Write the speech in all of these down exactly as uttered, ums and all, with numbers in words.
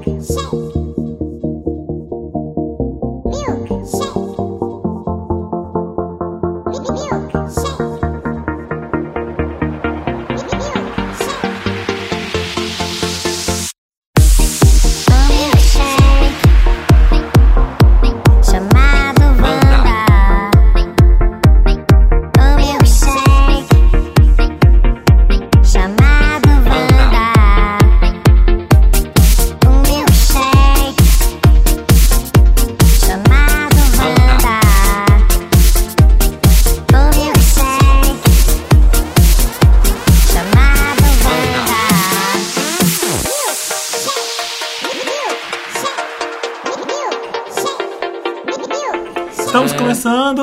Estamos começando!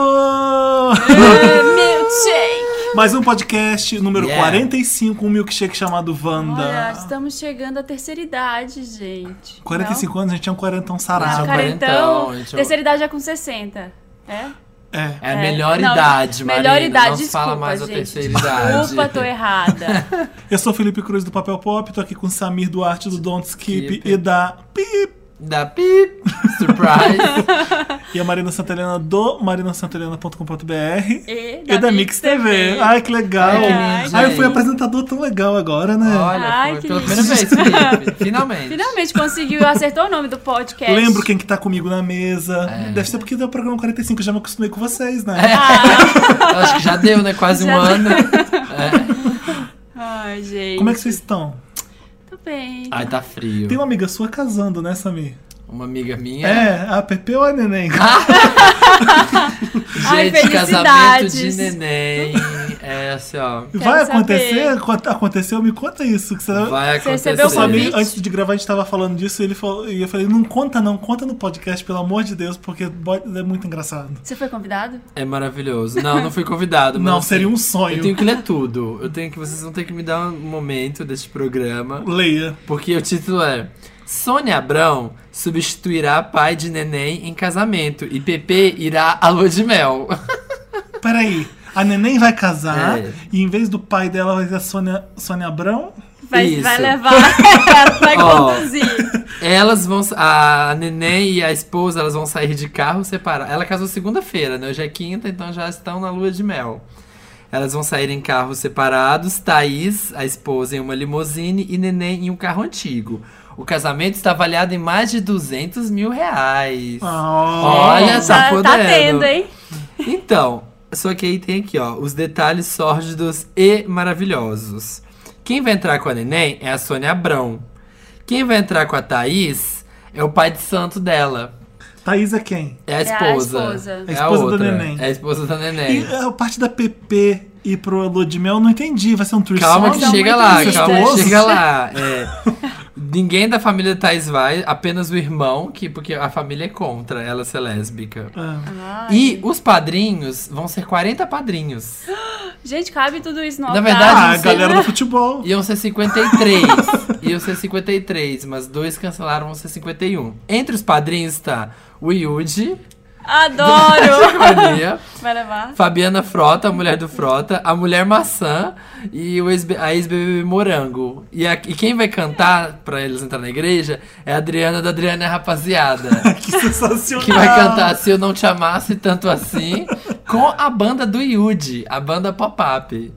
Milkshake! Mais um podcast número Yeah. quarenta e cinco, um milkshake chamado Wanda. Olha, estamos chegando à terceira idade, gente. quarenta e cinco anos, a gente tinha um quarentão sarado. Não, quarentão, quarentão, gente, eu- terceira idade é com sessenta. É? É. É a melhor Não, idade, Marina. melhor idade, Não se desculpa, fala mais gente. a terceira idade. Desculpa, tô errada. Eu sou o Felipe Cruz do Papel Pop, tô aqui com o Samir Duarte do Don't Skip Skip. e da Pip. Da pip, surprise. E a Marina Santelena do marina santelena ponto com ponto b r E e da Mix T V. Ai, que legal. Ai, que lindo, Ai, eu fui gente. apresentador tão legal agora, né? Olha, Ai, foi que pela lindo. primeira vez, Felipe. Finalmente. Finalmente conseguiu, acertou o nome do podcast. Lembro quem que tá comigo na mesa. É. Deve ser porque deu o programa quarenta e cinco, eu já me acostumei com vocês, né? Eu acho que já deu, né? Quase um Já ano. Ai, gente. Como é que vocês estão? Tô bem. Ai, tá frio. Tem uma amiga sua casando, né, Samir? Uma amiga minha. É, a Pepe ou a Neném? Ai, Gente, casamento felicidades. de neném. É assim, ó. Vai saber. acontecer? Aconte- Aconteceu? Me conta isso. Que você... Vai Você acontecer. recebeu O o Samir, convite? antes de gravar, a gente tava falando disso e ele falou, e eu falei, não conta não, conta no podcast, pelo amor de Deus, porque é muito engraçado. Você foi convidado? É maravilhoso. Não, não fui convidado. Mas Não, assim, seria um sonho. Eu tenho que ler tudo. Eu tenho que, vocês vão ter que me dar um momento deste programa. Leia. Porque o título é Sônia Abrão substituirá pai de neném em casamento e Pepe irá à lua de mel. Peraí, a Neném vai casar É. e em vez do pai dela vai ser a Sônia, Sônia Abrão? Vai, Isso. vai levar, vai Ó. conduzir. Elas vão. A neném e a esposa elas vão sair de carro separados. Ela casou segunda-feira, né? Hoje é quinta, então já estão na lua de mel. Elas vão sair em carros separados. Thaís, a esposa, em uma limusine e neném em um carro antigo. O casamento está avaliado em mais de duzentos mil reais. Olha, Nossa. tá tá, podendo. tá tendo, hein? Então, só que aí tem aqui, ó, os detalhes sórdidos e maravilhosos. Quem vai entrar com a neném é a Sônia Abrão. Quem vai entrar com a Thaís é o pai de santo dela. Thaís é quem? É a a esposa. esposa. É A a esposa da outra. neném. É a esposa da E neném. a parte da Pepe ir pro Lua de Mel, eu não entendi. Vai ser um threesome? Calma que São chega muito lá, lindas. calma que Incestuoso? chega lá. É. Ninguém da família Thaís vai, apenas o irmão, que, porque a família é contra ela ser lésbica. Ah. Ai. E os padrinhos vão ser quarenta padrinhos. Gente, cabe tudo isso no Na altar. verdade, Ah, a não sei. galera do futebol. Iam ser cinquenta e três. Iam ser cinquenta e três, mas dois cancelaram, vão ser cinquenta e um. Entre os padrinhos está o Yudi, Adoro! Maria, Vai levar? Fabiana Frota, a mulher do Frota, a mulher maçã e o ex a ex-B B B Morango. E, a- e quem vai cantar pra eles entrar na igreja é a Adriana da Adriana e a Rapaziada. Que sensacional. Que vai cantar Se Eu Não Te Amasse Tanto Assim com a banda do Yudi, a banda Pop-Up.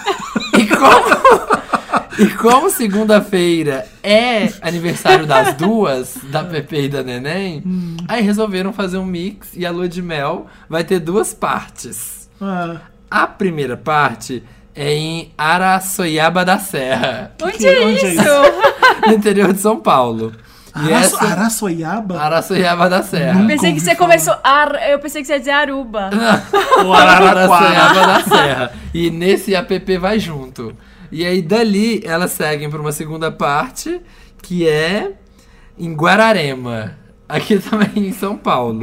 E como, e como segunda-feira é aniversário das duas, da Pepe e da Neném, aí resolveram fazer um mix e a lua de mel vai ter duas partes. Ah, A primeira parte é em Araçoiaba da Serra, Onde que- é onde é isso? no interior de São Paulo. E Araço, essa... Araçoiaba? Araçoiaba da Serra. Nunca Pensei que ouvi você falar. começou. Ar... Eu pensei que você ia dizer Aruba. Ou Araraquara? Araçoiaba da Serra. E nesse a Pepe vai junto. E aí dali elas seguem para uma segunda parte, que é em Guararema, aqui também em São Paulo.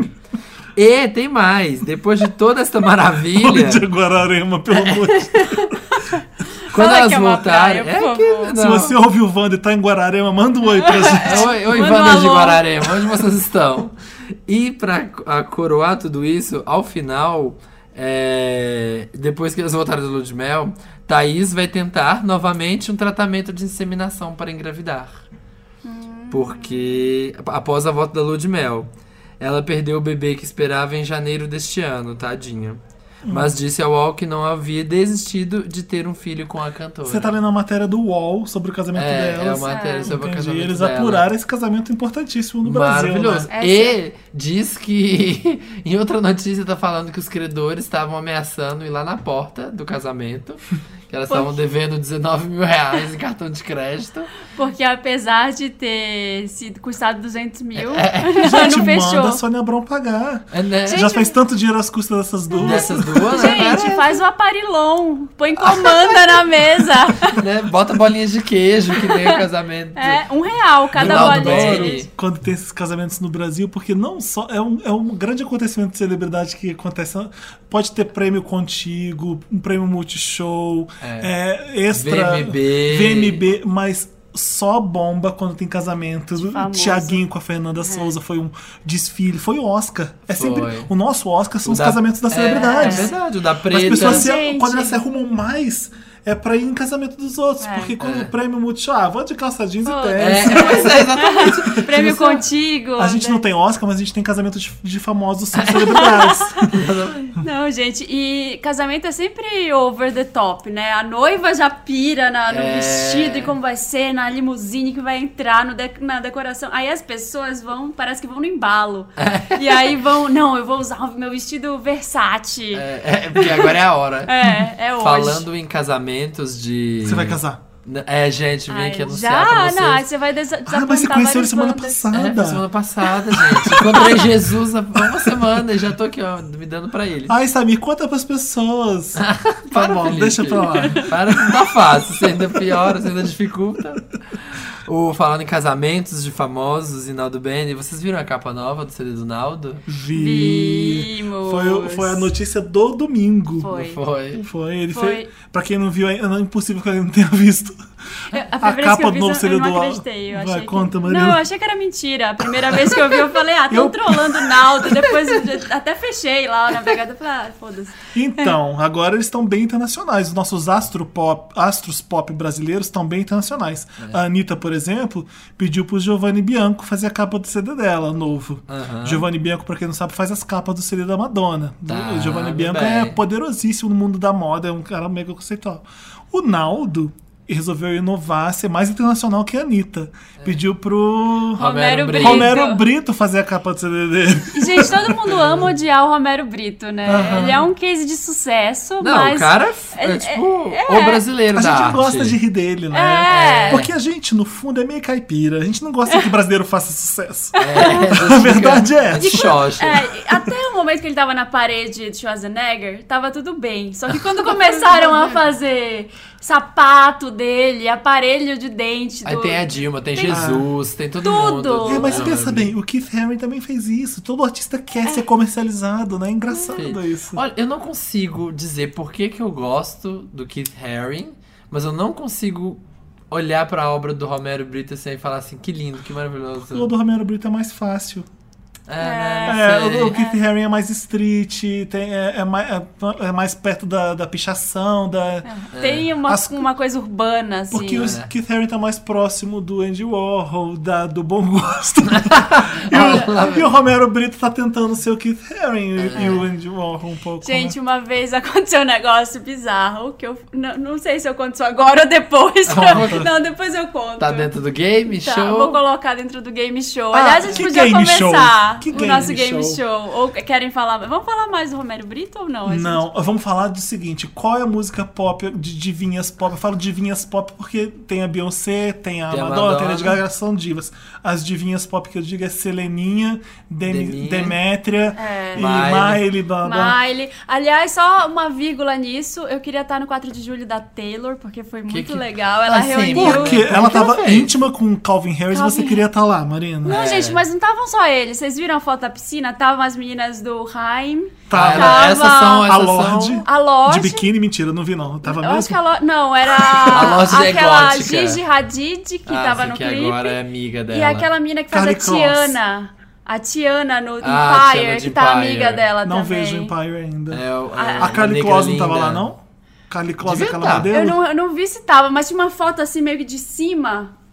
E tem mais, depois de toda essa maravilha, De Guararema, pelo amor de Deus. quando Fala elas que é uma voltarem, praia, por é que favor. não. Se você ouviu o Wanda e tá em Guararema, manda um oi pra gente. Oi, oi Manda um Wanda de alô. Guararema, onde vocês estão? E pra a coroar tudo isso, ao final, é, depois que eles voltarem do Lua de Mel, Thaís vai tentar novamente um tratamento de inseminação para engravidar. Hum. Porque após a volta da lua de mel, ela perdeu o bebê que esperava em janeiro deste ano, tadinha. Mas disse ao U O L que não havia desistido de ter um filho com a cantora. Você tá lendo a matéria do U O L sobre o casamento É, delas. é uma matéria sobre o Entendi. casamento Eles dela. apuraram esse casamento importantíssimo no Brasil, Maravilhoso. né? E diz que, em outra notícia, tá falando que os credores estavam ameaçando ir lá na porta do casamento. Que elas estavam devendo dezenove mil reais em cartão de crédito. Porque apesar de ter sido custado duzentos mil, Gente, não fechou. manda a Sônia Abrão pagar. É, né? Já fez tanto dinheiro às custas dessas duas. Dessas duas, né? Gente, faz o aparilom. Põe comanda na mesa. né? Bota bolinhas de queijo que nem o casamento. É, um real cada Ronaldo bolinha. Bene. Quando tem esses casamentos no Brasil, porque não só é um, é um grande acontecimento de celebridade que acontece. Pode ter prêmio contigo, um prêmio multishow, é. É, extra V M B. V M B, mas só bomba quando tem casamento. O famoso. Tiaguinho com a Fernanda Souza foi um desfile, foi o Oscar. É Foi. sempre o nosso Oscar são O os da- casamentos das é, celebridades. É verdade, o da As preta. pessoas se, Gente. quando elas se arrumam mais é pra ir em casamento dos outros, É. porque quando É. o prêmio multishow, ah, vou de calça jeans Pô, e É, tênis. pois é, exatamente. Prêmio contigo. A gente né? não tem Oscar, mas a gente tem casamento de, de famosos celebridades. Não, gente, e casamento é sempre over the top, né? A noiva já pira na- no É. vestido e como vai ser, na limusine que vai entrar no de- na decoração. Aí as pessoas vão, parece que vão no embalo. E aí vão, não, eu vou usar o meu vestido Versace. É, É, é, porque agora é a hora. é, hoje. Falando em casamentos de. Você vai casar? É, gente, vim Ai, aqui anunciar já, pra vocês. não, aí você vai desa- Ah, mas desapontar você conheceu ele várias semana bandas. passada. É, foi semana passada, gente. Encontrei Jesus há uma semana e já tô aqui, ó, me dando pra ele. Ai, Samir, conta pras pessoas. tá Para, bom, Felipe. deixa pra lá. Para que não tá fácil, você ainda piora, você ainda dificulta. O, falando em casamentos de famosos e Naldo Bene, vocês viram a capa nova do C D do Naldo? Vi. Vimos. Foi, o- foi a notícia do domingo. Foi. Foi. Foi, ele Foi. fez. Pra quem não viu, é é impossível que ele não tenha visto. Eu- A primeira vez capa que eu do vi, novo eu C D não do- acreditei. Eu Vai, achei conta, que... Marina. Não, eu achei que era mentira. A primeira vez que eu vi, eu falei, ah, tão Eu- trollando o Naldo. Depois eu até fechei lá o navegador e falei, ah, foda-se. Então, agora eles estão bem internacionais. Os nossos astro pop, astros pop brasileiros estão bem internacionais. É. A Anitta, por exemplo, pediu pro Giovanni Bianco fazer a capa do C D dela, novo. Aham. Giovanni Bianco, pra quem não sabe, faz as capas do C D da Madonna. Tá, o Giovanni muito Bianco bem. é poderosíssimo no mundo da moda, é um cara mega conceitual. O Naldo resolveu inovar, ser mais internacional que a Anitta. Pediu pro Romero Brito. Romero Brito fazer a capa do C D dele. E, gente, todo mundo ama odiar o Romero Brito, né? Aham. Ele é um case de sucesso, Não, mas... o cara é, é- tipo é- o brasileiro A da gente arte. gosta de rir dele, né? É. Porque a gente, no fundo, é meio caipira. A gente não gosta que o brasileiro faça sucesso. É, A verdade é essa. de xoxa. É, até o momento que ele tava na parede de Schwarzenegger, tava tudo bem. Só que quando começaram a fazer sapato dele, aparelho de dente... Aí do- tem a Dilma, tem, Tem- Jesus, tem todo Tudo. mundo. É, mas Não, pensa é- bem, o Keith Haring também fez isso. Todo artista quer ser comercializado, né? É engraçado isso. Olha, eu não consigo dizer por que, que eu gosto do Keith Haring, mas eu não consigo olhar pra obra do Romero Brito assim, e falar assim, que lindo, que O maravilhoso. do Romero Brito é mais fácil. É, né? Não É, sei. o, o Keith Haring é mais street, tem, é, é mais, é, é mais perto da, da pichação, da... Tem uma, As- uma coisa urbana, assim. Porque o É. Keith Haring tá mais próximo do Andy Warhol, da, do bom gosto. e, o, e o Romero Brito tá tentando ser o Keith Haring e, e o Andy Warhol um pouco. Gente, né? uma vez aconteceu um negócio bizarro que eu não, não sei se eu conto isso agora ou depois. Conta. Não, depois eu conto. Tá dentro do game, Tá, show. vou colocar dentro do game show. Ah, Aliás, a gente que podia game show? começar Que o game nosso game show? show. Ou querem falar? Vamos falar mais do Romero Brito ou não? A gente- Não, vamos falar do seguinte: qual é a música pop de divinhas pop? Eu falo divinhas pop porque tem a Beyoncé, tem a Tem a Madonna, tem a Madonna. Lady Gaga, são divas. As divinhas pop que eu digo é Seleninha, Demi, Demi. Demétria É. e Miley. Miley, blá blá. Miley. Aliás, só uma vírgula nisso. Eu queria estar no quatro de julho da Taylor, porque foi muito que- legal. Ela Ah, sim, reuniu. Porque Como ela que ela tava fez? íntima com o Calvin Harris e Calvin você queria estar lá, Marina. Não, É. gente, mas não estavam só eles. Vocês viram a foto da piscina? Estavam as meninas do Haim. Ah, Tá. ela- Tava essas são, A essas Lorde. são... A Lorde. De biquíni, mentira, não vi não. Tava Eu acho mesmo? que a Lorde... Não, era A Lorde é aquela gótica. Gigi Hadid, que ah, tava sim, no que clipe. agora é amiga dela. E aquela mina que faz Carly a Tiana. A Tiana no Ah, a Empire, Tiana de que tá Empire. amiga dela Não também. vejo Empire ainda. É, o- A- é A uma Carly negra Claus não tava linda. lá, não? Carly Claus é Devia aquela tá. modelo? Eu não, eu não vi se tava, mas tinha uma foto assim meio que de cima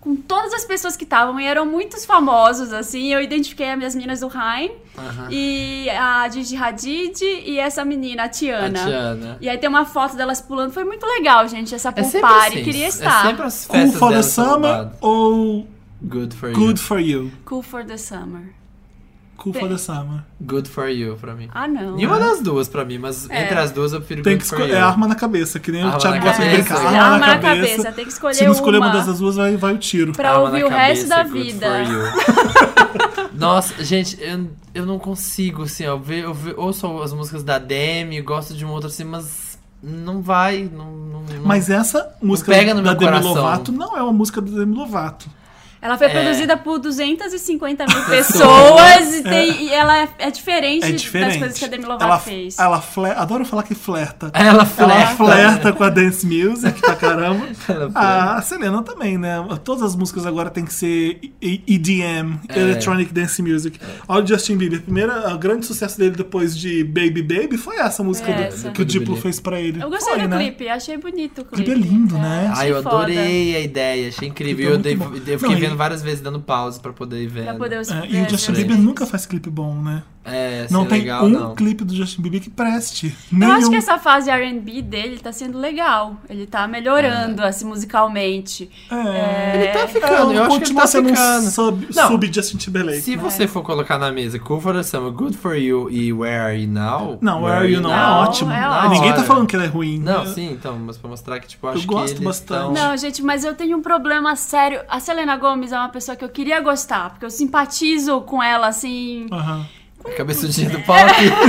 com todas as pessoas que estavam, e eram muitos famosos, assim. Eu identifiquei as minhas meninas do Haim, Aham. e a Gigi Hadid, e essa menina, a Tiana. A Tiana. E aí tem uma foto delas pulando. Foi muito legal, gente, essa É pool sempre party. assim. Queria É estar. sempre as Cool festas for the delas são Summer roubadas. ou Good for Good you. for You? Cool for the summer. Cool for the Summer. Good for you, pra mim. Ah, não. Nenhuma das duas pra mim, mas É. entre as duas eu prefiro Tem Good que for escolher. you. É arma na cabeça, que nem Arma o Thiago na gosta de cabeça. brincar. É, Arma, arma na na cabeça. cabeça, tem que escolher Se não escolher uma uma. dessas duas, vai, vai o tiro. Pra Arma ouvir na o resto cabeça, da good vida. for you. Nossa, gente, eu, eu não consigo, assim, ó, eu, ve, eu ve, ouço as músicas da Demi, gosto de uma outra assim, mas não vai, não... não, não- Mas essa música pega no da meu Demi coração. Lovato não é uma música da Demi Lovato. Ela foi É. produzida por duzentas e cinquenta mil Pessoas. pessoas e, tem, e ela é, é diferente, É diferente. das coisas que a Demi Lovato ela, fez. Ela fle- adoro falar que flerta. Ela flerta. Ela flerta com a dance music pra caramba. Ela flerta. A Selena também, né? Todas as músicas agora tem que ser E- E D M, É. Electronic Dance Music. Olha o Justin Bieber. Primeiro, o grande sucesso dele depois de Baby Baby foi essa música do- Essa. que o Diplo Baby. fez pra ele. Eu gostei foi, do né? clipe, achei bonito o O clipe. clipe é lindo, né? Ai, eu achei foda. adorei a ideia, achei incrível. Clipe é Eu, dei, muito bom. eu fiquei Não, e- vendo várias vezes, dando pause pra poder ir vendo. Pra poder É, e o ver Justin as Bieber referências. nunca faz clipe bom, né? É, Não assim, tem legal, um não. clipe do Justin Bieber que preste. Eu Nenhum. acho que essa fase R and B dele tá sendo legal. Ele tá melhorando, assim, musicalmente. É. Ele tá É, ficando, eu acho que ele continua tá sendo ficando. um sub, Não. sub Justin Timberlake. Se você for colocar na mesa Cool for the Summer, Good for You e Where Are You Now? Não, Where Are You Now é Now ótimo. é ótimo. Ninguém tá Olha. falando que ele é ruim. Não, É, sim, então, mas pra mostrar que, tipo, eu Eu acho gosto que eles bastante. tão... Não, gente, mas eu tenho um problema sério. A Selena Gomez é uma pessoa que eu queria gostar, porque eu simpatizo com ela, assim. Aham. Cabeçudinha do pop.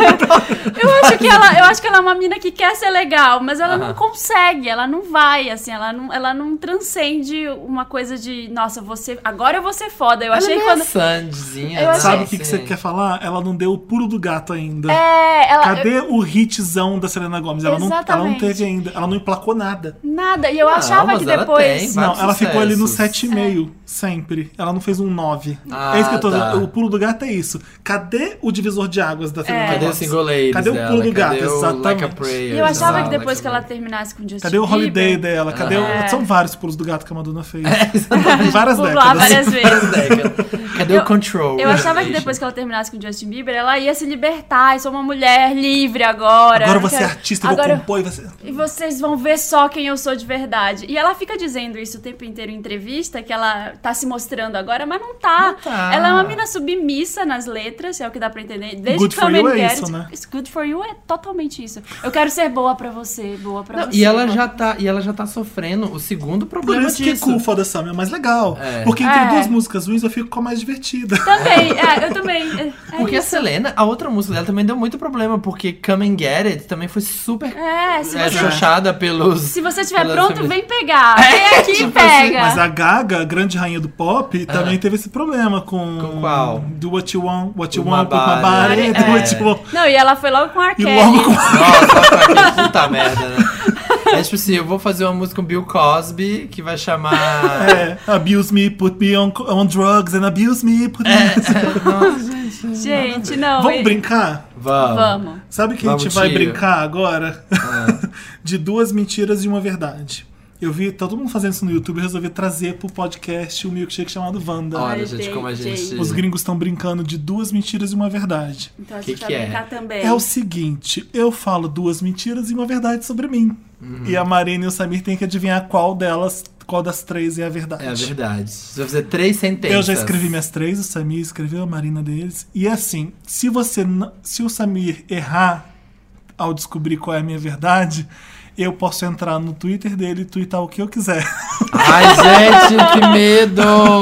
Eu acho que ela, eu acho que ela é uma mina que quer ser legal, mas ela não Aham. consegue, ela não vai, assim, ela não, ela não transcende uma coisa de, nossa, você, agora eu vou ser foda. Eu Ela achei é quando Sandyzinha, Eu né? achei- Sabe o que, que Assim. você quer falar? Ela não deu o pulo do gato ainda. é, ela Cadê o hitzão da Selena Gomez? Ela não, ela não Exatamente. teve ainda. Ela não emplacou nada. nada, e eu Não, achava mas que ela depois tem, vai. Não, Vários ela ficou ali no sucessos. sete vírgula cinco, sempre. Ela não fez um nove. Ah, é isso que eu tô tá. dizendo. O pulo do gato é isso. Cadê o divisor de águas da Selena Cadê o Gomez? single ladies Cadê o dela? pulo do gato? Cadê o Exatamente. Like a Prayer? E eu achava Exato, que depois Like que a ela Prayer. terminasse com o Justin Cadê o holiday Bieber, dela? Cadê o... É. São vários pulos do gato que a Madonna fez. Exatamente. Em várias pulou lá décadas. várias vezes. Década. Cadê Eu- o Control? Eu achava que depois que ela terminasse com o Justin Bieber, ela ia se libertar. Eu sou uma mulher livre agora. Agora não você é quero- artista, eu vou Agora- compor e você... E vocês vão ver só quem eu sou de verdade. E ela fica dizendo isso o tempo inteiro em entrevista, que ela tá se mostrando agora, mas não tá. Não tá. Ela é uma mina submissa nas letras, é o que dá pra entender. Desde Good que for Come you and é Get isso, It, né? It's good for you é totalmente isso. Eu quero ser boa pra você, boa pra Não, você. e ela boa já pra- tá, e ela já tá sofrendo o segundo Por problema isso que disso. Cool for the Summer é mais legal. É. Porque entre É. duas músicas ruins eu fico com a mais divertida. Também, é, eu também. É, é Porque a isso. Selena, a outra música dela também deu muito problema, porque Come and Get It também foi super É, se é, você, xoxada pelos... se você estiver pelas pronto, feministas. vem pegar. É, Vem aqui e tipo assim, pega. Mas a Gaga, a grande rainha do pop, também teve esse problema com... Com qual? Do What You Want, What You With Want, My With My Body. Body, É. do What You Want. Não, e ela foi logo com a E Kelly. logo com... Nossa, olha aquele puta merda, né? É tipo assim, eu vou fazer uma música com Bill Cosby, que vai chamar... É, abuse me, put me on, on drugs and abuse me, put me... Nossa, gente. Gente, não. Vamos e- brincar? Vamos. Vamos. Sabe que a Vamos, gente vai tio. brincar agora? Ah. De duas mentiras e uma verdade. Eu vi todo mundo fazendo isso no YouTube e resolvi trazer pro podcast um milkshake chamado Wanda. Olha, Ai, gente, como a gente... gente. Os gringos estão brincando de duas mentiras e uma verdade. Então a Que gente que vai é? brincar também. É o seguinte, eu falo duas mentiras e uma verdade sobre mim. Uhum. E a Marina e o Samir têm que adivinhar qual delas, qual das três é a verdade. É a verdade. Você vai fazer três sentenças. Eu já escrevi minhas três, o Samir escreveu, a Marina deles. E assim, se você n- se o Samir errar ao descobrir qual é a minha verdade, eu posso entrar no Twitter dele e twittar o que eu quiser. Ai, gente, que medo!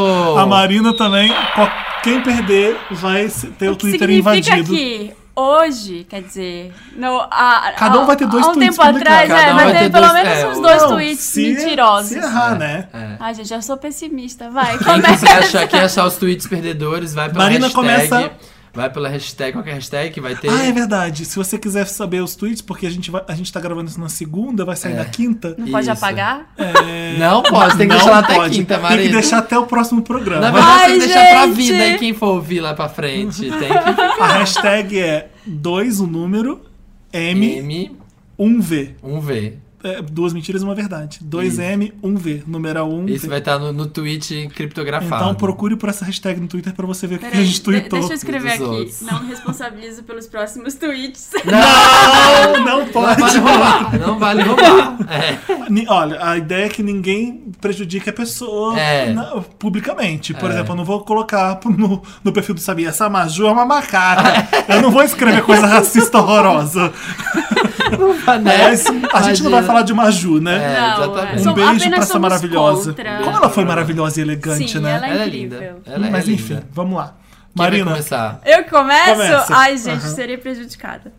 A Marina também, qual- quem perder vai se- ter o, O que Twitter significa invadido. que hoje, quer dizer, no, a, Cada um vai ter dois há um tweets tempo atrás, publicados. é, Cada um vai vai ter ter pelo dois- menos é, uns o- dois Não, tweets se- mentirosos. Se errar, né? É. Ai, gente, já sou pessimista, vai. Quem Começa. quiser achar, quem achar os tweets perdedores, vai pela Marina hashtag. começa- Vai pela hashtag, qual que é a hashtag que vai ter? Ah, é verdade. Se você quiser saber os tweets, porque a gente, vai, a gente tá gravando isso na segunda, vai sair É. na quinta. Não pode Isso. apagar? É... Não pode, tem que Não deixar lá até pode. quinta, Tem Marina. que deixar até o próximo programa. Na verdade, Ai, tem que deixar pra gente. vida e quem for ouvir lá pra frente. Tem que A hashtag é dois o número, M, M um V. um V. é, duas mentiras e uma verdade. dois M, um V. Numeral um. Isso V. vai estar no, no tweet criptografado. Então procure por essa hashtag no Twitter pra você ver o que, que a Peraí, gente de- tweetou. deixa eu escrever dos aqui. outros. Não me responsabilizo pelos próximos tweets. Não, não Não pode. vale roubar, não vale roubar. É. Ni- Olha, a ideia é que ninguém prejudique a pessoa É. na- publicamente. Por É. exemplo, eu não vou colocar no, no perfil do Sabia, essa Maju é uma macaca. Eu não vou escrever coisa racista horrorosa. Né? Mas a gente não vai falar de Maju, né? É, Não, exatamente. Um som- beijo apenas pra essa somos maravilhosa. contra. Como ela foi maravilhosa e elegante, Sim, né? ela é Ela é incrível. linda. Ela Mas é enfim, linda. vamos lá. Quem vai Marina, começar? Eu começo? Começa. Ai, gente, Aham. serei prejudicada.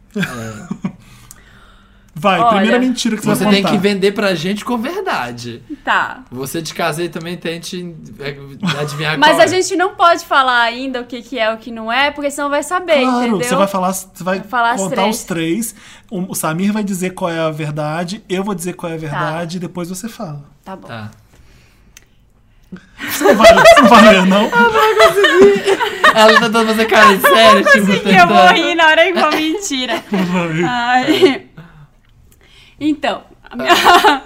vai, Olha, primeira mentira que você, Você vai tem contar. que vender pra gente com verdade. Tá. Você de casei também tente é, adivinhar Mas qual a é. gente não pode falar ainda o que, que é o que não é, porque senão vai saber, Claro, entendeu? você vai falar, você vai Vou falar as contar três. os três. O, o Samir vai dizer qual é a verdade, eu vou dizer qual é a verdade e depois você fala. Tá bom. Tá. Você não vai, você não vai ler, não? Ela tá tentando fazer cara de sério, tipo, Assim que eu vou tentando. rir na hora que for mentira. Vai. Ai. Então, a minha,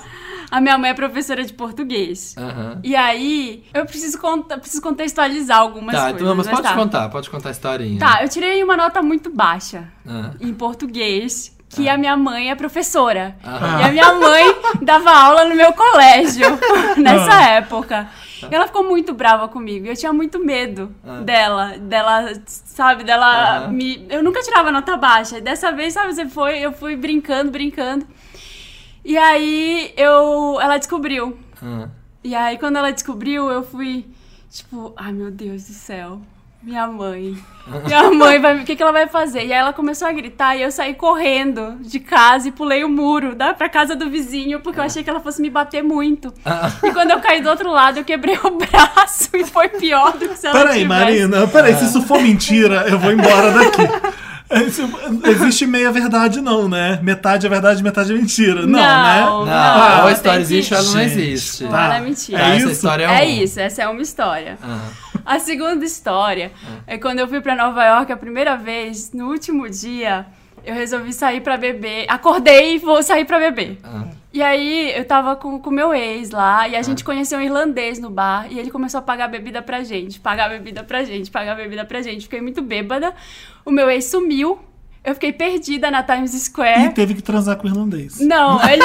a minha mãe é professora de português. Aham. E aí, eu preciso, conta, preciso contextualizar algumas Tá, coisas. então, mas pode tá. contar, pode contar a historinha. Tá, eu tirei uma nota muito baixa Ah. em português, que a minha mãe é professora. Aham. E a minha mãe dava aula no meu colégio nessa época. E ela ficou muito brava comigo. E eu tinha muito medo Ah. dela, dela, sabe, dela Aham. me. Eu nunca tirava nota baixa. E dessa vez, sabe, você foi, eu fui brincando, brincando. E aí eu. Ela descobriu. Ah. E aí, quando ela descobriu, eu fui, tipo, ai meu Deus do céu, minha mãe. Minha mãe, vai, o que, que ela vai fazer? E aí ela começou a gritar e eu saí correndo de casa e pulei o muro, dá pra casa do vizinho, porque eu achei que ela fosse me bater muito. Ah. E quando eu caí do outro lado, eu quebrei o braço e foi pior do que se ela Peraí, tivesse. Marina, peraí, se isso for mentira, eu vou embora daqui. Esse- Existe meia verdade, não, né? Metade é verdade, metade é mentira. Não, né? Não, Não, Ah, ou a tem história que- existe ou ela não Gente, existe. Ou tá. ela é mentira. Tá, É essa isso? história é, É um. isso, essa é uma história. Ah. A segunda história é quando eu fui pra Nova York a primeira vez, no último dia, eu resolvi sair pra beber. Acordei e vou sair pra beber. Ah. E aí eu tava com o meu ex lá e a gente conheceu um irlandês no bar e ele começou a pagar bebida pra gente, pagar bebida pra gente, pagar bebida pra gente. Fiquei muito bêbada. O meu ex sumiu. Eu fiquei perdida na Times E Square. teve que transar com o irlandês. Não, ele.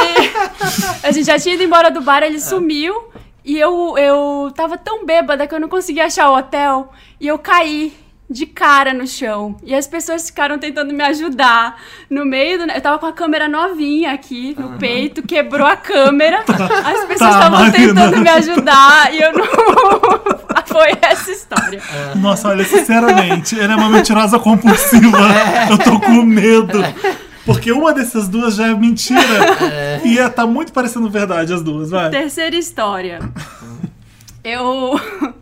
A gente já tinha ido embora do bar, ele sumiu. E eu, eu tava tão bêbada que eu não conseguia achar o hotel. E eu caí de cara no chão. E as pessoas ficaram tentando me ajudar. No meio do. Eu tava com a câmera novinha aqui no peito, quebrou a câmera. As pessoas Tá, estavam Marina. tentando me ajudar. E eu não. Foi essa história. Nossa, olha, sinceramente, ela é uma mentirosa compulsiva. Eu tô com medo. Porque uma dessas duas já é mentira. E ia tá muito parecendo verdade as duas, vai. Terceira história. Eu.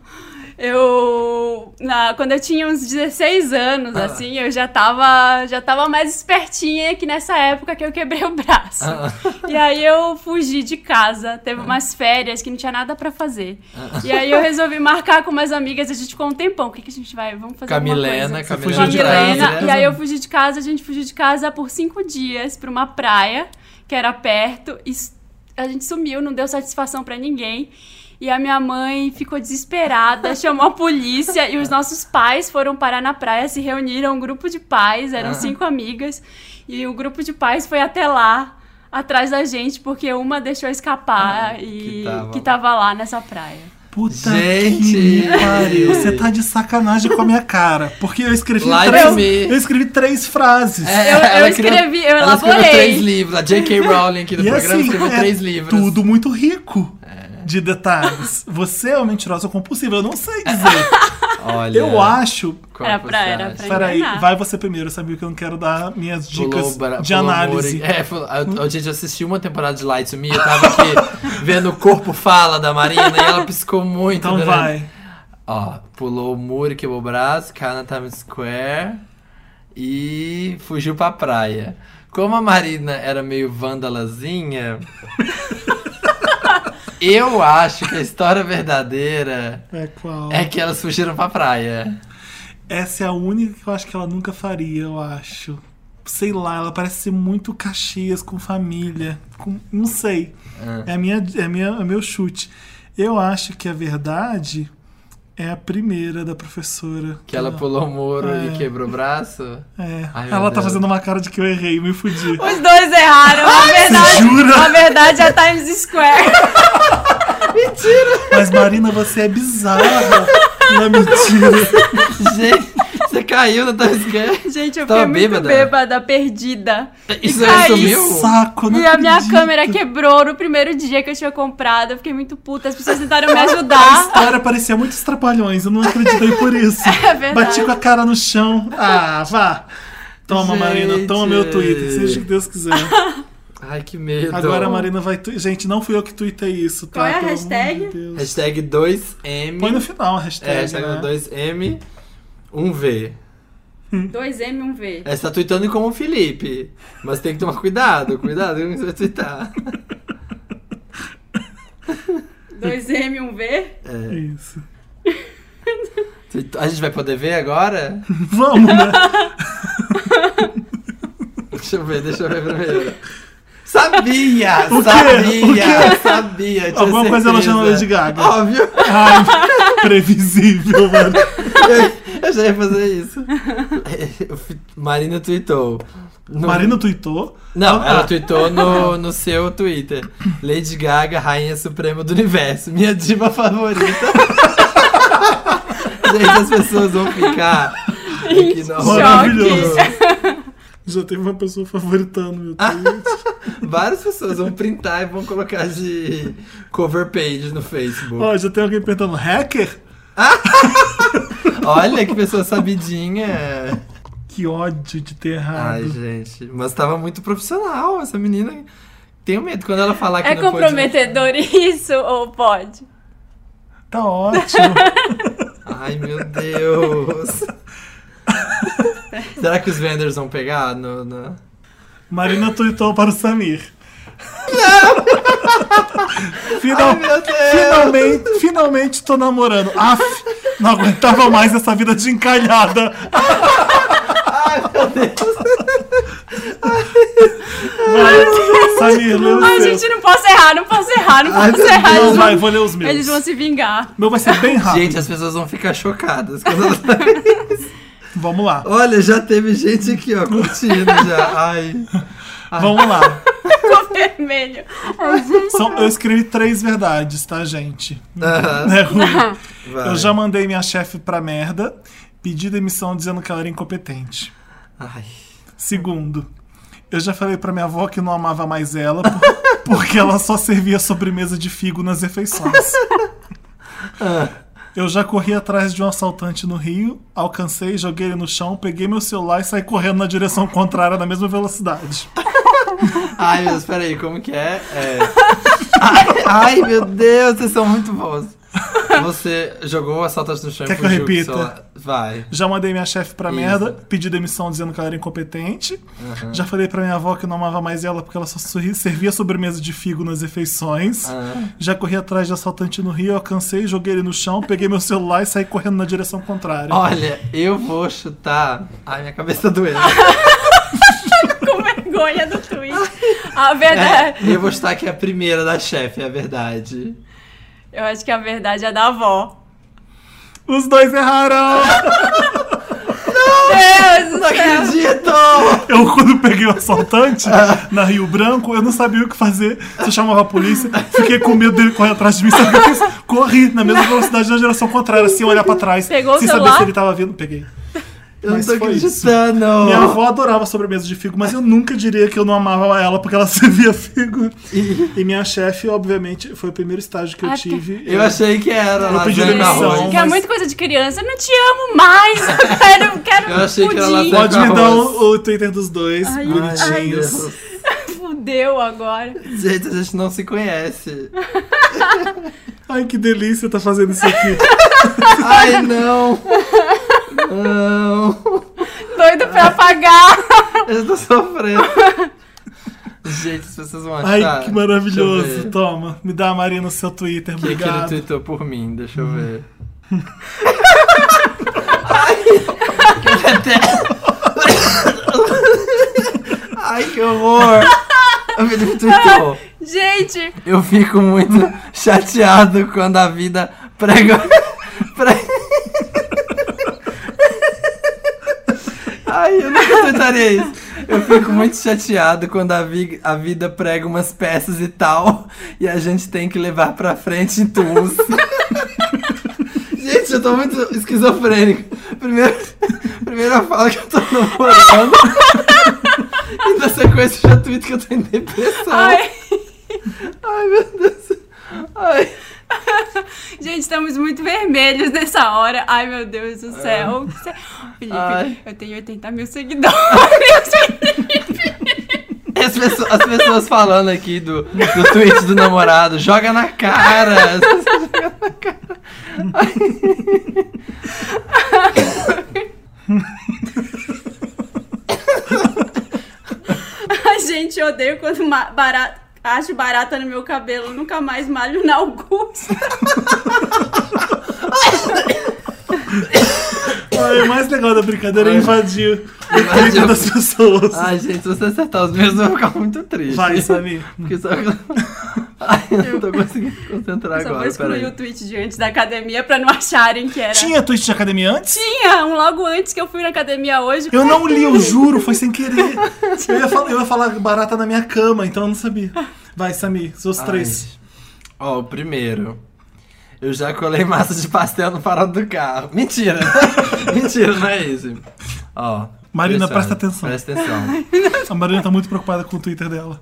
Eu. Na, quando eu tinha uns dezesseis anos, Ah. assim, eu já tava, já tava mais espertinha que nessa época que eu quebrei o braço. Ah. E aí eu fugi de casa. Teve umas férias que não tinha nada pra fazer. Ah. E aí eu resolvi marcar com umas amigas. A gente ficou um tempão. O que, que a gente vai? Vamos fazer alguma Camilena, coisa. Você Camilena fugiu de de casa, Milena, né? e aí eu fugi de casa, a gente fugiu de casa por cinco dias pra uma praia que era perto e s- a gente sumiu, não deu satisfação pra ninguém. E a minha mãe ficou desesperada, chamou a polícia e os nossos pais foram parar na praia, se reuniram, um grupo de pais, eram Ah. cinco amigas, e o grupo de pais foi até lá, atrás da gente, porque uma deixou escapar Ah, e que tava- que tava lá nessa praia. Puta Gente. que pariu. Você tá de sacanagem com a minha cara. Porque eu escrevi Lie três. to me. Eu escrevi três frases. É, Eu- eu ela escrevi, eu ela escreveu elaborei. três livros. A J K Rowling aqui do E programa assim, escreveu é três livros. tudo muito rico de detalhes. Você é uma mentirosa compulsiva, eu não sei dizer. Olha. Eu acho. qual Era você pra- era acha? pra- Peraí, enganar. vai você primeiro, eu sabia que eu não quero dar minhas dicas Pulou bra- de pulou análise. Muri. É, falou- eu, eu, gente, eu assisti uma temporada de Light to Me, eu tava aqui vendo o corpo fala da Marina e ela piscou muito. Então durante- vai. Ó, pulou o muro, quebrou o braço, caiu na Times Square e fugiu pra praia. Como a Marina era meio vandalazinha, eu acho que a história verdadeira É qual? é que elas fugiram pra praia. Essa é a única que eu acho que ela nunca faria, eu acho. sei lá, ela parece ser muito Caxias, com família, com, não sei. É, a minha, é, a minha, é meu chute. Eu acho que a verdade é a primeira da professora. Que ela pulou o muro É. e quebrou o braço? É. Ai, meu Ela tá Deus. fazendo uma cara de que eu errei, me fudi. Os dois erraram. A verdade, jura? a verdade é Times Square. Mas Marina, você é bizarra. Não é mentira. Gente, você caiu na Times Square? Gente, eu Tava fiquei muito bêbada? bêbada, perdida. Isso E aí caí. sumiu? Saco, não E a minha acredito. câmera quebrou no primeiro dia que eu tinha comprado. Eu fiquei muito puta. As pessoas tentaram me A ajudar. história parecia muitos trapalhões, eu não acreditei por isso. É verdade. Bati com a cara no chão. Ah, vá. Toma, Gente. Marina, toma meu Twitter, seja o que Deus quiser. Ai, que medo. Agora a Marina vai... Tu... Gente, não fui eu que tuitei isso, tá? Qual é a Pelo amor hashtag? de Deus. Hashtag dois M. Põe no final a hashtag, É, hashtag né? dois M, um V. dois M, um V. É, você tá tweetando como o Felipe. Mas tem que tomar cuidado, cuidado com o que você vai tweetar. dois M, um V. É. Isso. A gente vai poder ver agora? Vamos, né? Deixa eu ver, deixa eu ver primeiro. Sabia! O quê? Sabia! O quê? Sabia! Tinha Alguma coisa ela certeza. chama Lady Gaga. Óbvio! Ai, previsível, mano. Eu, eu já ia fazer isso. Marina tweetou. No- Marina tuitou. Não, ela Ah. tweetou no, no seu Twitter. Lady Gaga, rainha suprema do universo. Minha diva favorita. Gente, as pessoas vão ficar aqui no Maravilhoso. Já teve uma pessoa favoritando meu tweet. Várias pessoas vão printar e vão colocar de cover page no Facebook. Ó, já tem alguém perguntando, hacker? Olha que pessoa sabidinha. Que ódio de ter errado. Ai, gente. Mas tava muito profissional. Essa menina. Tenho medo quando ela falar que É não pode- comprometedor isso ou pode? Tá ótimo. Ai, meu Deus. Será que os vendors vão pegar no... no... Marina tuitou para o Samir. Final- Ai, meu Deus. finalmente, finalmente tô namorando. Aff, não aguentava mais essa vida de encalhada. Ai, meu Deus. Vai, Samir, lê o Ai, seu. gente, não posso errar, não posso errar, não Ai, posso meu errar. Deus. Não, Eles vai, vão, vou ler os meus. eles vão se vingar. Meu vai ser bem rápido. Gente, as pessoas vão ficar chocadas. quando elas- Vamos lá. Olha, já teve gente aqui, ó, curtindo já. Ai. Vamos lá. Ficou vermelho. São- eu escrevi três verdades, tá, gente? Aham. Não é ruim. Vai. Eu já mandei minha chefe pra merda, pedi demissão dizendo que ela era incompetente. Ai. Segundo, eu já falei pra minha avó que não amava mais ela por- porque ela só servia sobremesa de figo nas refeições. Ah. Eu já corri atrás de um assaltante no Rio, alcancei, joguei ele no chão, peguei meu celular e saí correndo na direção contrária na mesma velocidade. Ai, meu Deus, peraí, como que é? É... Ai, ai, meu Deus, vocês são muito bons. Você jogou o assaltante no chão Quer e que eu fugiu com o repita? celular. Vai. Já mandei minha chefe pra Isso. merda, pedi demissão dizendo que ela era incompetente. Aham. Já falei pra minha avó que não amava mais ela porque ela só sorri- servia sobremesa de figo nas refeições. Ah. Já corri atrás de assaltante no Rio, alcancei, joguei ele no chão, peguei meu celular e saí correndo na direção contrária. Olha, eu vou chutar. Ai, minha cabeça tá doendo. Com vergonha do tweet. A verdade. É, eu vou chutar que é a primeira da chefe, é a verdade. Eu acho que a verdade é da avó. Os dois erraram! Deus do Não céu. acredito! Eu, quando peguei o assaltante na Rio Branco, eu não sabia o que fazer. Se eu chamava a polícia, fiquei com medo dele correr atrás de mim. Sabe o que eu fiz? Corri na mesma velocidade na direção contrária, sem olhar pra trás. Pegou o sem saber celular? se ele tava vindo. Peguei. Eu Mas não tô foi isso. acreditando! Minha avó adorava sobremesa de figo, mas eu nunca diria que eu não amava ela porque ela servia figo. E minha chefe, obviamente, foi o primeiro estágio que eu Ah, tive. Eu achei que era Eu pedi lasanha com demissão. arroz. Que é mas- muito coisa de criança. Eu não te amo mais. Eu quero, quero Eu achei que era pudim. lasanha. Pode me com dar arroz. o, o Twitter dos dois, Ai, Ai, meu bonitinhos. Deus. Fudeu agora. Gente, a gente não se conhece. Ai, que delícia tá fazendo isso aqui. Ai, não! Não! Doido pra apagar. Eu tô sofrendo. Gente, as pessoas vão achar. Ai, que Deixa eu maravilhoso. ver. Toma, me dá a Maria no seu Twitter, Quem que ele obrigado. tweetou por mim? Deixa eu ver. Ai, que horror! O Felipe tweetou. Gente! Eu fico muito chateado quando a vida prega... prega... Ai, eu nunca tweetaria isso. Eu fico muito chateado quando a, vi... a vida prega umas peças e tal, e a gente tem que levar pra frente em tools. Gente, eu tô muito esquizofrênico. Primeiro, primeiro eu falo que eu tô namorando. E na sequência eu já tweet que eu tô em depressão. Ai, Ai meu Deus. Ai. Gente, estamos muito vermelhos nessa hora. Ai, meu Deus do céu. Felipe, Ai. eu tenho oitenta mil seguidores. As pessoas, as pessoas falando aqui do, do tweet do namorado. Joga na cara. Joga na cara. Ai. A gente, eu odeio quando ma- barata, acho barata no meu cabelo. Nunca mais malho na Augusta. Ai, o mais legal da brincadeira é Ai. invadir o Twitter das pessoas. Ai, gente, se você acertar os meus, eu vou ficar muito triste. Vai, Samir. Porque só... Ai, eu não tô conseguindo concentrar Eu só agora. vou excluir Peraí. o tweet de antes da academia pra não acharem que era... Tinha tweet de academia antes? Tinha, um logo antes que eu fui na academia hoje. Eu não li, eu juro, foi sem querer. Eu ia, falar, eu ia falar barata na minha cama, então eu não sabia. Vai, Samir, seus Ai. três. Ó, o primeiro. Eu já colei massa de pastel no farol do carro. Mentira. Mentira, não é isso. Ó. Marina, presta presta atenção. Presta atenção. A Marina tá muito preocupada com o Twitter dela.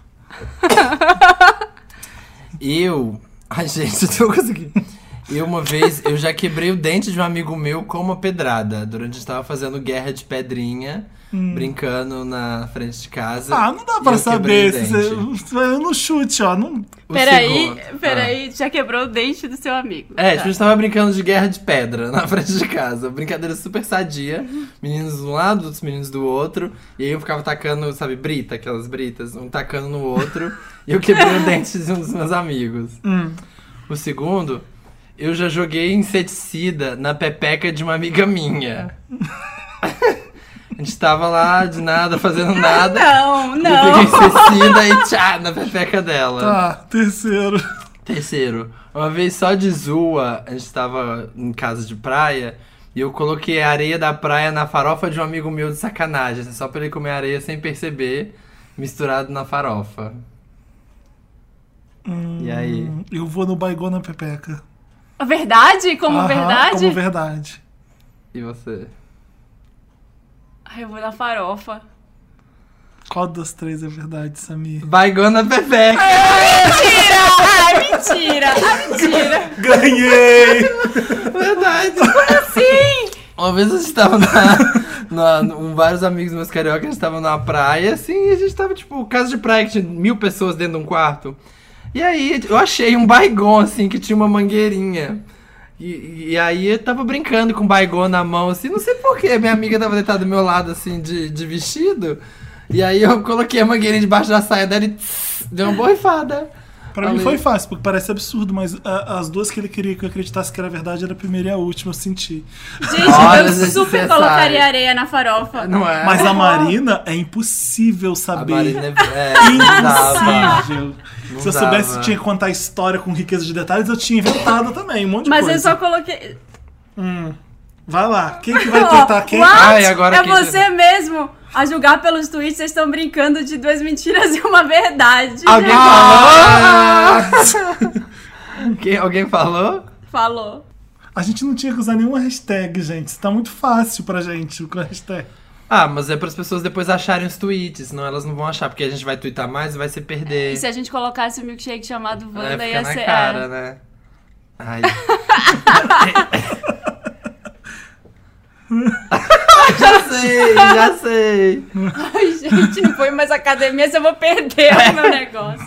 Eu... Ai, gente, eu tô conseguindo. Eu, uma vez, eu já quebrei o dente de um amigo meu com uma pedrada. Durante a gente tava fazendo guerra de pedrinha, hum. brincando na frente de casa. Ah, não dá pra saber. Se você... você vai no chute, ó. Não... Peraí, peraí, ah. já quebrou o dente do seu amigo. É, tá. tipo, a gente tava brincando de guerra de pedra na frente de casa. Brincadeira super sadia. Meninos de um lado, outros meninos do outro. E aí eu ficava tacando, sabe, brita, aquelas britas. Um tacando no outro. E eu quebrei o dente de um dos meus amigos. Hum. O segundo... Eu já joguei inseticida na pepeca de uma amiga minha. A gente tava lá, de nada, fazendo nada. Não, não. Eu peguei inseticida e tchá, na pepeca dela. Tá, terceiro. Terceiro. Uma vez só de zoa, a gente tava em casa de praia, e eu coloquei a areia da praia na farofa de um amigo meu de sacanagem. Só pra ele comer areia sem perceber, misturado na farofa. Hum, e aí? Eu vou no Baigona Pepeca. Verdade? Como Aham, verdade? Como verdade. E você? Ai, eu vou na farofa. Qual das três é verdade, Samir? Baigona Pepeca! Mentira! Ai, mentira! Ai, mentira! Ganhei! Verdade! Como assim? Uma vez a gente tava na, na, no, vários amigos meus cariocas, a gente tava na praia, assim, e a gente tava, tipo, casa de praia que tinha mil pessoas dentro de um quarto. E aí, eu achei um Baygon, assim, que tinha uma mangueirinha. E, e aí, eu tava brincando com o Baygon na mão, assim, não sei porquê. Minha amiga tava deitada do meu lado, assim, de, de vestido. E aí, eu coloquei a mangueirinha debaixo da saia dela e tss, deu uma borrifada. Pra Ali. mim foi fácil, porque parece absurdo, mas a, as duas que ele queria que eu acreditasse que era verdade era a primeira e a última, eu senti. Gente, Olha, eu gente, super você colocaria sabe. areia na farofa. Não é? Mas a Marina é impossível A saber. Marina é... é não dava. Impossível. Não Se eu soubesse dava. que tinha que contar a história com riqueza de detalhes, eu tinha inventado também, um monte de Mas coisa. eu só coloquei... Hum. Vai lá, quem que vai Ó, tentar quem? what? Ai, agora é quem- você mesmo. A julgar pelos tweets, vocês estão brincando de duas mentiras e uma verdade. Alguém Ah! falou? Quem, alguém falou? Falou. A gente não tinha que usar nenhuma hashtag, gente. Isso tá muito fácil pra gente com a hashtag. Ah, mas é para as pessoas depois acharem os tweets, senão elas não vão achar, porque a gente vai tweetar mais e vai se perder. E se a gente colocasse o milkshake chamado É, Wanda, fica ia na ser... cara, é. né? Ai. Já sei, já sei. Ai, gente, não foi mais academia, se eu vou perder o meu negócio.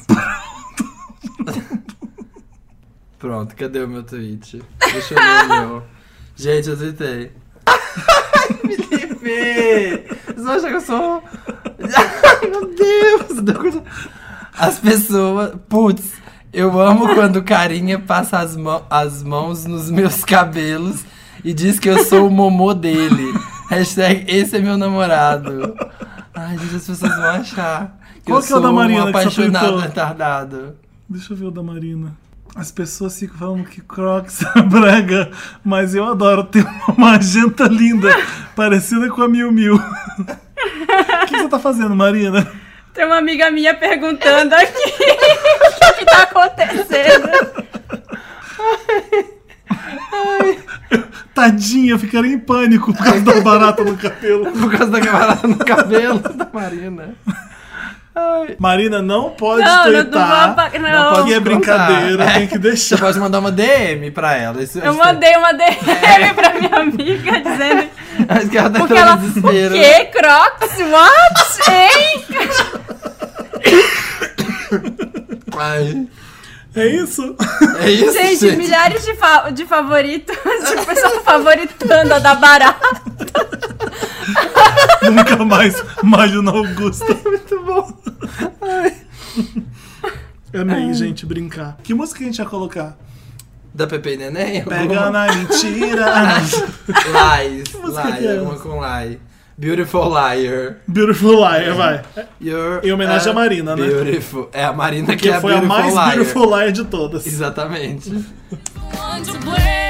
Pronto, cadê o meu tweet? Deixa eu ver o meu. Gente, eu tuitei. Ai, Felipe! Vocês vão achar que eu sou... Ai, meu Deus! As pessoas... Putz, eu amo quando o carinha passa as, mão, as mãos nos meus cabelos e diz que eu sou o momô dele. Hashtag esse é meu namorado. Ai, gente, as pessoas vão achar. Que Qual eu que é o da sou Marina um que você apaixonado tweetou? retardado. Deixa eu ver o da Marina. As pessoas ficam falando que Crocs é brega, mas eu adoro ter uma magenta linda, parecida com a Miu Miu. O que você tá fazendo, Marina? Tem uma amiga minha perguntando aqui o que, que tá acontecendo. Tadinha, eu ficaria em pânico por causa da barata no cabelo. Por causa da camarada no cabelo da Marina. Ai. Marina, não pode Não, não, não vou twittar. apagar. Não Não pode pode é brincadeira, É. tem que Você deixar. pode mandar uma D M pra ela. Isso, Eu isso- mandei uma D M pra minha amiga dizendo. Acho que ela tá Porque entrando ela. em O desespero. quê? Crocs? What? Hein? Ai, É isso? é isso, Gente, gente. milhares de, fa de favoritos. De pessoas favoritando a da barata. Nunca mais malho na Augusta. Muito bom. Amei, gente, brincar. Que música a gente ia colocar? Da Pepe e Neném? Pega na mentira. Lies. música que Lies, é alguma essa? com Lie. Beautiful Liar. Beautiful Liar, vai. You're Em homenagem a à Marina, né? Beautiful. É a Marina que Porque é a foi a Beautiful mais Liar. Beautiful Liar de todas. Exatamente. Want to play.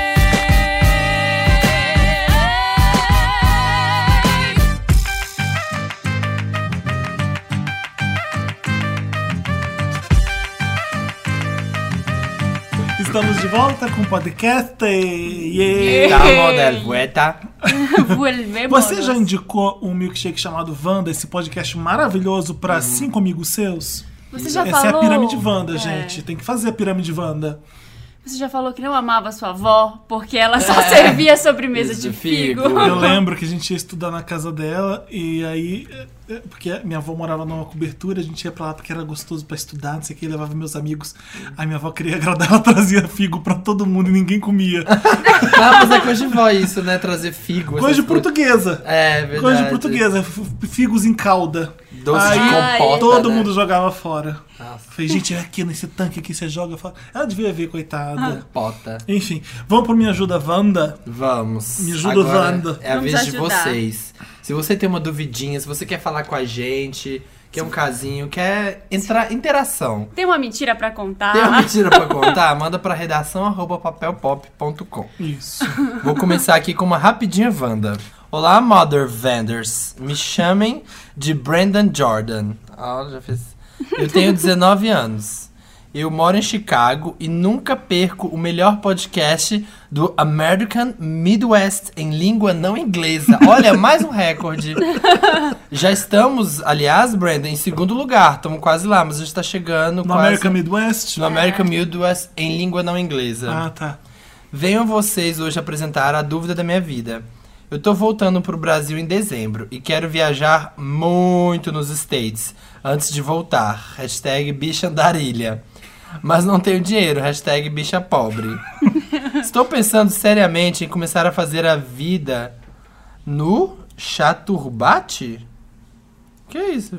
Estamos de volta com o podcast. Yeah. Calma, del vuelta. Volvemos. Você já indicou um milkshake chamado Wanda, esse podcast maravilhoso para cinco amigos seus? Você já Essa falou. é a pirâmide Wanda, É. gente. Tem que fazer a pirâmide Wanda. Você já falou que não amava sua avó porque ela só servia sobremesa Isso, de figo. figo. Eu lembro que a gente ia estudar na casa dela e aí, é, é, porque minha avó morava numa cobertura, a gente ia pra lá porque era gostoso pra estudar, não sei o que, levava meus amigos. Aí minha avó queria agradar, ela trazia figo pra todo mundo e ninguém comia. Ah, mas é coisa de vó isso, né? Trazer figo. Coisa essas de portuguesa. É, verdade. Coisa de portuguesa, f- figos em calda. Doce de Aí compota, todo né? mundo jogava fora. Nossa. Falei, gente, é aqui nesse tanque aqui, você joga fora. Ela devia ver, coitada. Pota. Enfim, vamos pro Me Ajuda Wanda. Vamos. Me ajuda, Agora Wanda. É a Vamos vez de ajudar. vocês. Se você tem uma duvidinha, se você quer falar com a gente, quer um casinho, quer entrar interação. Tem uma mentira pra contar? Tem uma mentira pra contar? Manda pra redação arroba papelpop ponto com. Isso. Vou começar aqui com uma rapidinha Wanda. Olá, Mother Vendors. Me chamem de Brandon Jordan. Ah, já fiz. Eu tenho dezenove anos. Eu moro em Chicago e nunca perco o melhor podcast do American Midwest em língua não inglesa. Olha, mais um recorde. Já estamos, aliás, Brandon, em segundo lugar. Estamos quase lá, mas a gente tá chegando No quase... American Midwest? No American Midwest em língua não inglesa. Ah, tá. Venham vocês hoje apresentar a dúvida da minha vida. Eu tô voltando pro Brasil em dezembro e quero viajar muito nos States antes de voltar. Hashtag bicha andarilha. Mas não tenho dinheiro. Hashtag bicha pobre. Estou pensando seriamente em começar a fazer a vida no Chaturbate? Que é isso?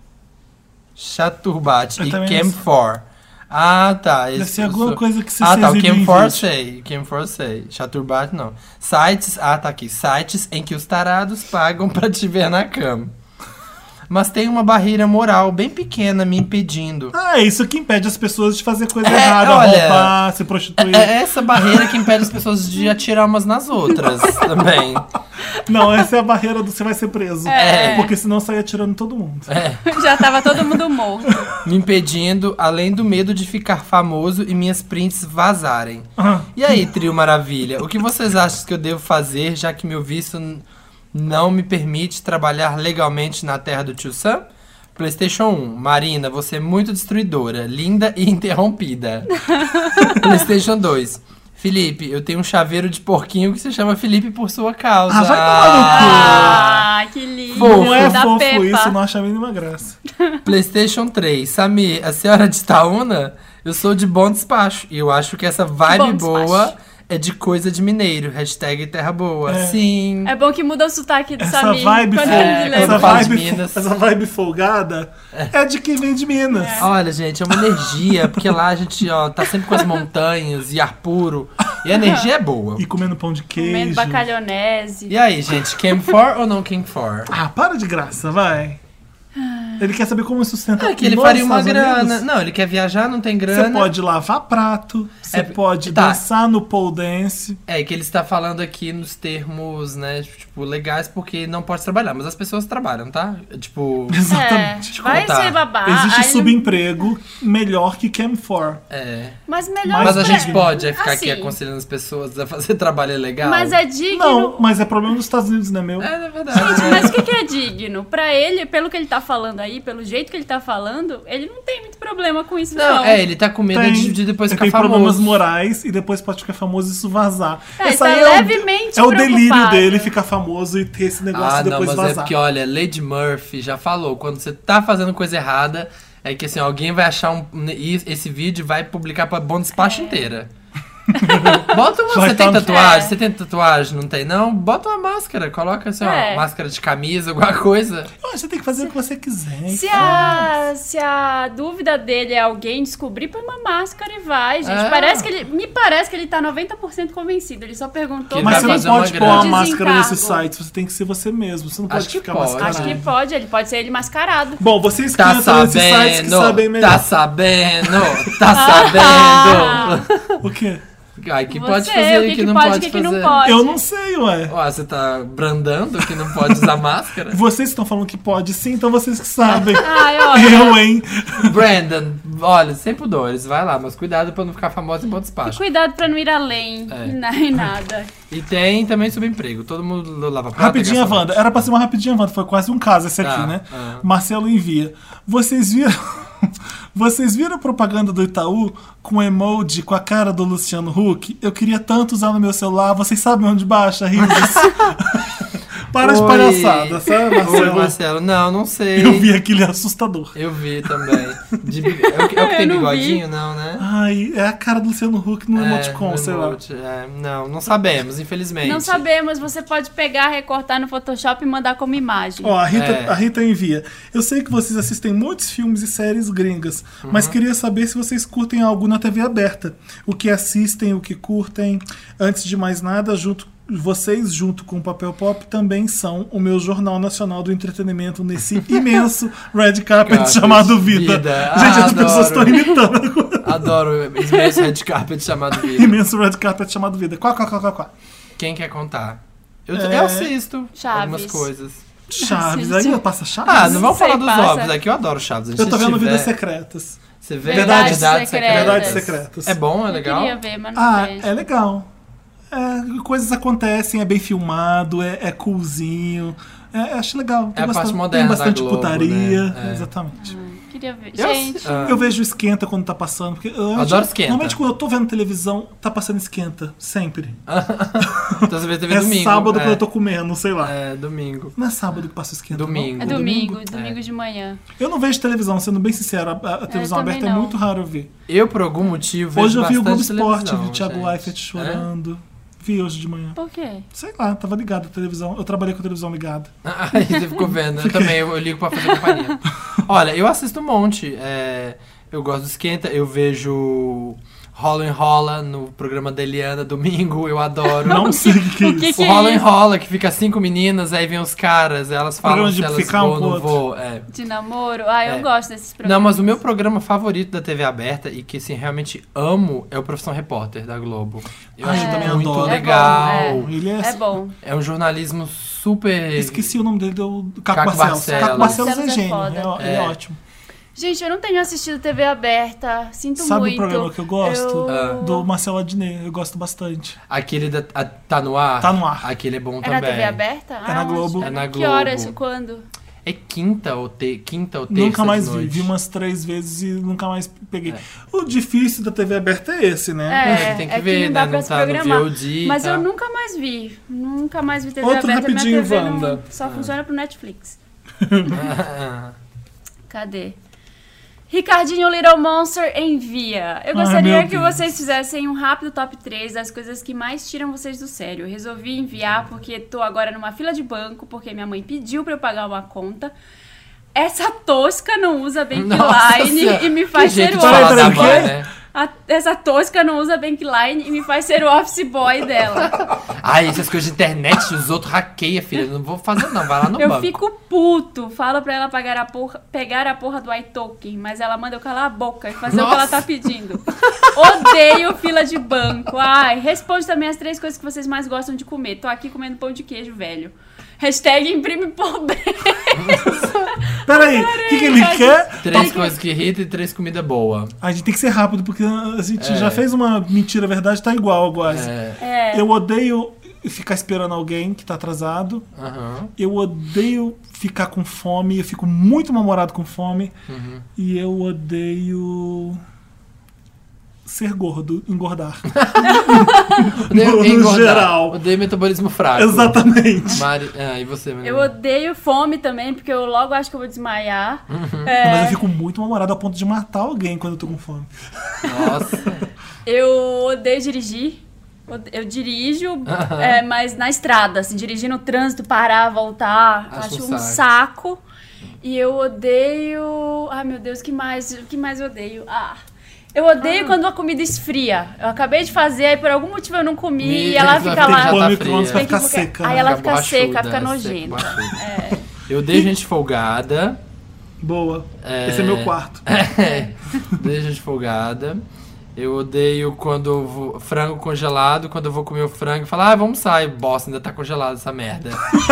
Chaturbate Eu e também não Camp sei. four. Ah, tá. Deve Esse- ser alguma coisa que você Ah, se tá. O exibe em Camp four vídeo. sei. Camp four sei. Chaturbate não. Sites. Ah, tá aqui. Sites em que os tarados pagam pra te ver na cama. Mas tem uma barreira moral bem pequena me impedindo. Ah, é isso que impede as pessoas de fazer coisa É, errada, olha, roubar, se prostituir. É essa barreira que impede as pessoas de atirar umas nas outras também. Não, essa é a barreira do você vai ser preso. É. Porque senão sai atirando todo mundo. É. Já tava todo mundo morto. Me impedindo, além do medo de ficar famoso e minhas prints vazarem. Ah, E aí, trio maravilha, o que vocês acham que eu devo fazer, já que meu visto n- não me permite trabalhar legalmente na terra do tio Sam? PlayStation um. Marina, você é muito destruidora, linda e interrompida. PlayStation dois. Felipe, eu tenho um chaveiro de porquinho que se chama Felipe por sua causa. Ah, vai tomar no cu. Ah, que lindo. Fofo. não é Da fofo Peppa. isso, não acha a mínima graça. PlayStation três. Samir, a senhora de Itaúna? Eu sou de Bom Despacho e eu acho que essa vibe Bom boa Despacho. é de coisa de mineiro. Hashtag terra boa. É. Sim. É bom que muda o sotaque do Essa Samir. vibe, quando fol- ele É, lembra. essa, quando fala de vibe Minas. fo- essa vibe folgada é. de quem vem de Minas. Olha, gente, é uma energia, porque lá a gente, ó, tá sempre com as montanhas e ar puro. E a energia é boa. E comendo pão de Comendo queijo. bacalhonese. E aí, gente, Cam four ou não Cam four? Ah, para de graça, vai. Ele quer saber como sustenta É que ele nos faria uma Estados grana. Unidos. Não, ele quer viajar, não tem grana. Você pode lavar prato, você É, pode tá. dançar no pole dance. É que ele está falando aqui nos termos, né, tipo, legais, porque não pode trabalhar. Mas as pessoas trabalham, tá? Tipo, Exatamente. É, vai contar. ser babá. Existe aí ele- subemprego melhor que Cam four. é. Mas melhor Mas a pra- gente pode é, ficar aqui assim, aconselhando as pessoas a fazer trabalho legal. Mas é digno. Não, mas é problema dos Estados Unidos, não é meu? É, é verdade. Gente, mas o que, que é digno? Pra ele, pelo que ele tá falando aí, pelo jeito que ele tá falando, ele não tem muito problema com isso, não. Não, é, ele tá com medo Tem, de, de depois ele ficar tem famoso. problemas morais e depois pode ficar famoso e isso vazar. É, Essa tá aí é o- levemente É o delírio preocupado. dele ficar famoso e ter esse negócio Ah, e não, depois mas é vazar. porque, olha, Lady Murphy já falou, quando você tá fazendo coisa errada, é que assim, alguém vai achar um, e esse vídeo e vai publicar pra Bom Despacho inteira. Bota uma. Vai Você tem É. tá- tatuagem? Você tem tatuagem? Não tem, não? Bota uma máscara, coloca assim, É. ó, máscara de camisa, alguma coisa. Ah, Você tem que fazer o que você quiser. Se a, se a dúvida dele é alguém descobrir, põe uma máscara e vai, gente. É. Parece que ele, me parece que ele tá noventa por cento convencido. Ele só perguntou Que Mas vai você não fazer uma pode pôr grana. uma máscara Desencargo. nesse site, você tem que ser você mesmo. Você não Acho pode que ficar pode. mascarado. Acho que pode, ele pode ser ele mascarado. Bom, vocês que Tá entram nesses sites que sabem sabendo, melhor. tá sabendo, tá Ah. sabendo. O quê? Ai, que Você, pode o fazer, que, que, não pode, o que, que fazer. não pode. Eu não sei, ué. Ué, você tá brandando que não pode usar máscara? Vocês estão falando que pode sim, então vocês que sabem. Ai, olha. Eu, hein? Brandon, olha, sem pudores, vai lá, mas cuidado pra não ficar famoso em bom despacho. Cuidado pra não ir além É. e na- e nada. E tem também subemprego, todo mundo lava prato. Rapidinha, gasta Wanda. Era pra ser uma rapidinha, Wanda. Foi quase um caso esse aqui, Tá, né? ah. Marcelo envia. Vocês viram. Vocês viram a propaganda do Itaú com emoji com a cara do Luciano Huck? Eu queria tanto usar no meu celular. Vocês sabem onde baixa, risos? Para de Oi. palhaçada, sabe, Oi, Marcelo? Marcelo, não, não sei. Eu vi aquele assustador. Eu vi também. De bi- é o que, é o que tem Eu não bigodinho, não, né? Ai, é a cara do Luciano Huck no É, emoticon, no sei lá. emoji, é, não, não sabemos, infelizmente. Não sabemos, você pode pegar, recortar no Photoshop e mandar como imagem. Ó, a Rita, É. a Rita envia. Eu sei que vocês assistem muitos filmes e séries gringas, Uhum. mas queria saber se vocês curtem algo na T V aberta. O que assistem, o que curtem. Antes de mais nada, junto vocês, junto com o Papel Pop, também são o meu jornal nacional do entretenimento nesse imenso red carpet Carpet, chamado Vida. Vida. Gente, Ah, as pessoas estão adoro. imitando. Adoro o imenso red carpet chamado Vida. Imenso red carpet chamado Vida. Quá, quá, quá, quá, quá. Quem quer contar? Eu, É. eu assisto Chaves. algumas coisas. Chaves. Assiste. Aí passa Chaves. Ah, não vamos sei, falar dos passa. óbvios aqui, eu adoro Chaves. Eu tô Se vendo tiver- Vidas Secretas. Você vê Verdades Verdades Secretas. Verdades Secretas. É bom, é Eu legal? queria ver, mas não Ah, vejo. é legal. É, coisas acontecem, é bem filmado, é, é coolzinho. É, acho legal. É a Tô parte gostando. moderna Tem bastante da Globo, putaria. né? É. Exatamente. Queria ver. Eu- Gente, Ah. Eu vejo Esquenta quando tá passando. Porque eu Adoro acho- Esquenta. Normalmente quando eu tô vendo televisão, tá passando Esquenta. Sempre. Então você vê T V é domingo. sábado é. quando eu tô comendo, sei lá. É, domingo. Não é sábado que passa Esquenta. não? Domingo. é domingo, domingo É. de manhã. Eu não vejo televisão, sendo bem sincero. A, a televisão também aberta é não. muito raro eu ver. Eu, por algum motivo, vejo Hoje eu vi o Globo bastante Esporte, televisão, vi o Thiago gente. Leifert chorando. Vi hoje de manhã. Por quê? Sei lá, tava ligado a televisão. Eu trabalhei com a televisão ligada. Aí você ficou vendo. Eu também, eu ligo pra fazer companhia. Olha, eu assisto um monte. é, eu gosto do Esquenta, eu vejo Rola Enrola no programa da Eliana, domingo, eu adoro. Não sei o que é O que isso. que O é Rola isso? Enrola, que fica cinco meninas, aí vem os caras, elas falam Programa se de elas ficar um vão com ou o não outro. vou. É. De namoro? Ah, eu É. gosto desses Não, programas. mas o meu programa favorito da T V aberta e que assim, realmente amo é o Profissão Repórter da Globo. Eu Ah, acho eu também muito adoro. legal. É É, bom, Ele é... É bom. um jornalismo super. Esqueci o nome dele, do Caco, Caco Barcelos. Barcelos. Caco Barcelos é Barcelos é gênio, foda. é, ó- ele é É. ótimo. Gente, eu não tenho assistido T V aberta. Sinto Sabe muito. o programa que eu gosto? Eu- Ah. Do Marcelo Adnet, eu gosto bastante. Aquele da, a- tá no ar? Tá no ar. Aquele é bom É na também. T V aberta? É na onde? Globo. É na Que Globo. horas? Quando? É quinta ou, te, quinta ou terça Nunca mais de vi, noite. vi umas três vezes e nunca mais peguei. É. O difícil da T V aberta é esse, né? É, tem que é ver, que não dá né? pra Não se tá no programar. V O D, Mas tá? eu nunca mais vi. Nunca mais vi T V Outro aberta. Minha rapidinho, T V não- Wanda. só funciona pro Netflix. Ah, Cadê? Ricardinho Little Monster envia. Eu Ai, gostaria meu que Deus. vocês fizessem um rápido top três das coisas que mais tiram vocês do sério. Eu resolvi enviar porque tô agora numa fila de banco, porque minha mãe pediu pra eu pagar uma conta. Essa tosca não usa Nossa Bankline Senhora, e me faz que jeito ser de ódio. falar Peraí, da peraí, mãe, o quê? né? a- essa tosca não usa bankline e me faz ser o office boy dela. Ai, essas coisas de internet, os outros hackeiam, filha. Eu não vou fazer não, vai lá no Eu banco. fico puto. Falo pra ela pagar a porra, pegar a porra do iToken, mas ela manda eu calar a boca e fazer o que ela Nossa. tá pedindo. Odeio fila de banco. Ai, responde também as três coisas que vocês mais gostam de comer. Tô aqui comendo pão de queijo, velho. Hashtag imprime pobreza. Peraí, o que, que ele quer? Três coisas que irritam e três comida boa. A gente tem que ser rápido, porque a gente É. já fez uma mentira, verdade, tá igual quase. É. É. Eu odeio ficar esperando alguém que tá atrasado. Aham. Eu odeio ficar com fome. Eu fico muito mal-humorado com fome. Uhum. E eu odeio ser gordo, engordar. Odeio No engordar. geral. Odeio metabolismo fraco. Exatamente. Mari... Ah, e você, menina? Eu odeio fome também, porque eu logo acho que eu vou desmaiar. Uhum. É, Mas eu fico muito mal-humorado ao ponto de matar alguém quando eu tô com fome. Nossa. eu odeio dirigir. Ode- Eu dirijo, é, mas na estrada, assim, dirigir no trânsito, parar, voltar. Acho Acho, um um saco. saco. E eu odeio. Ai, meu Deus, o que mais? O que mais eu odeio? Ah. Eu odeio quando a comida esfria. Eu acabei de fazer, aí por algum motivo eu não comi Me- e ela vai fica ter que lá. já Põe tá no micro-ondas fria. pra Tem que ficar ficar- seca. Aí né? ela fica borrachuda, seca, fica seca, nojenta. borrachuda. É. Eu odeio gente folgada. Boa. É. Esse é meu quarto. É. Odeio gente folgada. Eu odeio quando eu vou... frango congelado, quando eu vou comer o frango e falo, ah, vamos sair, bosta, ainda tá congelado essa merda.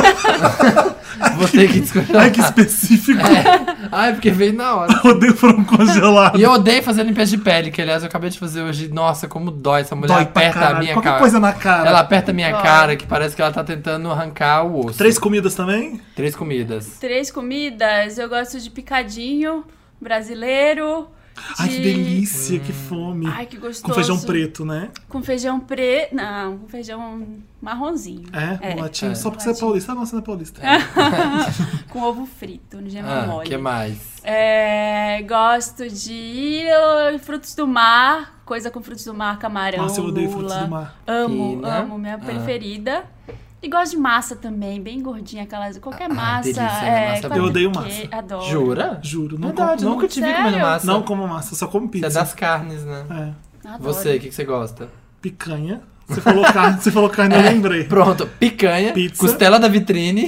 Vou ter que descongelar. Ai, que específico. É. Ai, porque veio na hora. Eu odeio frango congelado. E eu odeio fazer limpeza de pele, que aliás eu acabei de fazer hoje. Nossa, como dói. Essa mulher Dói pra aperta a caralho. minha Qualquer cara. coisa na cara. Ela aperta a minha Dói. cara, que parece que ela tá tentando arrancar o osso. Três comidas também? Três comidas. Três comidas. Eu gosto de picadinho brasileiro. Ai, de- que delícia, que fome. Ai, que gostoso. Com feijão preto, né? Com feijão preto. Não, com feijão marronzinho. É, um latinho. É. Só porque você é paulista. Ah, não, você não é paulista. Com ovo frito, no gema Ah, o mole. que mais? É, gosto de uh, frutos do mar, coisa com frutos do mar, camarão, Nossa, eu odeio lula. frutos do mar. Amo, Quina. amo, minha Ah. preferida. E gosto de massa também, bem gordinha, aquelas. Qualquer Ah, massa. delícia, né? é, Massa com Eu odeio que- massa. Adoro. Jura? Juro. Não, Verdade, como, eu não, nunca te vi Sério? comendo massa. não como massa, só como Você pizza. é das carnes, né? É. Adoro. Você, o que, que você gosta? Picanha. Você falou carne, você falou carne, eu lembrei. Pronto, picanha, Pizza. costela da vitrine.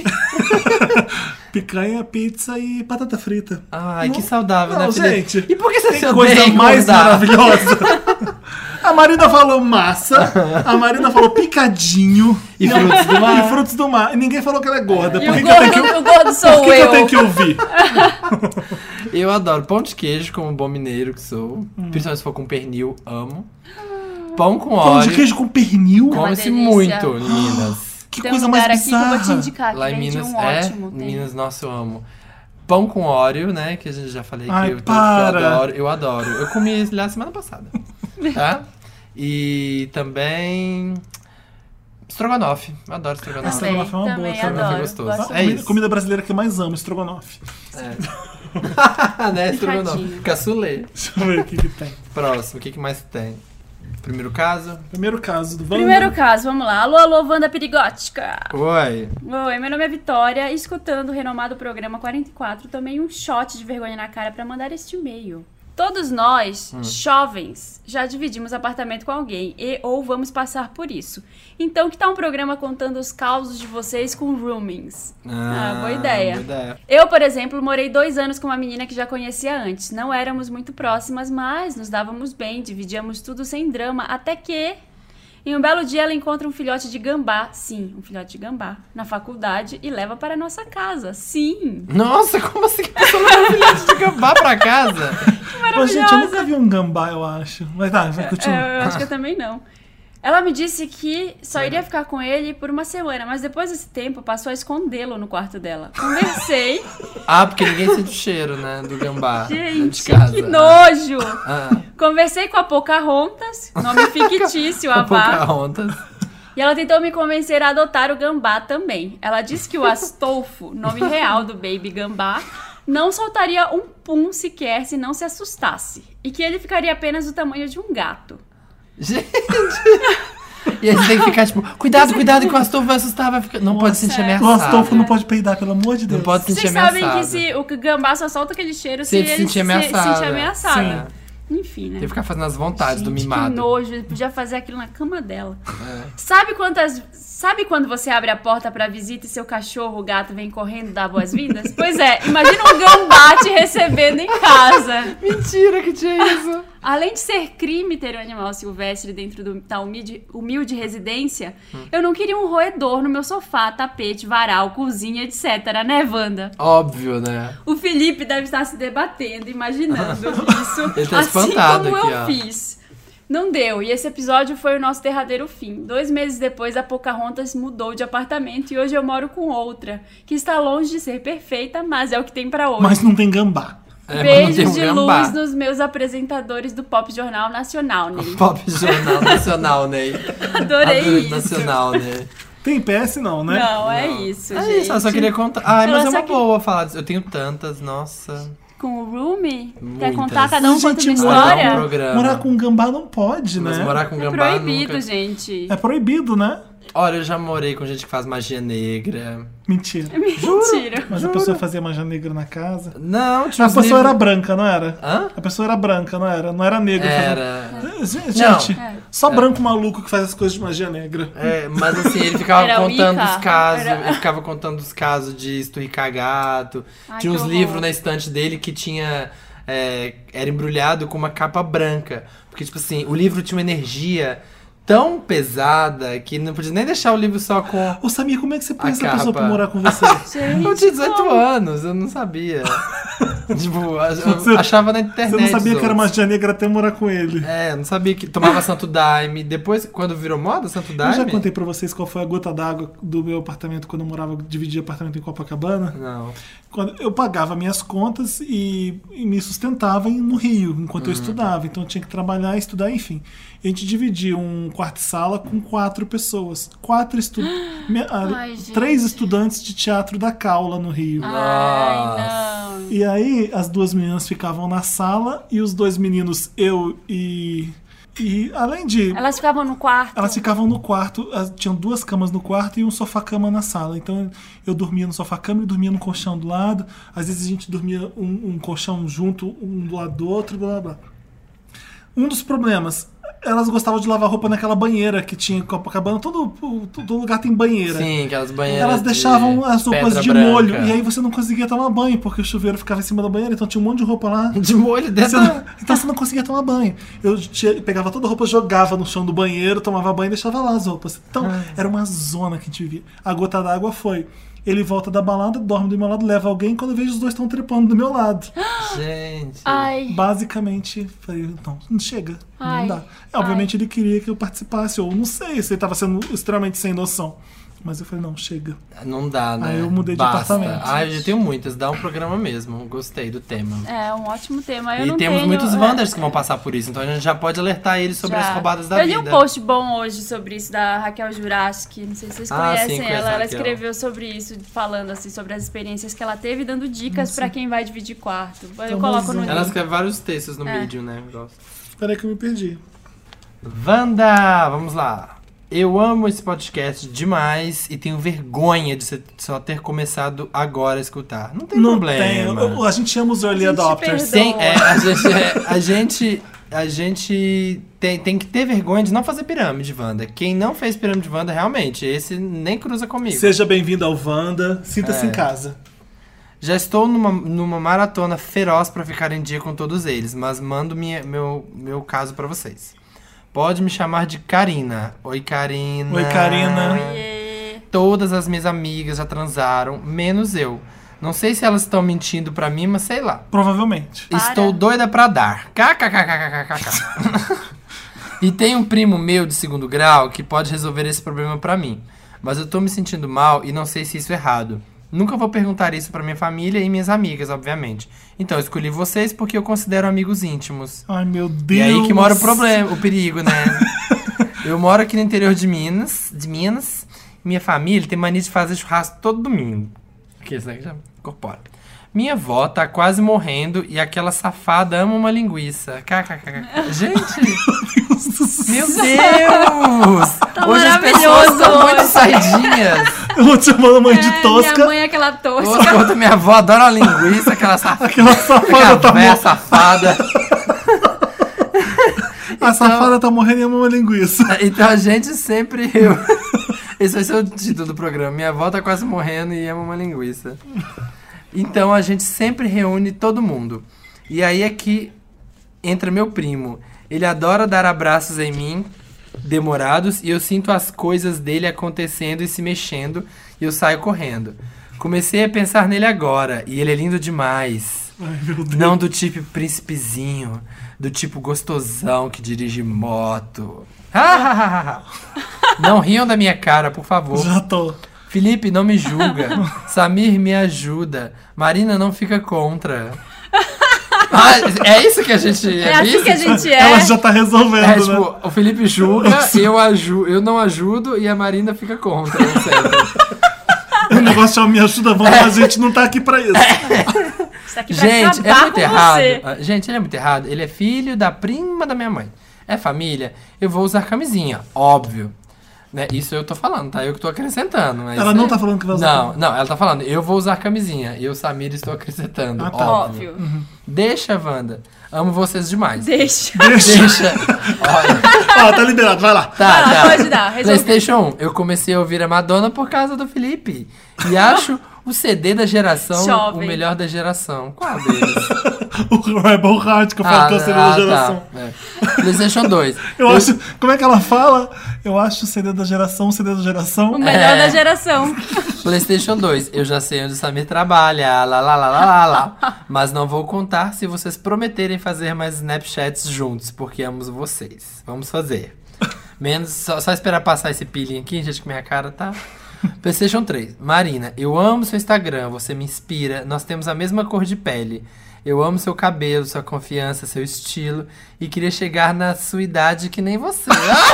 Picanha, pizza e batata frita. Ai, que Não- saudável, não, né, Felipe? gente, E por que você Tem se coisa odeia mais engordar? maravilhosa. A Marina falou massa, a Marina falou picadinho E frutos do mar. e frutos do mar. E ninguém falou que ela é gorda. E Por o que, que eu tenho gordo, que, o gordo sou por que, que eu. eu tenho que ouvir? Eu adoro pão de queijo, como bom mineiro que sou. Hum. Principalmente se for com pernil, amo. Pão com Pão óleo. de queijo com pernil? Uma Come-se delícia. muito em Minas. Que Tem coisa um lugar mais aqui que eu vou te bizarra. indicar, que Lá em vende Minas, um é, ótimo. em Tem. Minas, nossa, eu amo. Pão com óleo, né, que a gente já falei Ai, que eu, eu para. adoro. Eu adoro. Eu comi esse lá semana passada, tá? E também... Estrogonofe. Eu adoro estrogonofe. Também, Estrogonofe é uma boa, também estrogonofe é adoro. gostoso. Gosto A É comida, isso. comida brasileira que eu mais amo, estrogonofe. É. né, estrogonofe. Picadinho. Caçulê. Deixa eu ver o que, que tem. Próximo, o que, que mais tem? Primeiro caso? Primeiro caso do Wanda. Primeiro caso, vamos lá. Alô, alô, Wanda Perigótica. Oi. Oi, meu nome é Vitória. Escutando o renomado programa quarenta e quatro, tomei um shot de vergonha na cara pra mandar este e-mail. Todos nós, jovens, já dividimos apartamento com alguém e ou vamos passar por isso. Então, que tal um programa contando os causos de vocês com roomings? Ah, boa ideia. Boa ideia. Eu, por exemplo, morei dois anos com uma menina que já conhecia antes. Não éramos muito próximas, mas nos dávamos bem, dividíamos tudo sem drama, até que... Em um belo dia, ela encontra um filhote de gambá, sim, um filhote de gambá, na faculdade e leva para a nossa casa, sim. Nossa, como assim que a pessoa leva um filhote de gambá pra casa? Pô, gente, eu nunca vi um gambá, eu acho. Mas tá, vai continuar. É, eu acho que eu também não. Ela me disse que só iria ficar com ele por uma semana, mas depois desse tempo passou a escondê-lo no quarto dela. Conversei. Ah, porque ninguém sente o cheiro, né, do gambá dentro Gente, de casa. que nojo! Ah, Conversei com a Pocahontas, nome fictício, a ah, vá. Pocahontas. E ela tentou me convencer a adotar o gambá também. Ela disse que o Astolfo, nome real do baby gambá, não soltaria um pum sequer se não se assustasse. E que ele ficaria apenas do tamanho de um gato. Gente... E aí você tem que ficar tipo, cuidado, cuidado que o Astolfo vai assustar, vai ficar... Não pode se sentir é. ameaçado. O Astolfo não pode peidar, pelo amor de Deus. Não pode se sentir Vocês sabem ameaçado. que se o gambá só solta aquele cheiro se, Se ele ele se sentir se ameaçado. sentir ameaçado. Sim. Enfim, né? Tem que ficar fazendo as vontades Gente, do mimado. que nojo, ele podia fazer aquilo na cama dela. É. Sabe quantas... Sabe quando você abre a porta pra visita e seu cachorro, o gato, vem correndo dar boas-vindas? Pois é, imagina um gambá te recebendo em casa. Mentira que tinha isso. Além de ser crime ter um animal silvestre dentro do, da humilde, humilde residência, hum. eu não queria um roedor no meu sofá, tapete, varal, cozinha, etcétera, né, Wanda? Óbvio, né? O Felipe deve estar se debatendo, imaginando isso, Ele tá assim espantado como aqui, eu ó. fiz. Não deu, e esse episódio foi o nosso derradeiro fim. Dois meses depois, a Pocahontas mudou de apartamento e hoje eu moro com outra, que está longe de ser perfeita, mas é o que tem pra hoje. Mas não tem gambá. É, Beijos um de gambá. luz nos meus apresentadores do Pop Jornal Nacional, Ney. Pop Jornal Nacional, Ney. Adorei isso. Nacional, né? Tem P S não, né? Não, é Não. isso, É gente. isso, eu só queria contar. Ai, Ela mas é só uma que- boa falar disso. Eu tenho tantas, nossa. Com o Roomie? Quer Muitas. contar cada um quanto Gente, uma morar Morar um história? programa. Morar com gambá não pode, Mas né? morar com É gambá proibido, nunca... gente. É proibido, né? Olha, eu já morei com gente que faz magia negra. Mentira. Mentira. Mas a pessoa fazia magia negra na casa. Não, tinha A uns pessoa livros- era branca, não era? Hã? A pessoa era branca, não era? Não era negra. Era. fazendo- Gente, É. só branco maluco que faz as coisas de magia negra. É, mas assim, ele ficava Era contando Wicca? os casos, Era- ele ficava contando os casos de esturricar gato. Ai, Tinha que uns horror. livros na estante dele que tinha. é, era embrulhado com uma capa branca. Porque, tipo assim, o livro tinha uma energia tão pesada que não podia nem deixar o livro só com. Ô Samir, como é que você põe A essa pessoa capa. pra morar com você? Gente, Eu tinha dezoito como? anos, eu não sabia. Tipo, eu Você- achava na internet. Você não sabia os que era outros. magia negra até morar com ele. É, eu não sabia que tomava Santo Daime. Depois, quando virou moda, Santo Eu Daime. já contei pra vocês qual foi a gota d'água do meu apartamento quando eu morava, dividia apartamento em Copacabana. Não. Quando eu pagava minhas contas e, e me sustentava em- no Rio, enquanto eu Uhum. estudava. Então eu tinha que trabalhar, estudar, enfim. E a gente dividia um quarto de sala com quatro pessoas. Quatro estudantes. Ai, gente. Três estudantes de teatro da Caula no Rio. Ai, não. E aí as duas meninas ficavam na sala e os dois meninos, eu e. E além de. Elas ficavam no quarto. Elas ficavam no quarto, as- tinham duas camas no quarto e um sofá-cama na sala. Então eu dormia no sofá-cama e dormia no colchão do lado. Às vezes a gente dormia um, um colchão junto, um do lado do outro, blá blá blá. Um dos problemas, elas gostavam de lavar roupa naquela banheira que tinha em Copacabana. Todo, todo lugar tem banheira. Sim, aquelas banheiras. Elas deixavam de as roupas pedra de branca. molho e aí você não conseguia tomar banho porque o chuveiro ficava em cima da banheira, então tinha um monte de roupa lá. De molho dentro. Você não- então você não conseguia tomar banho. Eu tinha- pegava toda a roupa, jogava no chão do banheiro, tomava banho e deixava lá as roupas. Então, era uma zona que a gente vivia. A gota d'água foi. Ele volta da balada, dorme do meu lado, leva alguém, quando eu vejo os dois estão trepando do meu lado. Gente. Ai. Basicamente, falei, então, não chega, Ai. não dá. Obviamente ele queria que eu participasse, ou não sei se ele estava sendo extremamente sem noção. Mas eu falei, não, chega. Não dá, né? Aí eu mudei de Basta. apartamento. Ah, eu tenho muitas. Dá um programa mesmo. Gostei do tema. É um ótimo tema. Eu e não temos tenho, muitos é, Wanders que vão passar por isso. Então a gente já pode alertar eles sobre já. as roubadas da Eu li vida. um post bom hoje sobre isso da Raquel Jurassic. Não sei se vocês Ah, conhecem sim, conheço ela. a Ela Raquel. escreveu sobre isso, falando assim sobre as experiências que ela teve, e dando dicas pra quem vai dividir quarto. Eu Então, coloco no mas, Ela link. escreve vários textos no É. vídeo, né? Gosto. Peraí que eu me perdi. Wanda, vamos lá. Eu amo esse podcast demais e tenho vergonha de ser- só ter começado agora a escutar. Não tem Não problema. tem. eu- A gente chama os early A gente adopters. perdoa. Tem, é, a gente, é, a gente, a gente tem, tem que ter vergonha de não fazer pirâmide, Wanda. Quem não fez pirâmide, Wanda, realmente, esse nem cruza comigo. Seja bem-vindo ao Wanda. Sinta-se É. em casa. Já estou numa, numa maratona feroz pra ficar em dia com todos eles, mas mando minha, meu, meu caso pra vocês. Pode me chamar de Karina. Oi, Karina. Oi, Karina. Oiê. Todas as minhas amigas já transaram, menos eu. Não sei se elas estão mentindo pra mim, mas sei lá. Provavelmente. Para. Estou doida pra dar. KKKKKKK. E tem um primo meu de segundo grau que pode resolver esse problema pra mim. Mas eu tô me sentindo mal e não sei se isso é errado. Nunca vou perguntar isso pra minha família e minhas amigas, obviamente. Então eu escolhi vocês porque eu considero amigos íntimos. Ai, meu Deus. E aí que mora o problema, o perigo, né? Eu moro aqui no interior de Minas, de Minas. Minha família tem mania de fazer churrasco todo domingo. Que isso aí já incorpora. Minha avó tá quase morrendo e aquela safada ama uma linguiça. KKKK. Gente! Meu Deus! Tá Hoje as pessoas maravilhoso estão muito hoje. saidinhas. Eu vou te chamando a mãe É, de tosca. Minha mãe é aquela tosca. Outra conta, minha avó adora uma linguiça, aquela safada. Aquela safada tá Aquela véia morta. safada. A safada tá morrendo e ama uma linguiça. Então a gente sempre... Eu... Esse vai ser o título do programa. Minha avó tá quase morrendo e ama uma linguiça. Então a gente sempre reúne todo mundo. E aí é que entra meu primo. Ele adora dar abraços em mim, demorados, e eu sinto as coisas dele acontecendo e se mexendo, e eu saio correndo. Comecei a pensar nele agora, e ele é lindo demais. Ai, meu Deus. Não do tipo príncipezinho, do tipo gostosão que dirige moto. Não riam da minha cara, por favor. Já tô. Felipe, não me julga. Samir, me ajuda. Marina, não fica contra. Ah, é isso que a gente... É assim isso? que a gente Ela é. já tá resolvendo, É, né? tipo, o Felipe julga, eu, aju eu não ajudo e a Marina fica contra, etcétera. O negócio é me ajuda, vamos, a gente não tá aqui pra isso. Isso aqui pra Gente, é acabar muito com errado. você. Ah, Gente, ele é muito errado. Ele é filho da prima da minha mãe. É família, eu vou usar camisinha, óbvio. Né? Isso eu tô falando, tá? Eu que tô acrescentando. Mas Ela não tá falando que vai usar Não, não, ela tá falando, eu vou usar camisinha. E eu, Samir, estou acrescentando, Ah, tá. óbvio. Óbvio. Deixa, Wanda. Amo vocês demais. Deixa. Deixa. Deixa. Olha. Ó, tá liberado, vai lá. Tá, Vai lá, tá. pode dar, resolve. PlayStation um, eu comecei a ouvir a Madonna por causa do Felipe. E acho o C D da geração Jovem. o melhor da geração. Qual deles? O Rebel Heart, que eu falo que é o C D da geração. Tá. É. PlayStation dois. Eu acho. Como é que ela fala? Eu acho o C D da geração, o C D da geração. O melhor É. da geração. PlayStation dois, eu já sei onde o Samir trabalha, lá, lá, lá, lá, lá, lá. Mas não vou contar se vocês prometerem fazer mais Snapchats juntos, porque amo vocês. Vamos fazer. Menos, só, só esperar passar esse peeling aqui, gente, que minha cara tá... PlayStation três, Marina, eu amo seu Instagram, você me inspira, nós temos a mesma cor de pele. Eu amo seu cabelo, sua confiança, seu estilo, e queria chegar na sua idade que nem você.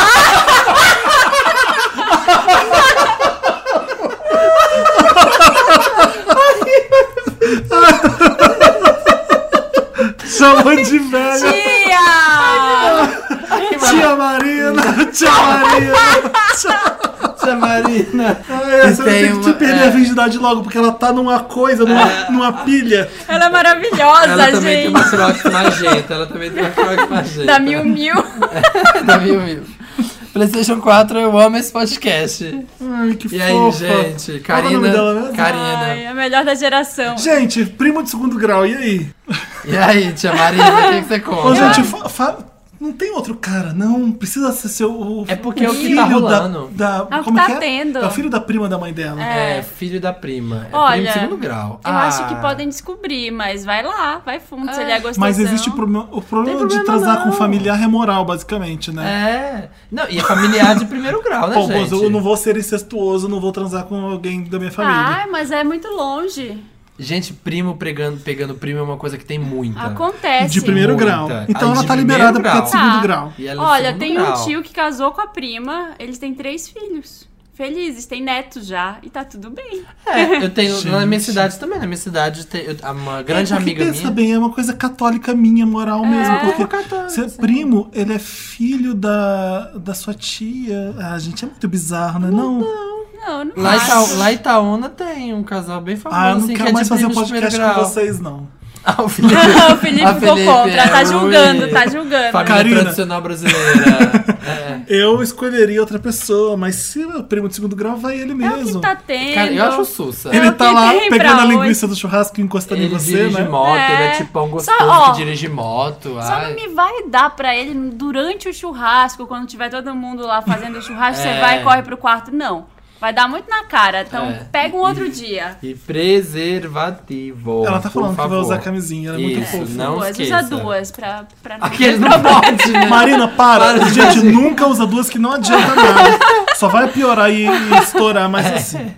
Chamou de velha. Tia! Tia Marina, tia Marina. Tia Marina. Ai, você tem tem que te uma- perder é. a virgindade logo, porque ela tá numa coisa, numa, numa pilha. Ela é maravilhosa, Ela também tem gente. uma croque magenta. Ela também tem uma croque magenta. Da Mil Mil. Da Mil Mil. PlayStation quatro, eu amo esse podcast. Ai, que E aí, fofa. gente? Qual é o nome Karina. dela mesmo? Karina. Ai, a melhor da geração. Gente, primo de segundo grau, e aí? E aí, tia Marina, o que, que você conta? Ô, gente, fa- fa- não tem outro cara, não. Precisa ser seu. O, É porque é o que filho tá rolando. Da, da, É o que como tá que é? tendo. É o filho da prima da mãe dela. É, filho da prima. É Olha, primo de segundo grau. Eu Ah. acho que podem descobrir, mas vai lá, vai fundo, se ele é gostoso. Mas existe o problema. O problema Tem de problema transar com não. familiar é moral, basicamente, né? É. Não, e é familiar de primeiro grau, né, Pô, gente? eu não vou ser incestuoso, não vou transar com alguém da minha família. Ai, mas é muito longe. Gente, primo pegando, pegando primo é uma coisa que tem muita. Acontece. De primeiro Muita. grau. Então Ah, ela de tá primeiro liberada porque é de grau. segundo Tá. grau. E ela é de Olha, segundo tem grau. um tio que casou com a prima, eles têm três filhos. Felizes, tem netos já, e tá tudo bem. É, eu tenho na minha Gente. cidade também. Na minha cidade tem eu- uma grande É, porque amiga pensa minha. bem, é uma coisa católica minha, moral mesmo. Porque católica, ser sim. primo, ele é filho da, da sua tia. Ah, gente, é muito bizarro, né? Não. Não, não Lá, em acho. Itaú- lá em Itaúna tem um casal bem famoso. Ah, eu não assim, que quero é mais de fazer um primos de podcast primeiro com grau. vocês, não. Ah, o Felipe, O Felipe a ficou contra, é tá ruim. julgando, tá julgando. Família Karina. tradicional brasileira. É. Eu escolheria outra pessoa, mas se é o primo de segundo grau, vai ele É o mesmo. que tá tendo. Cara, eu acho sussa. É Ele o tá que lá tem pegando pra a hoje. linguiça do churrasco e encostando Ele em você, dirige né? moto, É. ele é tipo um gostoso Só, ó, que dirige moto. Só ai. não me vai dar pra ele durante o churrasco, quando tiver todo mundo lá fazendo o churrasco, É. você vai e corre pro quarto. Não. Vai dar muito na cara. Então É. pega um outro dia. E preservativo. Ela tá falando por que vai favor. usar camisinha, ela é muito Isso, fofa. não duas, esqueça. usa duas pra, pra não Aquele ter não problema. pode, né? Marina, para! Para, gente, gente. nunca usa duas que não adianta nada. Só vai piorar e, e estourar mais assim.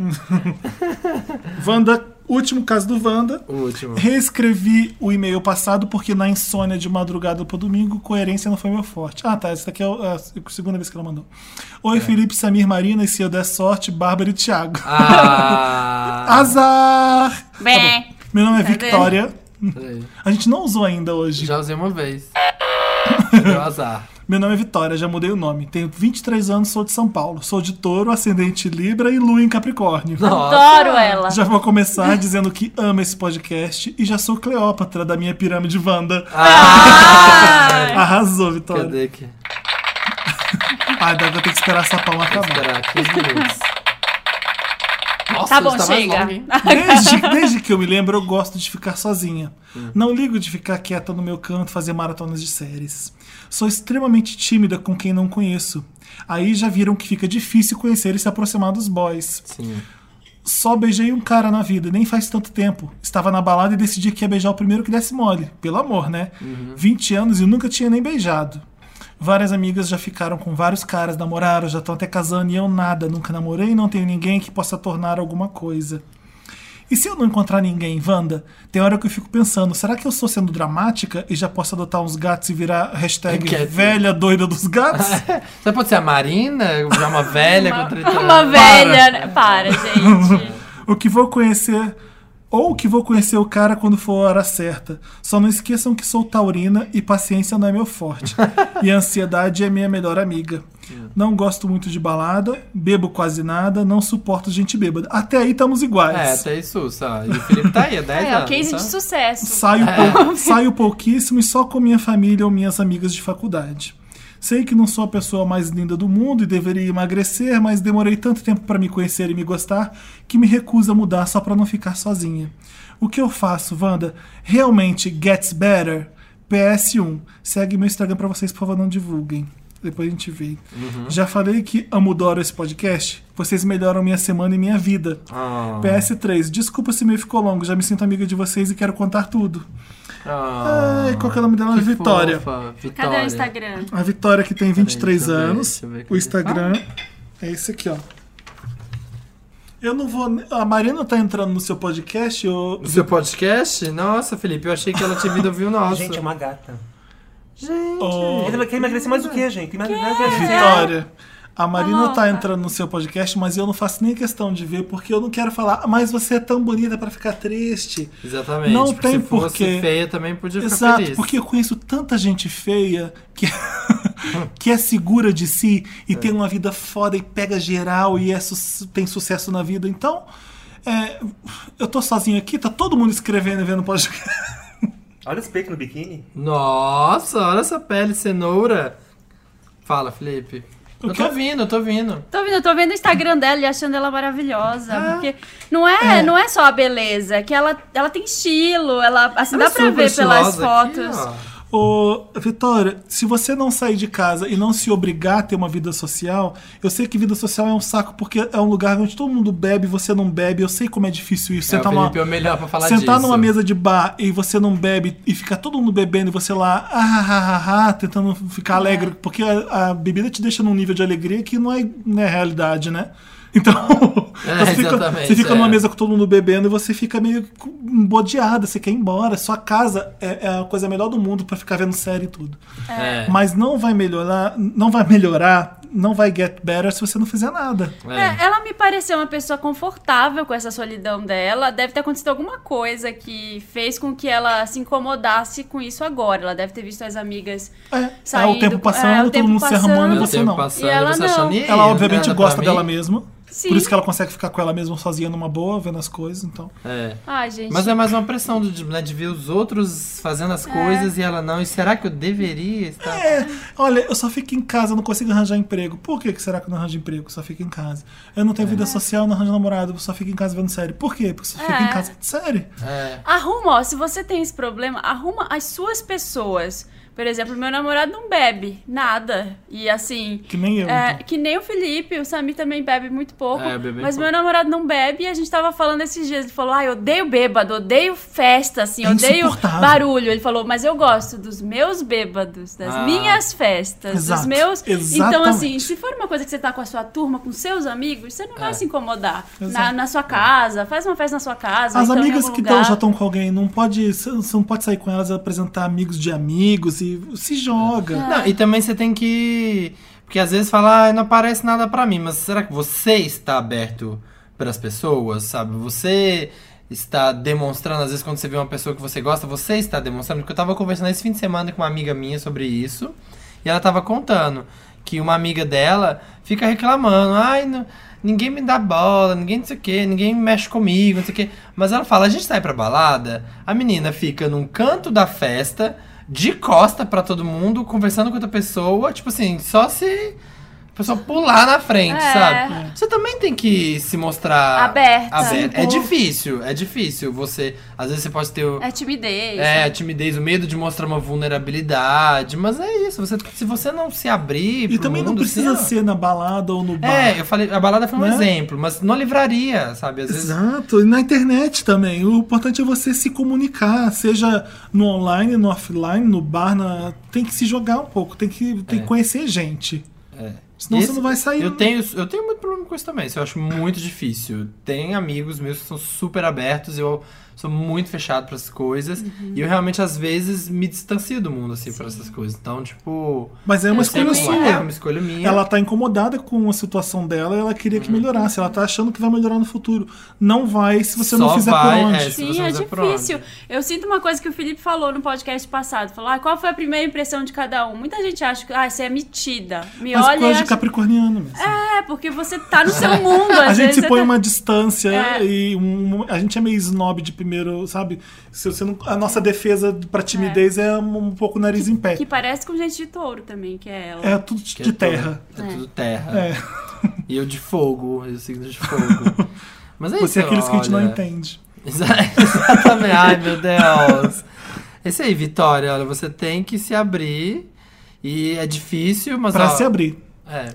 Wanda, último caso do Wanda. O último. Reescrevi o e-mail passado porque na insônia de madrugada pro domingo, coerência não foi meu forte. Ah, tá. Essa daqui é o- a segunda vez que ela mandou. Oi, Felipe, Samir, Marina, e se eu der sorte, Bárbara e Thiago. Ah. Azar! Bem. Meu nome é Tá Victoria. Peraí. A gente não usou ainda hoje. Já usei uma vez. Deu azar. Meu nome é Vitória, já mudei o nome. Tenho vinte e três anos, sou de São Paulo. Sou de Touro, ascendente Libra e Lua em Capricórnio. Nossa. Adoro ela. Já vou começar dizendo que amo esse podcast e já sou Cleópatra da minha pirâmide Wanda. Ah. Arrasou, Vitória. Cadê aqui? Ah, daí vou ter que esperar essa palma Vou acabar. esperar quinze minutos. Nossa, Tá bom, hoje tá mais chega. longo, hein? Desde, desde que eu me lembro, eu gosto de ficar sozinha. Não ligo de ficar quieta no meu canto, fazer maratonas de séries. Sou extremamente tímida com quem não conheço. Aí já viram que fica difícil conhecer e se aproximar dos boys. Sim. Só beijei um cara na vida, nem faz tanto tempo. Estava na balada e decidi que ia beijar o primeiro que desse mole. Pelo amor, né? vinte anos e nunca tinha nem beijado. Várias amigas já ficaram com vários caras, namoraram, já estão até casando e eu nada. Nunca namorei e não tenho ninguém que possa tornar alguma coisa. E se eu não encontrar ninguém, Wanda? Tem hora que eu fico pensando, será que eu estou sendo dramática e já posso adotar uns gatos e virar hashtag Cat. velha doida dos gatos? Você pode ser a Marina, já uma velha Uma, com trinta anos. uma velha, né? Para, gente. O que vou conhecer... Ou que vou conhecer o cara quando for a hora certa. Só não esqueçam que sou taurina e paciência não é meu forte. E a ansiedade é minha melhor amiga. Não gosto muito de balada, bebo quase nada, não suporto gente bêbada. Até aí estamos iguais. É, até isso, só. E o Felipe tá aí há dez É, é o anos. case tá? de sucesso. Saio, pou- saio pouquíssimo e só com minha família ou minhas amigas de faculdade. Sei que não sou a pessoa mais linda do mundo e deveria emagrecer, mas demorei tanto tempo para me conhecer e me gostar que me recuso a mudar só para não ficar sozinha. O que eu faço, Wanda? Realmente gets better? P S um. Segue meu Instagram para vocês, por favor, não divulguem. Depois a gente vê. Já falei que amo adoro esse podcast. Vocês melhoram minha semana e minha vida. Ah. P S três. Desculpa se meio ficou longo. Já me sinto amiga de vocês e quero contar tudo. Ah, Ai, qual que é o nome dela? que Vitória. fofa, Vitória. Cadê o Instagram? A Vitória que tem vinte e três deixa eu ver, anos. deixa eu ver, O cadê? Instagram é esse aqui, ó. Eu não vou. A Marina tá entrando no seu podcast. Eu... O seu podcast? Nossa, Felipe, eu achei que ela tinha vindo ouvir o nosso. Gente, é uma gata. Gente. Ô, Ele quer emagrecer mais do que, gente? Quer emagrecer. Vitória, a Marina Tá tá louca. entrando no seu podcast, mas eu não faço nem questão de ver, porque eu não quero falar, mas você é tão bonita pra ficar triste. Exatamente. Não porque tem se fosse porquê. feia também podia ficar Exato, feliz. porque eu conheço tanta gente feia que, que é segura de si e tem uma vida foda e pega geral e é su- tem sucesso na vida. Então, é, eu tô sozinho aqui, tá todo mundo escrevendo e vendo podcast. Olha os peitos no biquíni. Nossa, olha essa pele cenoura. Fala, Felipe. O Eu quê? tô vindo, eu tô vindo. Tô vendo, eu tô vendo o Instagram dela e achando ela maravilhosa. Ah. Porque não é, É. não é só a beleza, é que ela, ela tem estilo, ela, assim, Ela dá é pra super ver pelas estilosa aqui, fotos. ó. Ô, Vitória, se você não sair de casa e não se obrigar a ter uma vida social, eu sei que vida social é um saco porque é um lugar onde todo mundo bebe, você não bebe, eu sei como é difícil isso. É, Sentar o numa, Felipe é o melhor pra falar sentar disso. numa mesa de bar e você não bebe e ficar todo mundo bebendo e você lá, ah, ah, ah, ah, tentando ficar alegre, porque a, a bebida te deixa num nível de alegria que não é, não é realidade, né? Então, É, você fica, exatamente, você fica é. numa mesa com todo mundo bebendo e você fica meio embodeada, você quer ir embora. Sua casa é, é a coisa melhor do mundo pra ficar vendo série e tudo. É. Mas não vai melhorar, não vai melhorar, não vai get better se você não fizer nada. É, ela me pareceu uma pessoa confortável com essa solidão dela. Deve ter acontecido alguma coisa que fez com que ela se incomodasse com isso agora. Ela deve ter visto as amigas É, é saindo. o tempo passando, é, o todo tempo mundo se arrumando e passando. você tempo não. passando E ela você achando, não. "E aí, Ela obviamente nada gosta pra dela mim?" mesma. Sim. Por isso que ela consegue ficar com ela mesma sozinha numa boa, vendo as coisas, então. É. Ai, gente. Mas é mais uma pressão do, de, né, de ver os outros fazendo as coisas e ela não. E será que eu deveria estar? É, olha, eu só fico em casa, eu não consigo arranjar emprego. Por que, que será que eu não arranjo emprego? Só fico em casa. Eu não tenho vida social, não arranjo namorado, eu só fico em casa vendo série. Por quê? Porque só fico É. em casa vendo série. É. Arruma, ó, se você tem esse problema, arruma as suas pessoas. Por exemplo, meu namorado não bebe nada. E assim. Que nem eu. É, então. que nem o Felipe, o Samir também bebe muito pouco. É, bebe mas pouco. meu namorado não bebe e a gente tava falando esses dias. Ele falou: ah, eu odeio bêbado, odeio festa, assim, É odeio insuportável. barulho. Ele falou, mas eu gosto dos meus bêbados, das Ah. minhas festas, Exato, dos meus. Então, exatamente. assim, se for uma coisa que você tá com a sua turma, com seus amigos, você não vai É. se incomodar. Na, Exato. na sua casa, faz uma festa na sua casa. As então em amigas algum que lugar. tão, já estão com alguém, não pode, você não pode sair com elas e apresentar amigos de amigos e se joga. Não, e também você tem que. Porque às vezes fala, ah, não aparece nada pra mim, mas será que você está aberto pras pessoas, sabe? Você está demonstrando, às vezes quando você vê uma pessoa que você gosta, você está demonstrando. Porque eu tava conversando esse fim de semana com uma amiga minha sobre isso, e ela tava contando que uma amiga dela fica reclamando, ai, não, ninguém me dá bola, ninguém não sei o que, ninguém mexe comigo, não sei o que. Mas ela fala, a gente sai pra balada, a menina fica num canto da festa, de costa pra todo mundo, conversando com outra pessoa, tipo assim, só se a pessoa pular na frente, É. sabe? Você também tem que se mostrar Aberta. aberta. Sim, É pô. difícil, é difícil. Você, às vezes você pode ter o, É timidez. é, a timidez, o medo de mostrar uma vulnerabilidade, mas é isso. Você, se você não se abrir E pro também não mundo, precisa assim, ó. ser na balada ou no bar. É, eu falei, a balada foi um Né? exemplo, mas não livraria, sabe? Às vezes Exato, e na internet também. O importante é você se comunicar, seja no online, no offline, no bar, na... tem que se jogar um pouco, tem que, tem que conhecer gente. É. Senão Esse- você não vai sair. Eu tenho, eu tenho muito problema com isso também. Isso eu acho muito difícil. Tem amigos meus que são super abertos, eu sou muito fechado para essas coisas. Uhum. E eu realmente, às vezes, me distancio do mundo, assim, para essas coisas. Então, tipo. Mas é uma eu sei escolha como sua. É uma escolha minha. Ela tá incomodada com a situação dela e ela queria que melhorasse. Ela tá achando que vai melhorar no futuro. Não vai se você não Só fizer vai, por onde. é, se Sim, você é fizer por difícil. onde. Eu sinto uma coisa que o Felipe falou no podcast passado. Falou, ah, qual foi a primeira impressão de cada um? Muita gente acha que, ah, você é metida. Me Mas olha e coisa de acha... capricorniano mesmo. É, porque você tá no seu mundo. A às gente vezes se você põe tá- uma distância É. e um, a gente é meio snob de primeiro, sabe? Se você não, a nossa defesa pra timidez é, um, um pouco nariz em pé. Que parece com gente de touro também, que é ela. É tudo de, Que de é terra. Tudo, é tudo terra. É. E eu de fogo, eu signo de fogo. Mas é isso, Você é aqueles que a gente não olha. entende. Exa- Exatamente. Ai, meu Deus. Esse aí, Vitória, olha, você tem que se abrir. E é difícil, mas. Pra ó, se abrir. É.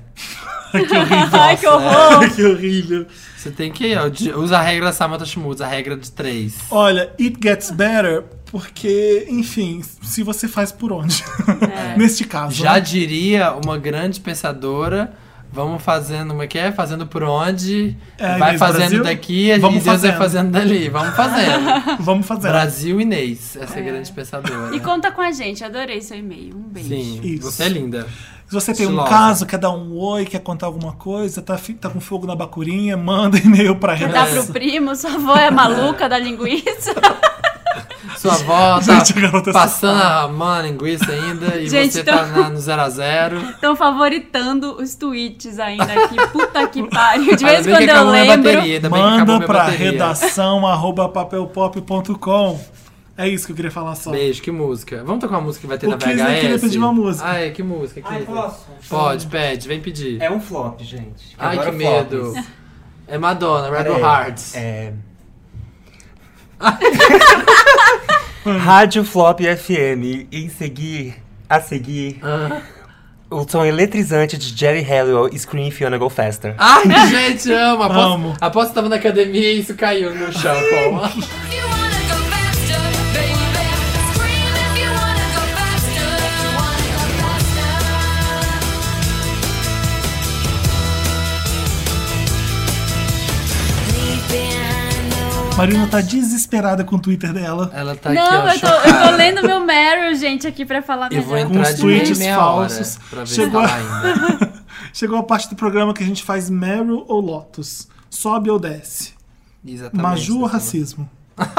Ai, que horror! Que horrível. Você tem que. Ó, de- usa a regra da Samantha Schmutz, a regra de três. Olha, it gets better porque, enfim, se você faz por onde. Neste caso. Já né? diria uma grande pensadora. Vamos fazendo, como é que é? Fazendo por onde? É, vai Inês fazendo Brasil? daqui e Vamos Deus vai fazendo. fazendo dali. Vamos fazendo. Vamos fazer. Brasil Inês, essa é. grande pensadora. E conta com a gente, adorei seu e-mail. Um beijo. Sim, Isso. você é linda. Se você tem um Estilosa. caso, quer dar um oi, quer contar alguma coisa, tá, fi- tá com fogo na bacurinha, manda e-mail pra Quer dar redação. pro primo, sua avó é maluca da linguiça. Sua avó tá Gente, a garota passando a mão na linguiça ainda e Gente, você então- tá na- no zero a zero. Estão favoritando os tweets ainda aqui. Puta que pariu. De vez Ainda em bem que quando eu acabou minha lembro. bateria, ainda bem que acabou Manda minha pra bateria. redação arroba papelpop ponto com. É isso que eu queria falar só. Beijo, que música? Vamos tocar uma música que vai ter O na Kisley V H S? queria pedir uma música. Ai, que música? Ai, Kisley? posso? Pode, pede, vem pedir. É um flop, gente. Ai, Adoro que medo. flops. É Madonna, Red É, Hearts. É. Rádio Flop F M. Em seguir, a seguir, Ah. o som eletrizante de Jerry Halliwell, Scream Fiona Go Faster. Ai, gente, amo. Aposto, Amo. aposto que tava na academia e isso caiu no chão. Pô. If you wanna go faster, baby, scream if you wanna go faster. If you wanna go faster. Leave behind the Marina tá desesperada com o Twitter dela. Ela tá aqui, Não, ó, eu tô, eu tô chocada. lendo meu Meryl, gente, aqui pra falar Eu vou melhor. entrar Uns de meia, tweets meia falsos. hora pra ver Chegou se tá a- lá ainda. Chegou a parte do programa que a gente faz Meryl ou Lotus. Sobe ou desce. Exatamente. Maju ou Nossa, racismo.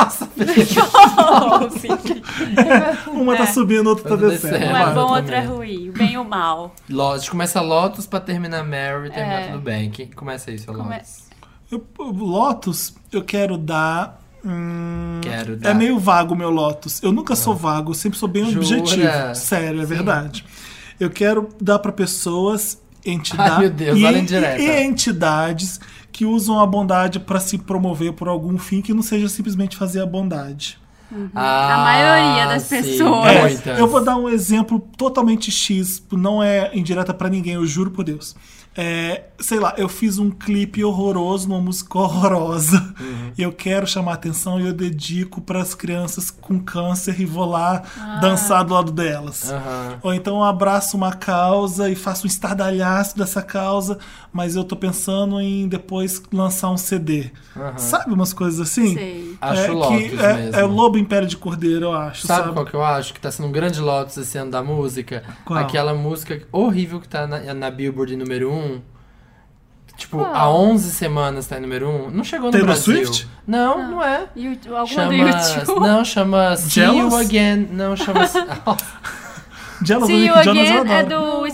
Oh, Felipe. Uma tá subindo, outra tá Outra descendo. descendo. Um é Vai. bom, também. outro é ruim. O bem e o mal. Lotus, começa Lotus pra terminar Mary e terminar É. tudo bem. Quem começa aí, seu Come- Lotus? Eu- Lotus, eu quero dar. hum, Quero É dar. meio vago o meu Lotus. Eu nunca sou vago, eu sempre sou bem Jura? objetivo. Sério, é verdade. Eu quero dar pra pessoas, entidades. Ai, meu Deus, e, olha a indireta. e entidades que usam a bondade pra se promover por algum fim que não seja simplesmente fazer a bondade. Ah, A maioria das sim, pessoas. É, muitas. eu vou dar um exemplo totalmente X, não é indireta pra ninguém, eu juro por Deus. É, sei lá, eu fiz um clipe horroroso, uma música horrorosa, Uhum. e eu quero chamar atenção e eu dedico pras crianças com câncer e vou lá dançar do lado delas. Aham. Ou então eu abraço uma causa e faço um estardalhaço dessa causa, mas eu tô pensando em depois lançar um C D. Sabe umas coisas assim? Sei. Acho é, Lotus que é, mesmo. é o Lobo Império de Cordeiro, eu acho. Sabe, Sabe, qual que eu acho? Que tá sendo um grande Lotus esse ano da música? Qual? Aquela música horrível que tá na, na Billboard número um. Tipo, Qual? há onze semanas tá em número um. Não chegou no Taylor Brasil. Swift? Não, não, é. YouTube, alguma Chama, do YouTube. não, chama See Jealous? You Again. Não, chama... Jealous See You do Nick Jonas, eu Again é adoro. do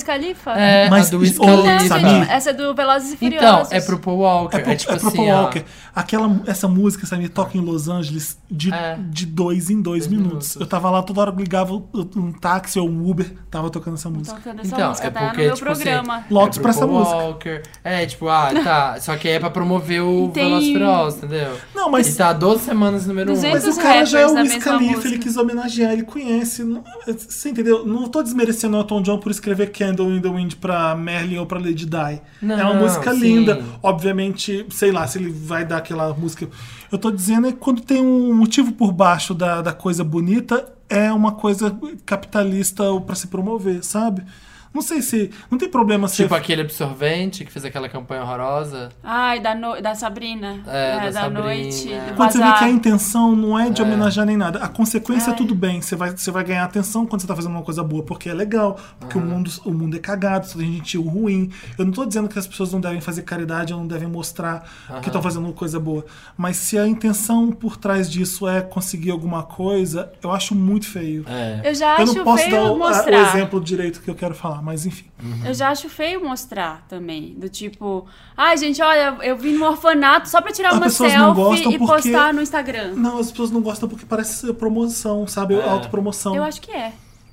Khalifa? É, Mas, a do Wiz ô, Não, Khalifa. Samir, gente, essa é do Velozes e Então, Furiosos. é pro Paul Walker. É pro, É, tipo é pro assim, Paul ó. Walker. Aquela, essa música, sabe, toca em Los Angeles de, É. de dois em dois Dois minutos. minutos. Eu tava lá toda hora, ligava um táxi ou um Uber, tava tocando essa música. Tocando essa Então, música, é tá porque, no meu tipo assim, programa. Lotus é pro pra essa Paul música. Walker. É, tipo, ah, tá. Só que aí é pra promover o Tem- Velozes e Furiosos, entendeu? Não, mas- E tá doze semanas número um. duzentos Mas o cara já é rappers o da Wiz mesma Khalifa, música. ele quis homenagear, ele conhece. Não- Você entendeu? Não tô desmerecendo o Elton John por escrever Candle in the Wind pra Merlin ou pra Lady Di. Não, é uma música sim. linda. Obviamente, sei lá, se ele vai dar aquela música. Eu tô dizendo é que quando tem um motivo por baixo da, da coisa bonita, é uma coisa capitalista pra se promover, sabe? Não sei se. Não tem problema ser. Tipo aquele absorvente que fez aquela campanha horrorosa. Ai, da, no... da Sabrina. É, da da Sabrina. noite. Do Quando você vê bazar. que a intenção não é de homenagear nem nada. A consequência é Ai. tudo bem. Você vai, você vai ganhar atenção quando você tá fazendo uma coisa boa, porque é legal. Porque o, mundo, o mundo é cagado, só tem gente ruim. Eu não tô dizendo que as pessoas não devem fazer caridade ou não devem mostrar que estão fazendo coisa boa. Mas se a intenção por trás disso é conseguir alguma coisa, eu acho muito feio. É. Eu já Eu acho não posso feio dar o, a- o mostrar. exemplo direito que eu quero falar, mas enfim. Eu já acho feio mostrar também. Do tipo, ai, gente, olha, eu vim no orfanato só pra tirar As uma pessoas não selfie gostam e porque- postar no Instagram. Não, as pessoas não gostam porque parece ser promoção, sabe? É. Autopromoção. Eu acho que é.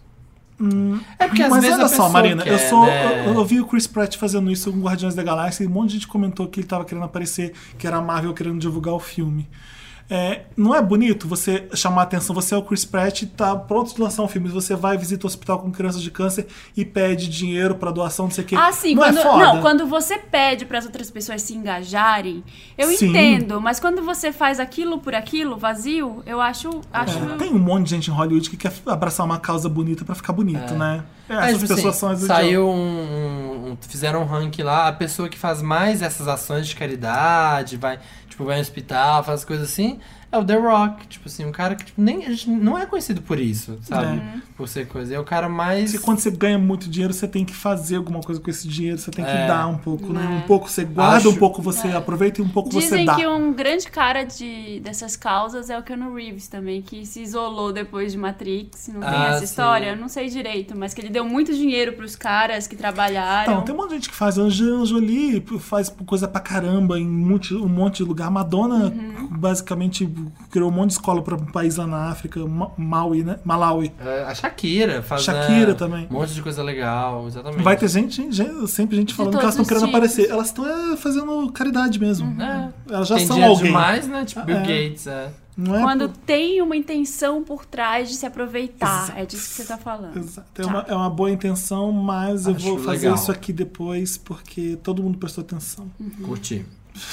É porque às Mas vezes olha a só, pessoa Marina, eu quer, sou. né? Eu, eu vi o Chris Pratt fazendo isso com Guardiões da Galáxia e um monte de gente comentou que ele tava querendo aparecer, que era a Marvel querendo divulgar o filme. É, não é bonito você chamar a atenção, você é o Chris Pratt e tá pronto de lançar um filme. Você vai, visita o hospital com crianças de câncer e pede dinheiro pra doação, não sei o quê. Ah, sim. não Quando, é foda? não, quando você pede para as outras pessoas se engajarem, eu Sim. entendo. Mas quando você faz aquilo por aquilo, vazio, eu acho. acho É, tem um monte de gente em Hollywood que quer abraçar uma causa bonita pra ficar bonito, né? É, Mas, essas tipo pessoas assim, são as saiu um, um- um- Fizeram um ranking lá, a pessoa que faz mais essas ações de caridade, vai, tipo, vai ao hospital, faz coisas assim, é o The Rock. Tipo assim, um cara que tipo, nem, a gente não é conhecido por isso, sabe? Por ser coisa. É o cara mais. Se quando você ganha muito dinheiro, você tem que fazer alguma coisa com esse dinheiro, você tem que É. dar um pouco, né? É. Um pouco você guarda, Acho- um pouco você aproveita e um pouco você Dizem dá. que um grande cara de, dessas causas é o Keanu Reeves também, que se isolou depois de Matrix. Não tem Ah, essa sim. história? Eu não sei direito, mas que ele deu muito dinheiro pros caras que trabalharam. Então, tem um monte de gente que faz. Angelina Jolie faz coisa pra caramba em um monte, um monte de lugar. Madonna, Uhum. basicamente, criou um monte de escola pra um país lá na África, Ma- Maui, né? Malawi. É, a Shakira faz Shakira né, também. um monte de coisa legal, exatamente. Vai ter gente, gente- sempre gente falando que todos elas estão os querendo tipos. aparecer. Elas estão é, fazendo caridade mesmo. É. Elas já Tem são dinheiro alguém. demais, né? Tipo Bill É. Gates, é. Não é Quando por- tem uma intenção por trás de se aproveitar. Exato. É disso que você tá falando. Exato. É uma, é uma boa intenção, mas eu Acho vou fazer legal. isso aqui depois porque todo mundo prestou atenção. Curti.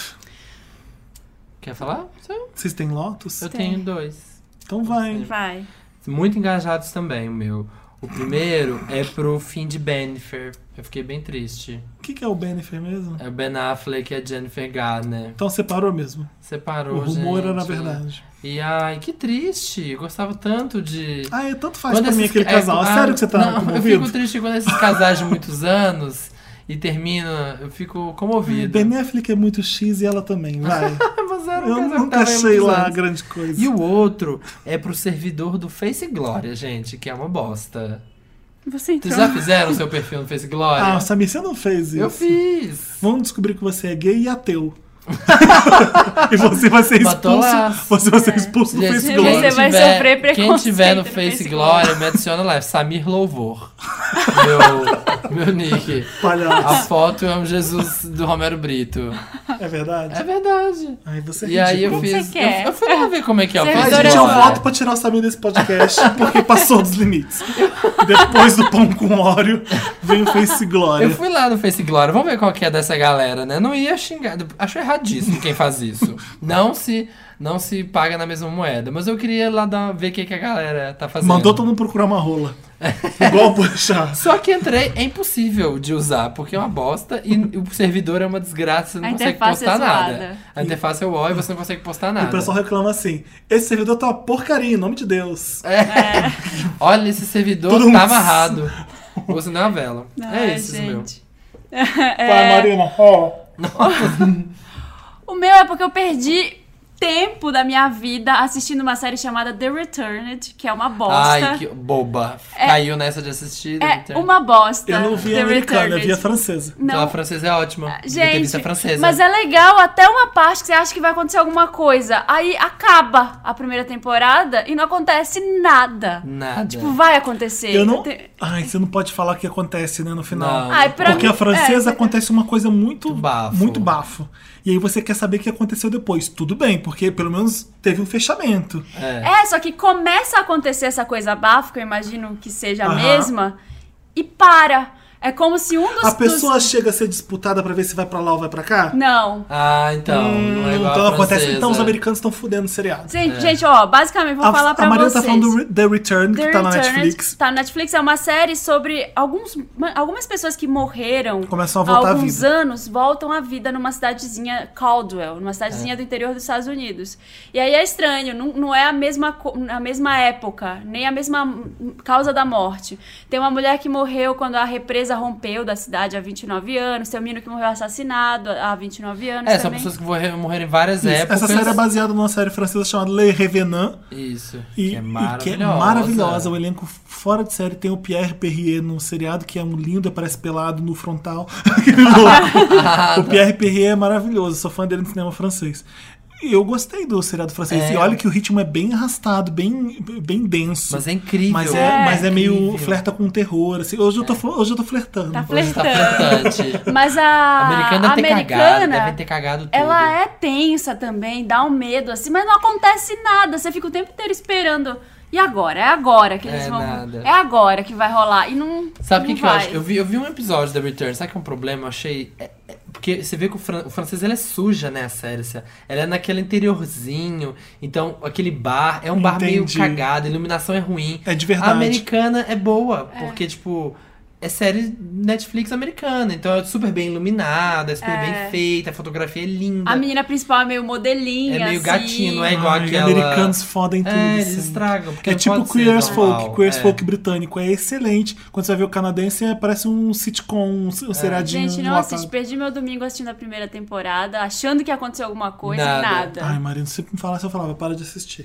Quer falar? Eu Vocês têm Lotus? eu Tem. tenho dois. Então vai. Vai. Muito engajados também, o meu. O primeiro é pro fim de Bennifer. Eu fiquei bem triste. O que, que é o Bennifer mesmo? É o Ben Affleck e a Jennifer Garner. Então separou mesmo. Separou, O rumor gente. era verdade. E ai, que triste. Eu gostava tanto de... Ah, é tanto faz Quando pra mim esses- aquele é, casal. É ah, sério que você tá não, eu comovido? fico triste quando esses casais de muitos anos e termina, eu fico comovido. Ben Affleck é muito X e ela também, vai. Mas era um Eu casal que nunca tava aí há achei muitos lá anos. grande coisa. E o outro é pro servidor do Face Glória, gente, que é uma bosta. Você entrou. Vocês já fizeram seu perfil no Face Glória? Ah, Samir, você não fez isso. eu fiz. Vamos descobrir que você é gay e ateu. e você vai ser Matou expulso. lá. Você vai ser expulso do Gente, Face Você Glória. vai sofrer Quem preconceito tiver no no Face Face Glória, me adiciona lá. Samir Louvor. Meu, meu nick. A Palhaço. foto é um Jesus do Romero Brito. É verdade? É verdade. Ai, você é E aí eu ridículo. que fiz. você quer? Eu, eu fui lá ver como é que é o Você Ai, Face Adoro gente, eu Glória. voto pra tirar o Samir desse podcast porque passou dos limites. Depois do pão com óleo, vem o Face Glória. Eu fui lá no Face Glória, vamos ver qual que é dessa galera, né? Não ia xingar, acho erradíssimo quem faz isso. Não se, não se paga na mesma moeda, mas eu queria lá dar, ver o que, que a galera tá fazendo. Mandou todo mundo procurar uma rola. Igual o Boechat. Só que entrei, é impossível de usar, porque é uma bosta e o servidor é uma desgraça, você não A consegue interface postar é nada. zoada. A interface é o ó e você não consegue postar E o nada. pessoal reclama assim: esse servidor tá uma porcaria, em nome de Deus. É. Olha, esse servidor Todo mundo- tá amarrado. Você não é uma vela. é Ai, isso, meu. gente. Vai, Marina, ó. O meu é porque eu perdi tempo da minha vida assistindo uma série chamada The Returned, que é uma bosta. Ai, que boba. Caiu nessa de assistir. É Return. uma bosta. Eu não vi The a americana, eu Returned. vi a francesa. Então Não. a francesa é ótima. Devia ter Gente, visto a francesa. mas é legal até uma parte que você acha que vai acontecer alguma coisa. Aí acaba a primeira temporada e não acontece nada. Nada. Tipo, vai acontecer. Eu não. Te- Ai, você não pode falar o que acontece, né, no final. Não. Ai, pra Porque mim- a francesa é, acontece uma coisa muito, Muito bafo. muito bafo. E aí você quer saber o que aconteceu depois. Tudo bem, porque pelo menos teve um fechamento. É. É, só que começa a acontecer essa coisa bafo, que eu imagino que seja a Aham. mesma, e para. É como se um dos... A pessoa dos... chega a ser disputada pra ver se vai pra lá ou vai pra cá? Não. Ah, então. não é igual Então a acontece. francesa. Então os americanos estão fudendo o seriado. Gente, gente, ó, basicamente, vou A, falar pra a Maria vocês. tá falando do Re- The Return, The que tá na Returned Netflix. Tá na Netflix, é uma série sobre alguns, algumas pessoas que morreram Começam a voltar há à alguns vida. anos, voltam à vida numa cidadezinha Caldwell, numa cidadezinha do interior dos Estados Unidos. E aí é estranho, não, não é a mesma, co- a mesma época, nem a mesma hum, causa da morte. Tem uma mulher que morreu quando a represa rompeu da cidade há vinte e nove anos, tem um menino que morreu assassinado há vinte e nove anos É, são também. pessoas que morreram, morreram em várias Isso. épocas. Essa série é baseada numa série francesa chamada Le Revenant. Isso. E que é e maravilhosa. que é maravilhosa. O elenco fora de série tem o Pierre Perrier no seriado, que é um lindo, aparece pelado no frontal. Aquele louco. O Pierre Perrier é maravilhoso, sou fã dele no cinema francês. Eu gostei do seriado francês. É. E olha que o ritmo é bem arrastado, bem, bem denso. Mas é incrível. Mas é, mas é meio incrível. flerta com terror. Assim. Hoje, eu tô, hoje eu tô flertando. Tá Hoje tá flertando. flertante. Mas a, A americana a deve ter cagado, americana, devem ter cagado tudo. ela é tensa também, dá um medo assim, mas não acontece nada. Você fica o tempo inteiro esperando. E agora? É agora que eles É vão. nada. É agora que vai rolar. E não. Sabe o que, não que eu vai. acho? Eu vi, eu vi um episódio da Return, sabe que é um problema? Eu achei. é- é- porque você vê que o, fran- o francês ela é suja, né, a série. assim, Ela é naquele interiorzinho. Então, aquele bar é um bar meio Entendi. cagado, a iluminação é ruim. É de verdade. A americana é boa, porque, tipo. É série Netflix americana, então é super bem iluminada, é super É. bem feita, a fotografia é linda. A menina principal é meio modelinha. É meio assim. gatinho, não é igual Ai, aquela. americanos fodem tudo. É, eles assim. estragam. Porque É não tipo pode ser Queer as normal. Folk. Queer as É. Folk britânico. É excelente. Quando você vai ver o canadense, é- parece um sitcom, um, um seriadinho. Gente, não enlatado. assiste. Perdi meu domingo assistindo a primeira temporada, achando que ia acontecer alguma coisa Nada. e nada. Ai, Marina, se me falasse, eu falava, para de assistir.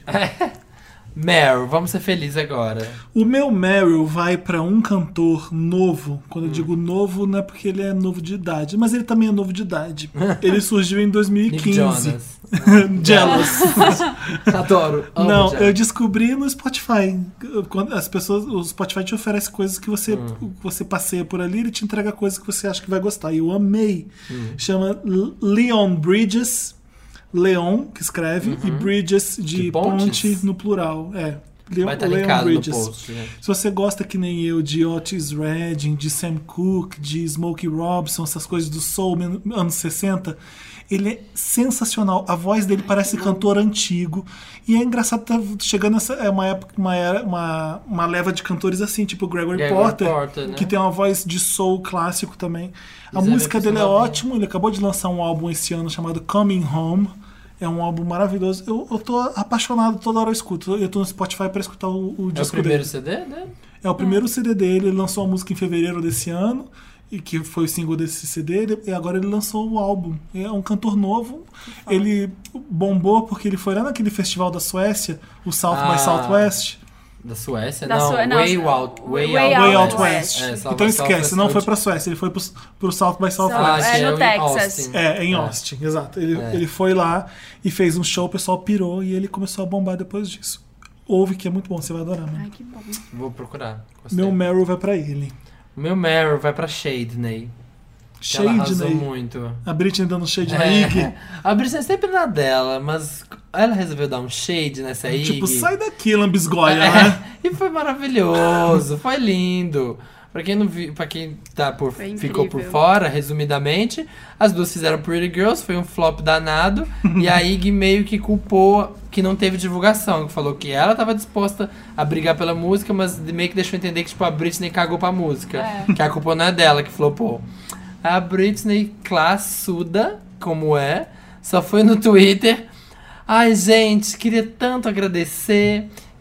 Meryl, vamos ser felizes agora. O meu Meryl vai pra um cantor novo. Quando eu Hum. digo novo, não é porque ele é novo de idade, mas ele também é novo de idade. Ele surgiu em dois mil e Nick quinze. Jonas. Jealous. Adoro. amo Não, Jealous. eu descobri no Spotify. Quando as pessoas, o Spotify te oferece coisas que você, Hum. você passeia por ali, ele te entrega coisas que você acha que vai gostar. E eu amei. Hum. Chama L- Leon Bridges. Leon, que escreve, e Bridges de, De pontes? ponte no plural. É. Leon, Vai estar Leon linkado no Bridges. post, né? Se você gosta que nem eu de Otis Redding, de Sam Cooke, de Smokey Robinson, essas coisas do soul men- anos sessenta, ele é sensacional. A voz dele parece cantor antigo. E é engraçado tá chegando essa é uma época, uma, era- uma, uma leva de cantores assim, tipo o Gregory, Gregory Porter, Porter, né? que tem uma voz de soul clássico também. A Isabel música dele é Piscinovinha. ótima. Ele acabou de lançar um álbum esse ano chamado Coming Home. É um álbum maravilhoso. Eu, eu tô apaixonado, toda hora eu escuto. Eu tô no Spotify pra escutar o, o É o disco primeiro dele. C D, né? É o primeiro C D dele. Ele lançou a música em fevereiro desse ano, e que foi o single desse C D. ele- E agora ele lançou o álbum. É um cantor novo. Ele bombou porque ele foi lá naquele festival da Suécia, o South Ah. by Southwest. Da Suécia? Da não, Sue- não, Way Out. Way, Way Out, Way Out Out West. West. É, South então by esquece, Southwest. não foi pra Suécia, ele foi pro, pro South by Southwest. Ah, É, que no em Texas. Austin. É, em É. Austin, exato. Ele, É. ele foi lá e fez um show, o pessoal pirou e ele começou a bombar depois disso. Ouve que é muito bom, você vai adorar, mano. Ai, que bom. Vou procurar. Gostei. Meu Meryl vai pra ele. O meu Meryl vai pra Shadney. Que ela Shade, arrasou né? muito. A Britney dando shade na Iggy. É. A Britney é sempre na dela, mas ela resolveu dar um shade nessa Iggy. Tipo, sai daqui, lambisgoia, É, né? E foi maravilhoso, foi lindo. Pra quem não viu, para quem tá por, Foi ficou por incrível. fora, resumidamente, as duas fizeram Pretty Girls, foi um flop danado, e a Iggy meio que culpou que não teve divulgação, que falou que ela tava disposta a brigar pela música, mas meio que deixou entender que tipo, a Britney cagou pra música, É. que a culpa não é dela que flopou. A Britney, classuda, como é, só foi no Twitter. Ai, gente, queria tanto agradecer.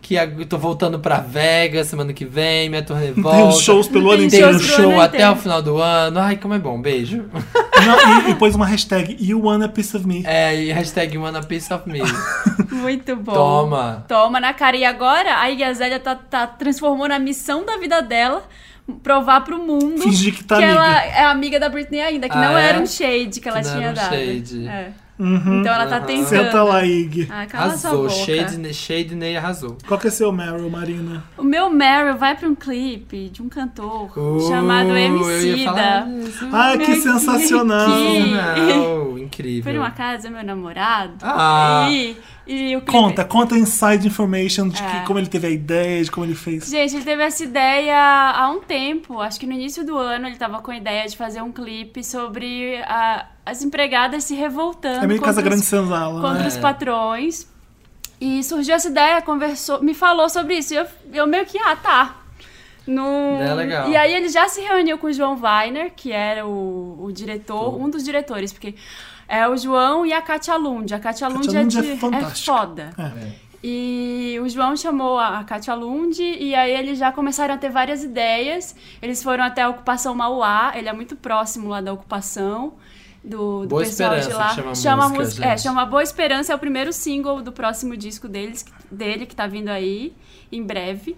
que eu tô voltando pra Vegas semana que vem, minha turnê volta. Tem os shows pelo ano Tem Tem inteiro. um shows pro show ano até inteiro. o final do ano. Ai, como é bom. Beijo. Não, e, e pôs uma hashtag You Want a Piece of Me. É, e hashtag One a Piece of Me. Muito bom. Toma. Toma na cara. E agora a Iggy Azalea tá, tá, transformou na missão da vida dela provar pro mundo Fingir que tá que amiga. ela é amiga da Britney ainda, que Ah, não é? era um shade que ela Que não tinha era um dado. shade. É. Uhum. Então ela tá Aham. tentando. Senta lá, Ig. Ah, cala sua Arrasou. boca. Shade, Shade Ney arrasou. Qual que é seu Meryl, Marina? O meu Meryl vai pra um clipe de um cantor Uh, chamado eu ia falar Emicida. isso. Ai, que Meu sensacional. que- Não, incrível. Foi numa casa do meu namorado. Ah. E, e o clipe... Conta, conta inside information de É. que, como ele teve a ideia, de como ele fez. Gente, ele teve essa ideia há um tempo. Acho que no início do ano ele tava com a ideia de fazer um clipe sobre a- as empregadas se revoltando É meio Casa contra Grande os, Senzala, contra né? os patrões. E surgiu essa ideia, conversou, me falou sobre isso. E eu, eu meio que, ah, tá. No... É legal. E aí ele já se reuniu com o João Weiner, que era o, o diretor, um dos diretores, porque é o João e a Katia Lund. A Katia Lund, Katia Lund é, é de- é fantástica. foda. É. E o João chamou a a Katia Lund e aí eles já começaram a ter várias ideias. Eles foram até a Ocupação Mauá, ele é muito próximo lá da ocupação. Do, do Boa pessoal Esperança, de lá. que chama a a música, música- É, gente. chama Boa Esperança, é o primeiro single do próximo disco deles, dele, que tá vindo aí em breve.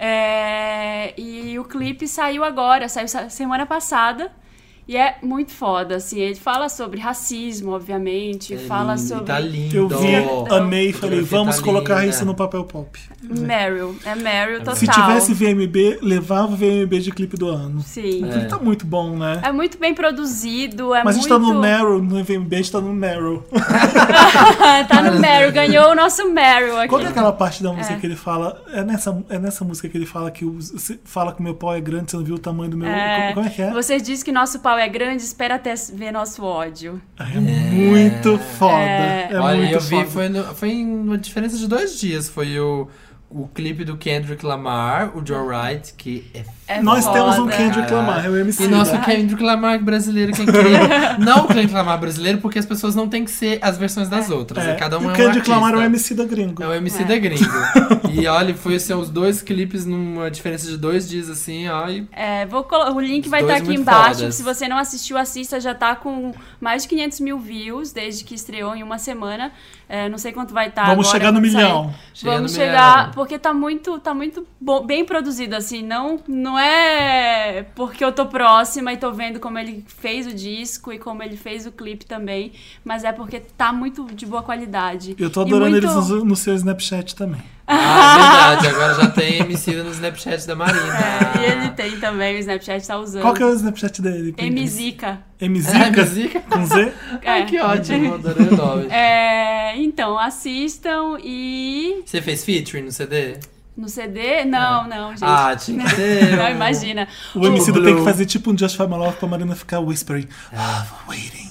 É, e o clipe saiu agora, saiu sa- semana passada. E é muito foda, assim. Ele fala sobre racismo, obviamente. É fala lindo, sobre. Tá lindo. Eu vi, amei e A falei, fotografia vamos tá colocar linda. isso no papel pop. Meryl. É Meryl total. Se tivesse V M B, levava o V M B de clipe do ano. Sim. Porque tá muito bom, né? É muito bem produzido, é Mas a gente muito... tá no Meryl, no V M B, a gente tá no Meryl. tá no Meryl, ganhou o nosso Meryl aqui. Qual que é aquela parte da música É. que ele fala? É nessa, é nessa música que ele fala que o, você fala que o meu pau é grande, você não viu o tamanho do meu. É, Como, como é que é? Você diz que nosso pau é grande, espera até ver nosso ódio. É muito foda. É, É. Olha, muito eu vi, foda. foi, no- foi em uma diferença de dois dias. Foi o, o clipe do Kendrick Lamar, o Joe Wright, que é É Nós foda. temos um Kendrick Caralho. Lamar, é o M C. E nosso né? Kendrick Lamar brasileiro, quem queria. Não o Kendrick Lamar brasileiro, porque as pessoas não têm que ser as versões das outras. É, e cada e um o é um Kendrick Lamar é o artista. M C da gringo. É o M C É. da gringo. E olha, foi assim, os dois clipes numa diferença de dois dias, assim, ó. E É, vou colo- o link Os vai dois estar aqui muito embaixo. fodas. Se você não assistiu, assista. Já tá com mais de quinhentos mil views desde que estreou em uma semana. É, não sei quanto vai estar Vamos agora chegar no quando sair. milhão. Chega Vamos no chegar, milhão. porque tá muito, tá muito bom- bem produzido, assim, não, não é porque eu tô próxima e tô vendo como ele fez o disco e como ele fez o clipe também, mas é porque tá muito de boa qualidade. Eu tô E adorando muito- eles no, no seu Snapchat também. Ah, verdade, agora já tem M C no Snapchat da Marina. É, e ele tem também, o Snapchat tá usando. Qual que é o Snapchat dele? Mzica. É, Mzica? Mzica? Com Z? Ai, É. que ótimo, adorei o nome. É, então, assistam e... Você fez featuring no C D? No C D? Não, não, gente. Ah, tinha que ter. Não, um- imagina. O M C Blue. tem que fazer tipo um Just For My Love pra Marina ficar whispering. Love, waiting.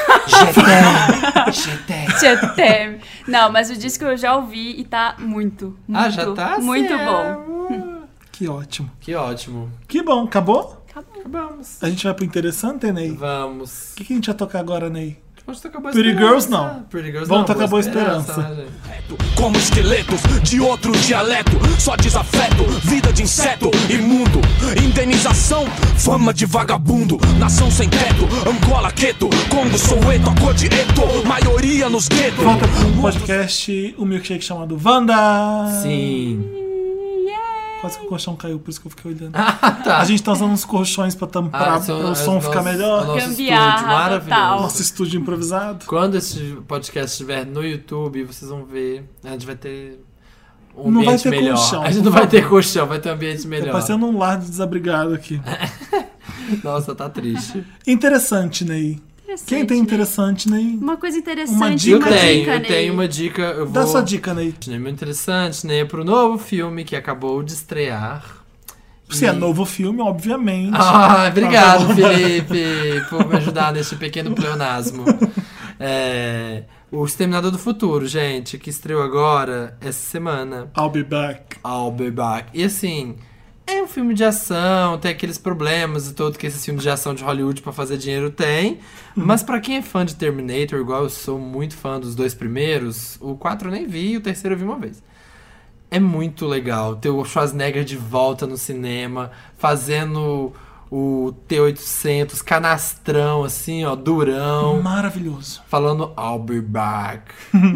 Tietem. Não, mas o disco eu já ouvi e tá muito, muito, Ah, já tá? muito Sim, bom. é. Que ótimo. Que ótimo. Que bom, acabou? Vamos. A gente vai pro interessante, Ney? O Vamos. que, que a gente vai tocar agora, Ney? Vamos tocar Boa Pretty Esperança. Girls, não. Pretty Girls Vamos não, tocar Boa Esperança. né, gente? Como esqueletos de outro dialeto, só desafeto, vida de inseto, imundo, indenização, fama de vagabundo, nação sem teto, Angola, Queto, Congo, Soweto, a cor de Eto, maioria nos guetos. Volta pro podcast, um milkshake chamado Wanda. Sim. Quase que o colchão caiu, por isso que eu fiquei olhando. Ah, tá. A gente tá usando uns colchões pra tampar, Ah, são- pra o as som ficar nossas- melhor. o nosso Gambiarra estúdio maravilhoso. total. Nosso estúdio improvisado. Quando esse podcast estiver no YouTube, vocês vão ver. A gente vai ter um Não vai ambiente ter melhor. colchão, a gente por não vai favor. ter colchão, vai ter um ambiente Tá melhor. parecendo um lar de desabrigado aqui. Nossa, tá triste. Interessante, Ney. Interessante, Quem tem né? interessante, Ney? Uma coisa interessante, Uma uma, dica? Eu tenho, dica, eu Ney. tenho uma dica. Eu Dá vou... sua dica, Ney. É muito interessante, né? Pro novo filme que acabou de estrear. Se E- é novo filme, obviamente. Ah, obrigado, Por favor. Felipe, por me ajudar neste pequeno pleonasmo. É, o Exterminador do Futuro, gente, que estreou agora, essa semana. I'll be back. I'll be back. E assim, é um filme de ação, tem aqueles problemas e todo que esses filmes de ação de Hollywood pra fazer dinheiro tem. Mas pra quem é fã de Terminator, igual eu sou muito fã dos dois primeiros, o quatro eu nem vi e o terceiro eu vi uma vez. É muito legal ter o Schwarzenegger de volta no cinema, fazendo o T oitocentos, canastrão, assim, ó, durão. Maravilhoso. Falando I'll be back.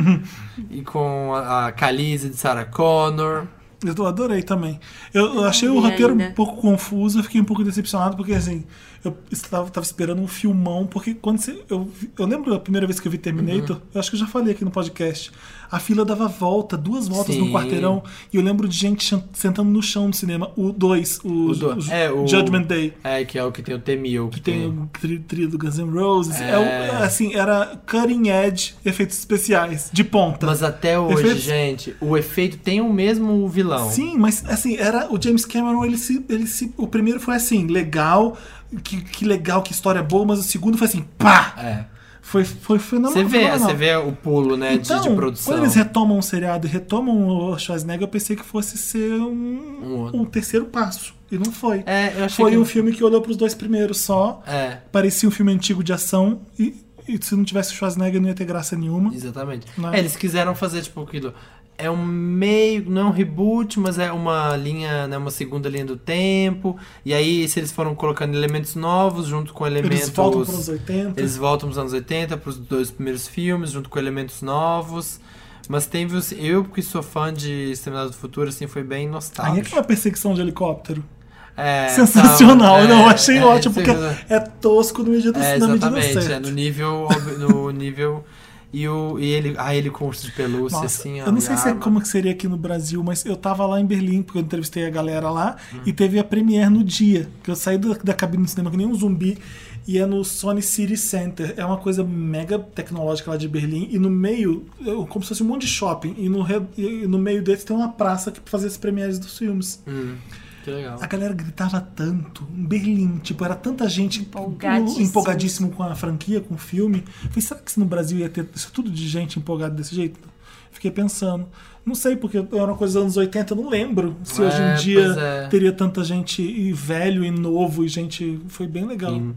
E com a, a Khaleesi de Sarah Connor. Eu adorei também. Eu, eu achei o vi roteiro ainda. um pouco confuso, eu fiquei um pouco decepcionado, porque assim, eu estava, estava esperando um filmão, porque quando você. Eu, vi- eu lembro a primeira vez que eu vi Terminator, Uhum. eu acho que eu já falei aqui no podcast. A fila dava volta, duas voltas Sim. no quarteirão, e eu lembro de gente chan- sentando no chão no cinema. O dois, o, O do- o é, o- Judgment Day. É, que é o que tem o T-mil. Que tem o tri, tri do Guns N' Roses. É. É. o- assim, era cutting edge efeitos especiais, de ponta. Mas até hoje, Efeitos- gente, o efeito tem o mesmo vilão. Sim, mas assim, era o James Cameron, ele se, ele se. O primeiro foi assim, legal, que, que legal, que história boa, mas o segundo foi assim, pá! É. Foi, foi fenomenal. Você vê, fenomenal. você vê o pulo, né, de- Então, de, produção. quando eles retomam o seriado e retomam o Schwarzenegger, eu pensei que fosse ser Um um, outro. um terceiro passo. E não foi. É, eu achei Foi que... um filme que olhou pros dois primeiros só. É, Parecia um filme antigo de ação. E, e se não tivesse o Schwarzenegger, não ia ter graça nenhuma. exatamente. Né? É, eles quiseram fazer, tipo, aquilo... É um meio... Não é um reboot, mas é uma linha, né, uma segunda linha do tempo. E aí, se eles foram colocando elementos novos junto com elementos... Eles voltam para os oitenta. Eles voltam pros anos oitenta, pros dois primeiros filmes, junto com elementos novos. Mas teve os... Eu, que sou fã de Exterminador do Futuro, assim, foi bem Aí nostálgico. aquela perseguição de helicóptero. É, Sensacional. tal, Não, eu é, achei é, ótimo, sim, porque é, é tosco no medida, é, na medida exatamente, certa. é no nível... ob- No nível e, o, e ele, ah, ele com urso de pelúcia, Nossa, assim, ó, eu não e sei se é arma. como que seria aqui no Brasil, mas eu tava lá em Berlim, porque eu entrevistei a galera lá, Hum. e teve a premiere no dia, que eu saí da, da cabine do cinema que nem um zumbi, e é no Sony City Center. É uma coisa mega tecnológica lá de Berlim, e no meio, é como se fosse um monte de shopping, e no, re- e no meio deles tem uma praça que fazia as premieres dos filmes. Hum, que legal. A galera gritava tanto em Berlim, tipo, era tanta gente Empolgadíssimo. empolgadíssimo com a franquia, com o filme. Eu falei, será que se no Brasil ia ter isso tudo de gente empolgada desse jeito? Fiquei pensando. Não sei, porque era uma coisa dos anos oitenta, eu não lembro se É, hoje em dia pois é. teria tanta gente e velho e novo e gente. Foi bem legal. Sim.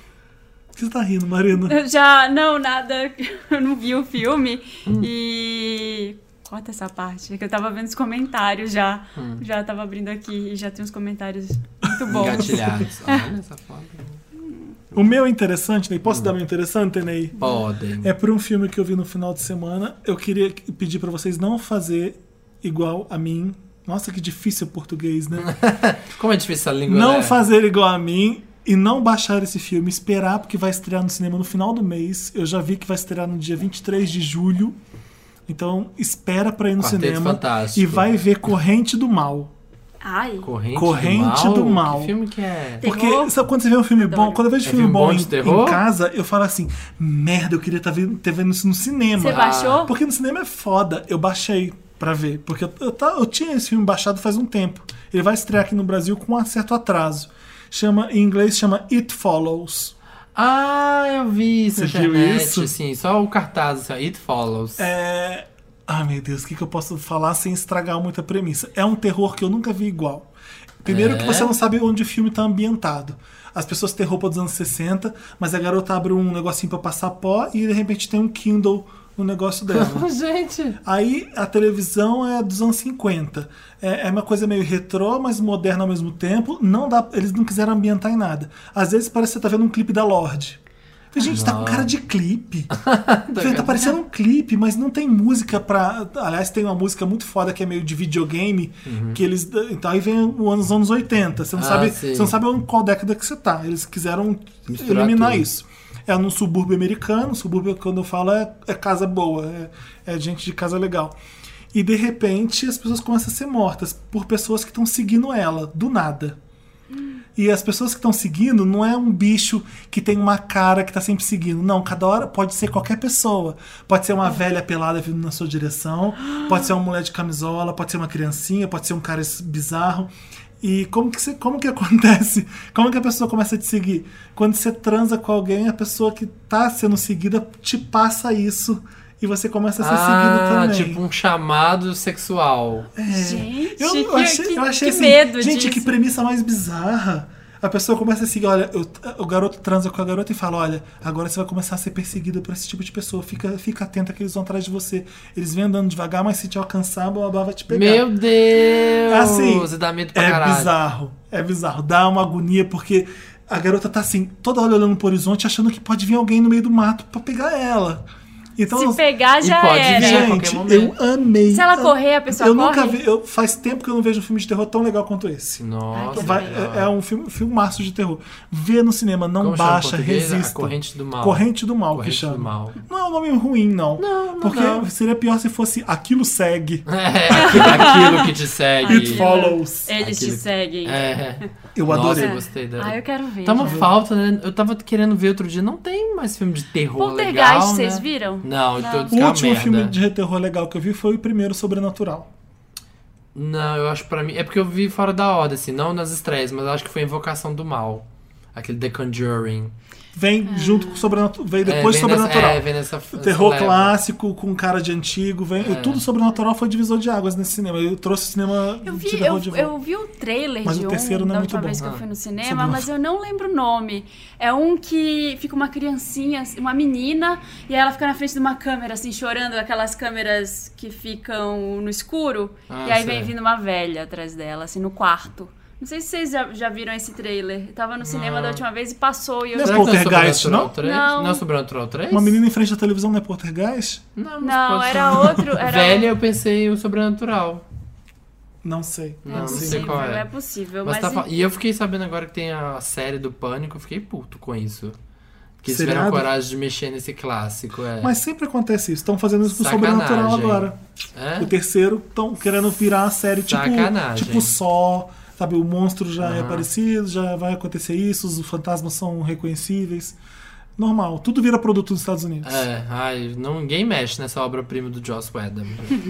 Por que você tá rindo, Marina? Eu já, não, nada, eu não vi o filme Hum. e... Corta essa parte, que eu tava vendo os comentários já. Hum. Já tava abrindo aqui e já tem uns comentários muito bons. Engatilhados. Olha essa foto. O meu é interessante, Ney. Posso dar meu interessante, Ney? Podem. É por um filme que eu vi no final de semana. Eu queria pedir pra vocês não fazer igual a mim. Nossa, que difícil o português, né? Como é difícil essa língua, Não né? fazer igual a mim e não baixar esse filme. Esperar, porque vai estrear no cinema no final do mês. Eu já vi que vai estrear no dia vinte e três de julho. Então, espera pra ir no Quarteto cinema Fantástico. e vai ver Corrente do Mal. Ai, Corrente, Corrente do, do mal? Mal. Que filme que é? Terror? Porque sabe, quando você vê um filme Adoro. bom, quando eu vejo É filme filme bom bom em, de terror? em casa, eu falo assim: merda, eu queria estar vendo, ter vendo isso no cinema. você baixou? Porque no cinema é foda. Eu baixei pra ver. Porque eu, eu, tá- eu tinha esse filme baixado faz um tempo. Ele vai estrear aqui no Brasil com um certo atraso. Chama, em inglês chama It Follows. Ah, eu vi isso na Você viu internet, isso? assim, só o cartaz, assim, ó, It Follows. É. Ai meu Deus, o que, que eu posso falar sem estragar muita premissa? É um terror que eu nunca vi igual. Primeiro É? que você não sabe onde o filme tá ambientado. As pessoas têm roupa dos anos sessenta, mas a garota abre um negocinho pra passar pó e de repente tem um Kindle no negócio dela. Gente! Aí a televisão é dos anos cinquenta. É, é uma coisa meio retrô, mas moderna ao mesmo tempo. Não dá, eles não quiseram ambientar em nada. Às vezes parece que você tá vendo um clipe da Lorde. Falei, gente, tá com cara de clipe. Falei, tá parecendo um clipe, mas não tem música pra. Aliás, tem uma música muito foda que é meio de videogame. Que eles. Então aí vem o ano dos anos oitenta. Você não, Ah, sabe, sim. você não sabe em qual década que você tá. Eles quiseram Misturar eliminar tudo. isso. É num subúrbio americano. Subúrbio, quando eu falo, é, é casa boa. É, é gente de casa legal. E de repente as pessoas começam a ser mortas por pessoas que estão seguindo ela, do nada. E as pessoas que estão seguindo não é um bicho que tem uma cara que tá sempre seguindo. Não, cada hora pode ser qualquer pessoa. Pode ser uma velha pelada vindo na sua direção, pode ser uma mulher de camisola, pode ser uma criancinha, pode ser um cara bizarro. E como que, você, como que acontece? Como que a pessoa começa a te seguir? Quando você transa com alguém, a pessoa que tá sendo seguida te passa isso e você começa a ser seguido Ah, também. tipo um chamado sexual. Gente, Eu, eu que, achei, que- eu achei que assim, medo gente, disso. que premissa mais bizarra. A pessoa começa a seguir, olha, eu- o garoto transa com a garota e fala, olha, agora você vai começar a ser perseguida por esse tipo de pessoa. Fica, fica atenta que eles vão atrás de você. Eles vêm andando devagar, mas se te alcançar, a babá vai te pegar. Meu Deus! Assim, Você dá medo pra é caralho. bizarro, é bizarro. Dá uma agonia, porque a garota tá assim, toda hora olhando pro horizonte, achando que pode vir alguém no meio do mato pra pegar ela. Então, Se pegar, já pode era. vir. a qualquer gente, momento. eu amei. Se ela correr, a pessoa eu nunca corre? vi, eu, faz tempo que eu não vejo um filme de terror tão legal quanto esse. Nossa. que Vai- legal. é, é um filme, filmaço de terror. Vê no cinema, não Como chama em baixa, português? resista. A Corrente do Mal. Corrente do Mal, Corrente que chama. do Mal. Não é um nome ruim, não. Não, não, Porque não. seria pior se fosse Aquilo Segue. É, aquilo, aquilo que te segue. It Follows. Eles te Aquilo- seguem. É. Eu Nossa, adorei. eu gostei da. Ah, eu quero ver. Tá uma já. falta, né? Eu tava querendo ver outro dia. Não tem mais filme de terror Poltergeist, legal, vocês né? viram? Não, Não. todos O que é uma último merda. filme de terror legal que eu vi foi o primeiro, Sobrenatural. Não, eu acho pra mim... É porque eu vi fora da ordem, assim. Não nas estreias, mas eu acho que foi Invocação do Mal. Aquele The Conjuring. Vem junto com o Sobrenatural. Vem depois é, do vem Sobrenatural. Nessa, é, vem nessa, O terror nessa leva. clássico, com cara de antigo. Vem, É. Tudo Sobrenatural foi divisor de águas nesse cinema. Eu trouxe o cinema Eu de vi, terror eu, de volta. eu vi o trailer Mas de o um terceiro não é da muito última bom. vez que eu Ah. fui no cinema, Sobre mas eu não lembro o nome. É um que fica uma criancinha, uma menina, e aí ela fica na frente de uma câmera, assim, chorando, aquelas câmeras que ficam no escuro, Ah, e aí sei. vem vindo uma velha atrás dela, assim, no quarto. Não sei se vocês já, já viram esse trailer. Eu tava no cinema Não. da última vez e passou, e eu... Não é Será que não é Poltergeist, Sobrenatural não? três? Não. Não é Sobrenatural três? Uma menina em frente à televisão não é Poltergeist? Não, mas Não, pode era ser. outro... Era Velha, eu pensei o Sobrenatural. Não sei. Não, É não sei possível, qual é. é possível, Mas mas... tá fa- E eu fiquei sabendo agora que tem a série do Pânico, eu fiquei puto com isso. Que eles tiveram Seriado? coragem de mexer nesse clássico, é. Mas sempre acontece isso. Estão fazendo isso com o Sacanagem. Sobrenatural agora. É? O terceiro estão querendo virar a série tipo, Sacanagem. tipo Só. Sabe, o monstro já é Aham. aparecido, já vai acontecer isso, os fantasmas são reconhecíveis. Normal. Tudo vira produto dos Estados Unidos. É, ai, não, ninguém mexe nessa obra-prima do Joss Whedon.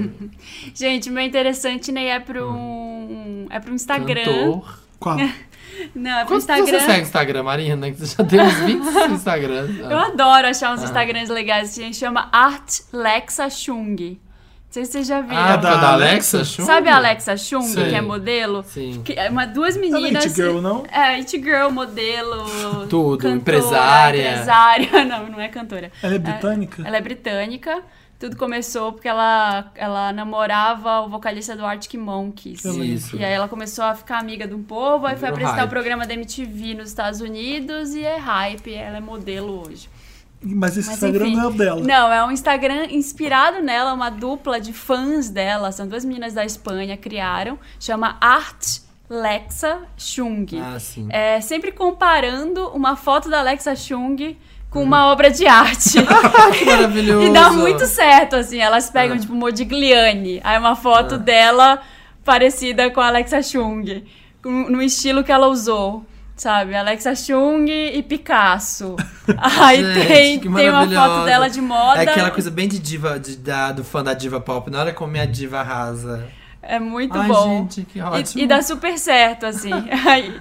Gente, o meu interessante, né, é pro, um, é pro Instagram. Cantor. Qual? Não, é pro Quantos Instagram. você segue no Instagram, Marina? Que você já tem uns vinte Instagrams. Eu adoro achar uns Instagrams legais. A gente chama Art Lexa Chung. Não sei se vocês já viram. Ah, da da, da Alexa? Alexa? Chung? Sabe a Alexa Chung, Sei. que é modelo? Sim. Que é uma, duas Ela é meninas. It Girl, não? É, It Girl, modelo. Tudo, cantora, empresária. Empresária. Não, não é cantora. Ela é britânica? Ela é britânica. Tudo começou porque ela, ela namorava o vocalista do Arctic Monkeys. Isso. E aí ela começou a ficar amiga de um povo, aí foi Virou apresentar hype. o programa da M T V nos Estados Unidos e é hype, ela é modelo hoje. Mas esse Mas, Instagram enfim, não é o dela. Não, é um Instagram inspirado nela, uma dupla de fãs dela, são duas meninas da Espanha, criaram, chama Art Lexa Chung. Ah, sim. É, sempre comparando uma foto da Alexa Chung com uma obra de arte. Que maravilhoso. E dá muito certo, assim. Elas pegam, Ah. tipo, Modigliani. Aí uma foto dela parecida com a Alexa Chung. com- No estilo que ela usou. Sabe? Alexa Chung e Picasso. Aí Gente, tem, que tem uma foto maravilhosa. dela de moda. É aquela coisa bem de diva, de, da, do fã da diva pop. Olha como a diva arrasa. É muito Ai, bom. gente, que ótimo. E, e dá super certo, assim. Aí,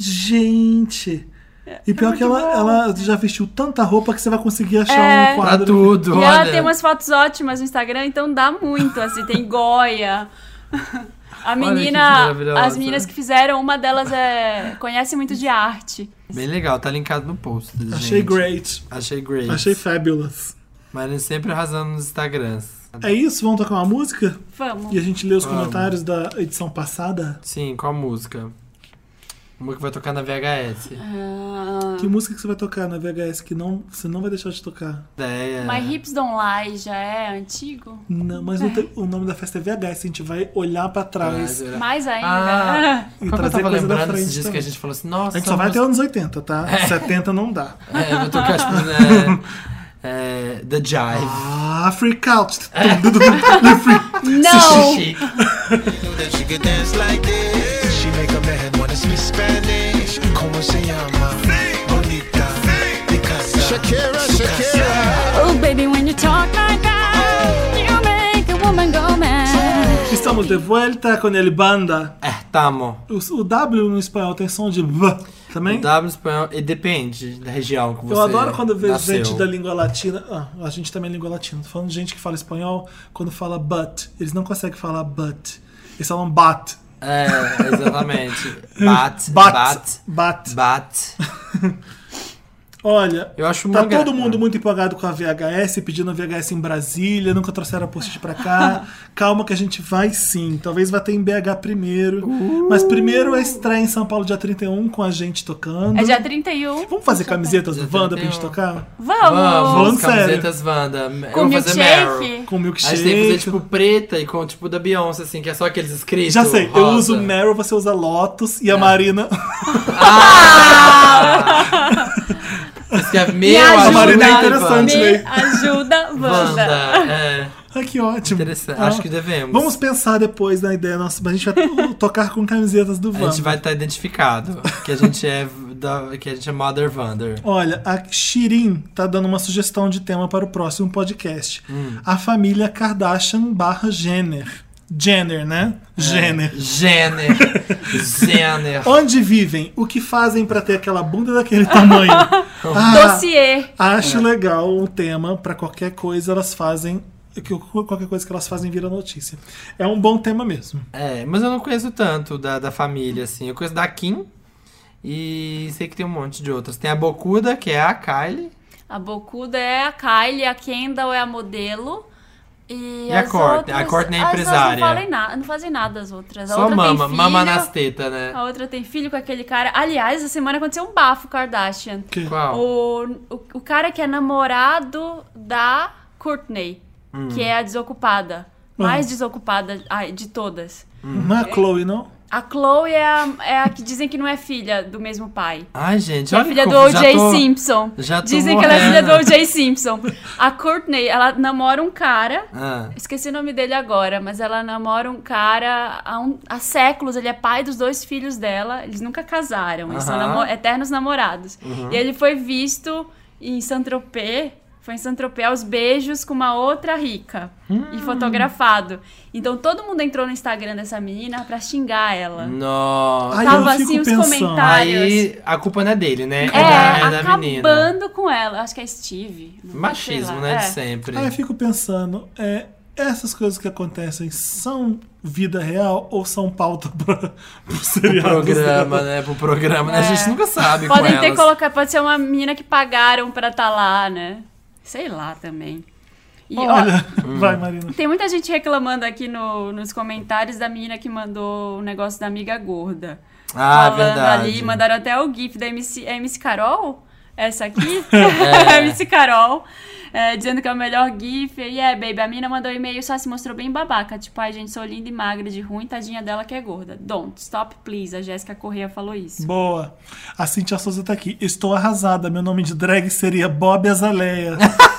Gente! E pior que ela, ela já vestiu tanta roupa que você vai conseguir achar É. um Pra quadro. tudo, e olha. ela tem umas fotos ótimas no Instagram, então dá muito, assim, tem Goya. A que menina, maravilhosa. as meninas que fizeram, uma delas é, conhece muito de arte. Bem legal, tá linkado no post. Achei gente. great. Achei great. Achei fabulous. Mas sempre arrasando nos Instagrams. É isso? Vamos tocar uma música? Vamos. E a gente lê os Vamos. comentários da edição passada? Sim, qual música? Uma que vai tocar na V H S. Ah, Que música que você vai tocar na V H S que não, você não vai deixar de tocar? Ideia. My Hips Don't Lie já é antigo? Não, mas o, te- o nome da festa é V H S, a gente vai olhar pra trás Mas, Mais ainda. Ah. e Qual que eu trazer tava coisa da lembrando frente. esses dias que a também. gente falou assim, nossa, A gente só vai até música- anos oitenta, tá? setenta não dá. É, vai tocar, tipo, né, é, The Jive. Ah, freak out. The freak. Não! Chique. that she could dance like this. She make a man wanna speak Spanish. Como se llama? Bonita. Picasa. Shakira, Shakira. Oh, baby, when you talk like that, you make a woman go mad. Estamos de volta com ele banda. É, tamo. O, o W no espanhol tem som de V também? O W espanhol, e depende da região que você Eu adoro quando eu vejo nasceu. gente da língua latina. Ah, a gente também é língua latina. Tô falando de gente que fala espanhol, quando fala but, eles não conseguem falar but. Eles falam bat. É, exatamente. Bate, Bate. bate, Bate. bate. Olha, Eu acho tá uma gra- todo mundo muito empolgado com a V H S, pedindo a V H S em Brasília, nunca trouxeram a post pra cá. Calma que a gente vai sim. Talvez vá ter em B H primeiro. Uh. Mas primeiro a estreia em São Paulo dia trinta e um com a gente tocando. É dia trinta e um. Vamos fazer camisetas do Dia Wanda pra trinta e um. gente tocar? Vamos! Vamos, Falando sério. camisetas Wanda. Eu Com vou fazer Meryl. milkshake. Com A milkshake. gente tem que fazer tipo preta e com tipo da Beyoncé, assim, que é só aqueles escritos. Já sei, eu rosa. uso Meryl, você usa Lotus É. e a Marina. Você escreve Me meu, ajuda, A Marina é ajuda, interessante, Me né? ajuda, Wanda. Wanda. É, Ai, que ótimo. interessante. Ah, Acho que devemos. Vamos pensar depois na ideia nossa, mas a gente vai tocar com camisetas do A Wanda. gente vai estar identificado que a gente é da, que a gente é Mother Wander. Olha, a Shirin tá dando uma sugestão de tema para o próximo podcast. Hum. A família Kardashian barra Jenner. Jenner, né? Jenner. Jenner. Jenner. Onde vivem? O que fazem pra ter aquela bunda daquele tamanho? Ah, Dossiê. acho legal um tema pra qualquer coisa elas fazem. Que qualquer coisa que elas fazem vira notícia. É um bom tema mesmo. É, mas eu não conheço tanto da, da família, assim. Eu conheço da Kim e sei que tem um monte de outras. Tem a Bocuda, que é a Kylie. A Bocuda é a Kylie, a Kendall é a modelo. E, E a as Courtney? outras, A Courtney é as empresária. Não, falem na, não fazem nada as outras. A Só outra mama, tem filho, mama nas tetas, né? A outra tem filho com aquele cara. Aliás, essa semana aconteceu um bafo Kardashian. Que- Qual? O, o, o cara que é namorado da Courtney, Hum. que é a desocupada. Mais desocupada ai, de todas. Não é a Chloe, não? A Chloe é a, é a que dizem que não é filha do mesmo pai. Ai, gente, Que é olha filha que do eu O já J tô- Simpson. já tô Dizem que ela é filha do morrendo. O J Simpson. A Courtney, ela namora um cara. Ah, Esqueci o nome dele agora, mas ela namora um cara há, um- há séculos. Ele é pai dos dois filhos dela. Eles nunca casaram. Eles são Aham. namo- eternos namorados. E ele foi visto em Saint-Tropez. Foi em Saint-Tropez aos beijos com uma outra rica. E fotografado. Então todo mundo entrou no Instagram dessa menina pra xingar ela. nossa. Ai, Tava eu fico assim os pensando. comentários. Aí a culpa não é dele, né? É, da, é da menina. acabando com ela. Acho que é Steve. não sei Machismo, lá. né? É. De sempre. Aí eu fico pensando, é, essas coisas que acontecem são vida real ou são pauta para o seriado? Programa, né? Pro programa, né? A gente nunca sabe Podem com ter elas. colocado, pode ser uma menina que pagaram pra estar lá, né? Sei lá também. E, ó, Olha, Hum. vai, Marina. tem muita gente reclamando aqui no- nos comentários da menina que mandou o negócio da amiga gorda. Ah, Falando verdade. ali, mandaram até o GIF da M C, é M C Carol? Essa aqui? É. M C Carol. É, dizendo que é o melhor GIF. E é, baby, a mina mandou um e-mail só se mostrou bem babaca. Tipo, ai, gente, sou linda e magra de ruim, tadinha dela que é gorda. Don't, stop, please. A Jéssica Corrêa falou isso. Boa. A Cintia Souza tá aqui. Estou arrasada. Meu nome de drag seria Bob Azaleia.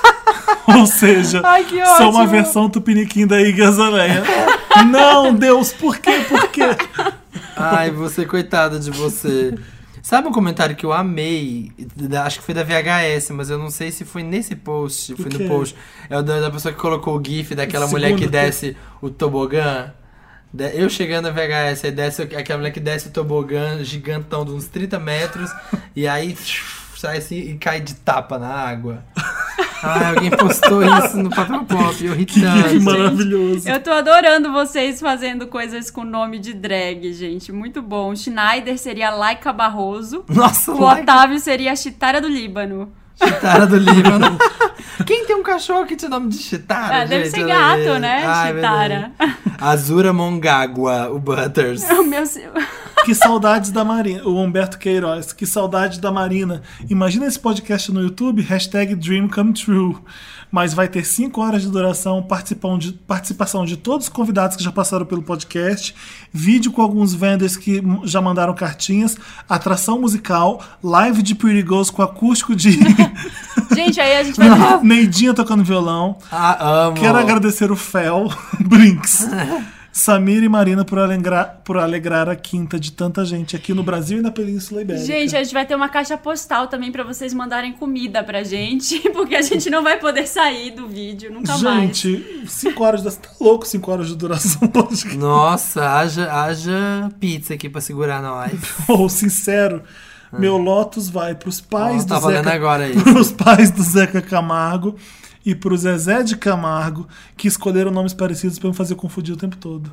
Ou seja, Ai, que sou uma ótimo. versão tupiniquim da Iggy Azaleia. Não, Deus, por quê? Por quê? Ai, você, coitada de você. Sabe um comentário que eu amei? Da- Acho que foi da V H S, mas eu não sei se foi nesse post. Foi quê? no post. É o da, da pessoa que colocou o GIF daquela O mulher que segundo desce o tobogã. De- Eu chegando na V H S, aí desce o- aquela mulher que desce o tobogã gigantão de uns trinta metros. E aí sai assim e cai de tapa na água. Ai, alguém postou isso no papel pop. Eu ri Que tanto. maravilhoso. Eu tô adorando vocês fazendo coisas com nome de drag, gente. Muito bom. O Schneider seria Laika Barroso. Nossa, O like Otávio seria a Chitara do Líbano. Chitara do Líbano. Quem tem um cachorro que tem nome de Chitara? Ah, deve gente? ser Olha gato, aí. né? Ai, Chitara. verdade. Azura Mongaguá, o Butters. O meu... Que saudades da Marina. O Humberto Queiroz. Que saudade da Marina. Imagina esse podcast no YouTube, hashtag Dream Come True. Mas vai ter cinco horas de duração, participam de, participação de todos os convidados que já passaram pelo podcast, vídeo com alguns vendors que m- já mandaram cartinhas, atração musical, live de Pretty Girls com acústico de Gente, aí a gente vai... Neidinha tocando violão. Ah, amo. Quero agradecer o Fel Brinks, Samir e Marina por alegrar, por alegrar a quinta de tanta gente aqui no Brasil e na Península Ibérica. Gente, a gente vai ter uma caixa postal também pra vocês mandarem comida pra gente, porque a gente não vai poder sair do vídeo nunca mais. Gente, cinco horas da... Tá louco cinco horas de duração do podcast. Nossa, haja, haja pizza aqui pra segurar nós. Ou, sincero, meu Lotus vai pros pais Ó, do tá valendo Zeca... agora isso. Pros pais do Zeca Camargo e pro Zezé de Camargo, que escolheram nomes parecidos pra me fazer confundir o tempo todo.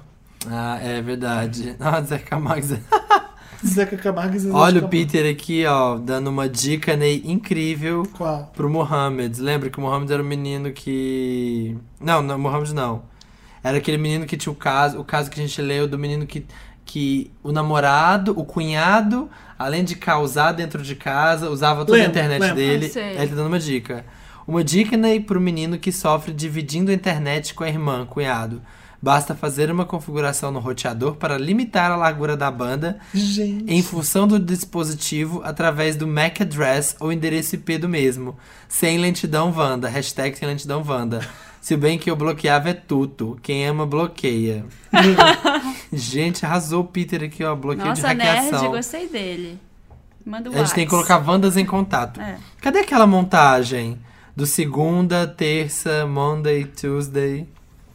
Ah, é verdade. Ah, Zé Camargo. Zeca Camargo e Zezé de Olha o Camargo. Peter aqui, ó, dando uma dica, Ney, incrível Qual? pro Mohamed. Lembra que o Mohamed era o menino que... Não, não, Mohamed não. Era aquele menino que tinha o caso, o caso que a gente leu do menino que, que o namorado, o cunhado, além de causar dentro de casa, usava toda Lembro, a internet lembro. dele. Eu sei. Aí ele tá dando uma dica. Uma dica, Ney, pro menino que sofre dividindo a internet com a irmã, cunhado. Basta fazer uma configuração no roteador para limitar a largura da banda Gente. em função do dispositivo através do M A C address ou endereço I P do mesmo. Sem lentidão Wanda. Hashtag sem lentidão Wanda. Se bem que eu bloqueava é tudo. Quem ama, bloqueia. Gente, arrasou o Peter aqui, ó. Bloqueio Nossa, de nerd, hackeação. gostei dele. Manda o A gente tem que colocar Wandas em contato. É. Cadê aquela montagem? Do segunda, terça, Monday, Tuesday.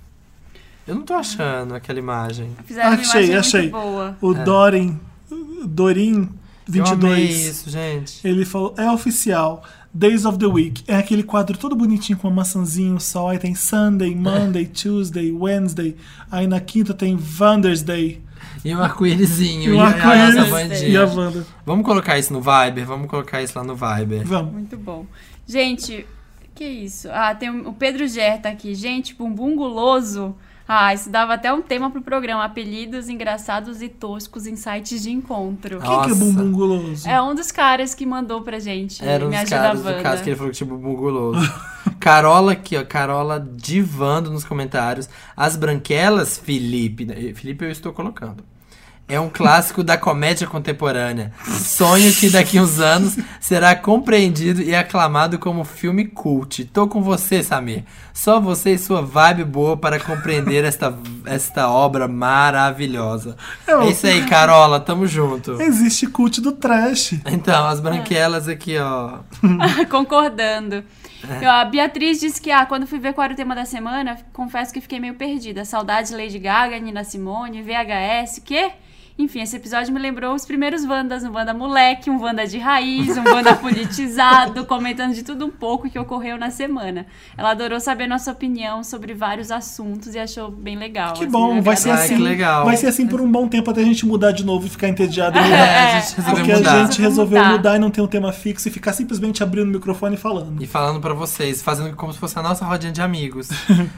Eu não tô achando aquela imagem. Fizeram uma Achei, imagem achei. muito boa. O Dorin, Dorin Eu vinte e amei dois, isso, gente. ele falou, é oficial, Days of the Week. É aquele quadro todo bonitinho com uma maçãzinha, o sol. Aí tem Sunday, Monday, Tuesday, Wednesday. Aí na quinta tem Wonders Day. E um arco-írisinho. E um a- a arco-íris nossa e bandinha. a Wanda. Vamos colocar isso no Viber? Vamos colocar isso lá no Viber. Vamos. Muito bom. Gente, que isso? Ah, tem o Pedro Ger tá aqui. Gente, bumbum guloso. Ah, isso dava até um tema pro programa. Apelidos engraçados e toscos em sites de encontro. Ah. Quem que é Nossa. bumbum guloso? É um dos caras que mandou pra gente. Era um Me dos ajuda caras a do Wanda. caso que ele falou que tipo buguloso. Carola aqui, ó. Carola divando nos comentários. As branquelas, Felipe. Felipe eu estou colocando. É um clássico da comédia contemporânea. Sonho que daqui uns anos será compreendido e aclamado como filme cult. Tô com você, Samir. Só você e sua vibe boa para compreender esta, esta obra maravilhosa. Eu- É isso aí, Carola. Tamo junto. Existe cult do trash. Então, as branquelas aqui, ó. Concordando. Eu, a Beatriz disse que ah, quando fui ver qual era o tema da semana, confesso que fiquei meio perdida. Saudades Lady Gaga, Nina Simone, V H S, quê? Enfim, esse episódio me lembrou os primeiros Wandas, um Wanda moleque, um Wanda de raiz, um Wanda politizado, comentando de tudo um pouco que ocorreu na semana. Ela adorou saber nossa opinião sobre vários assuntos e achou bem legal. Que assim, bom, eu vai ser Ai, assim. que legal. Vai ser assim por um bom tempo até a gente mudar de novo e ficar entediado. e É, mudar. a gente resolveu Porque mudar. a gente resolveu Mudar. mudar e não ter um tema fixo e ficar simplesmente abrindo o microfone e falando. E falando pra vocês, fazendo como se fosse a nossa rodinha de amigos.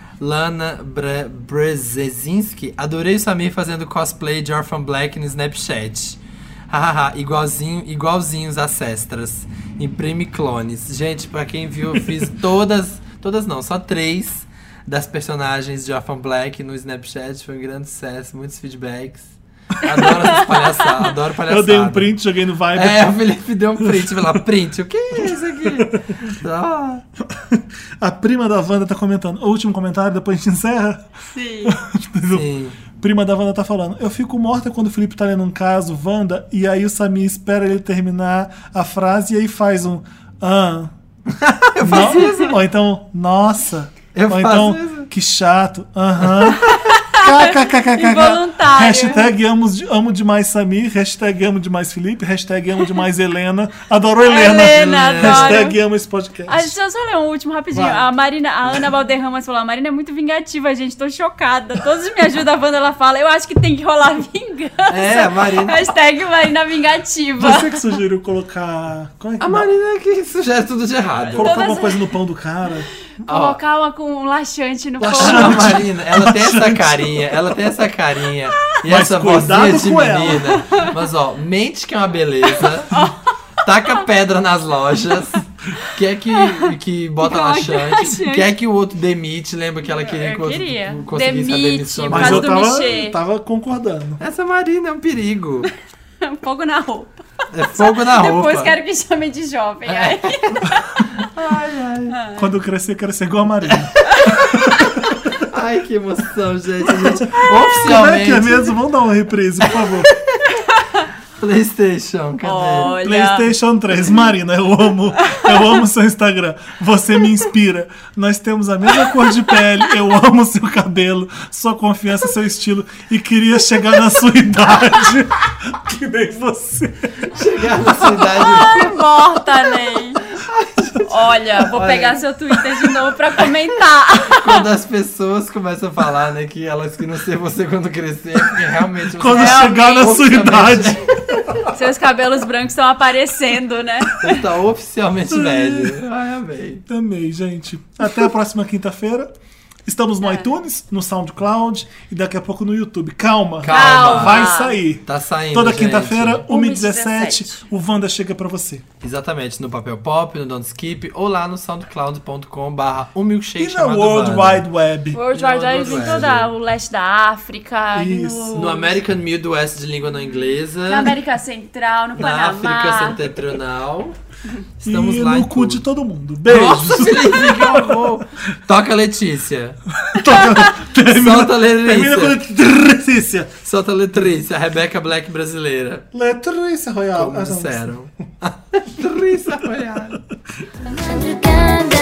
Lana Bre Brzezinski, adorei o Samir fazendo cosplay de Orphan Black no Snapchat. Hahaha, igualzinho, igualzinhos às cestras. Imprime clones. Gente, pra quem viu, eu fiz todas, todas não, só três das personagens de Orphan Black no Snapchat. Foi um grande sucesso, muitos feedbacks. Adoro essas palhaçadas, adoro palhaçada. Eu dei um print, joguei no Viber. É, o Felipe deu um print, vai lá, print, o que é isso aqui? Ah. A prima da Wanda tá comentando. O último comentário, depois a gente encerra. Sim. Sim. Prima da Wanda tá falando. Eu fico morta quando o Felipe tá lendo um caso, Wanda, e aí o Samir espera ele terminar a frase e aí faz um. Ah. Eu faço No- isso. Ou então, nossa. Eu Ou faço então, isso. que chato. Aham. KKKKK. Involuntário. Hashtag amo, amo demais Samir. Hashtag amo demais Felipe. Hashtag amo demais Helena. Adoro Helena. Helena, adoro. Hashtag amo esse podcast. Ah, deixa eu só ler um último rapidinho. Vai. A Marina, a Ana Valderramas falou: a Marina é muito vingativa, gente. Tô chocada. Todos me ajudam, a Wanda ela fala. Eu acho que tem que rolar vingança. É, a Marina. Hashtag Marina Vingativa. Você que sugeriu colocar. Como é que A dá? Marina que sugere tudo de errado. Colocar Todas- alguma coisa no pão do cara. Colocar uma com um laxante no Laxante. pão. A Marina, ela tem essa carinha, ela tem essa carinha e Mas essa cuidado vozinha de com ela. menina. Mas ó, mente que é uma beleza, taca pedra nas lojas, quer que, que bota Coloca laxante, laxante. quer que o outro demite, lembra que ela queria Eu que o outro queria. conseguisse a Demite, demissão. por Mas causa eu do tava, Michê. tava concordando. Essa Marina é um perigo. Fogo na roupa. É fogo na roupa. Depois quero que chame de jovem. Aí, Quando eu crescer, quero ser igual a Marina. Ai, que emoção, gente. A gente Como é oficialmente. que é mesmo? Vamos dar uma reprise, por favor. PlayStation, cadê? olha. PlayStation três. Marina, eu amo. Eu amo seu Instagram. Você me inspira. Nós temos a mesma cor de pele. Eu amo seu cabelo, sua confiança, seu estilo. E queria chegar na sua idade. Que nem você. Chegar na sua idade. Ai, morta, Ney. Olha, vou Olha. pegar seu Twitter de novo pra comentar. Quando as pessoas começam a falar, né, que elas queriam ser você quando crescer, porque realmente você Quando tá chegar na sua oficialmente- idade. Seus cabelos brancos estão aparecendo, né? Você tá oficialmente velho. Ai, amei. Amei, gente. Até a próxima quinta-feira. Estamos no iTunes, no SoundCloud e daqui a pouco no YouTube. Calma, Calma. vai sair. Tá saindo, Toda gente. quinta-feira, uma e uma e dezessete, dezessete. o Wanda chega pra você. Exatamente, no Papel Pop, no Don't Skip, ou lá no soundcloud ponto com barra um milkshake E na chamado World Wanda. Wide Web. World Não, Wide Web World em Wide. toda o leste da África, Isso. No American Midwest de língua não inglesa. na América Central, no na Panamá. África Setentrional. Estamos e lá no em cu tudo. de todo mundo. Beijos. Nossa, Felipe, que horror. Toca Letícia. Termina- Solta a Termina Letícia. com Letícia. Solta a Letrícia, a Rebecca Black brasileira. Letícia Royal. Como Ah, não. disseram. Letrícia Royal. madrugada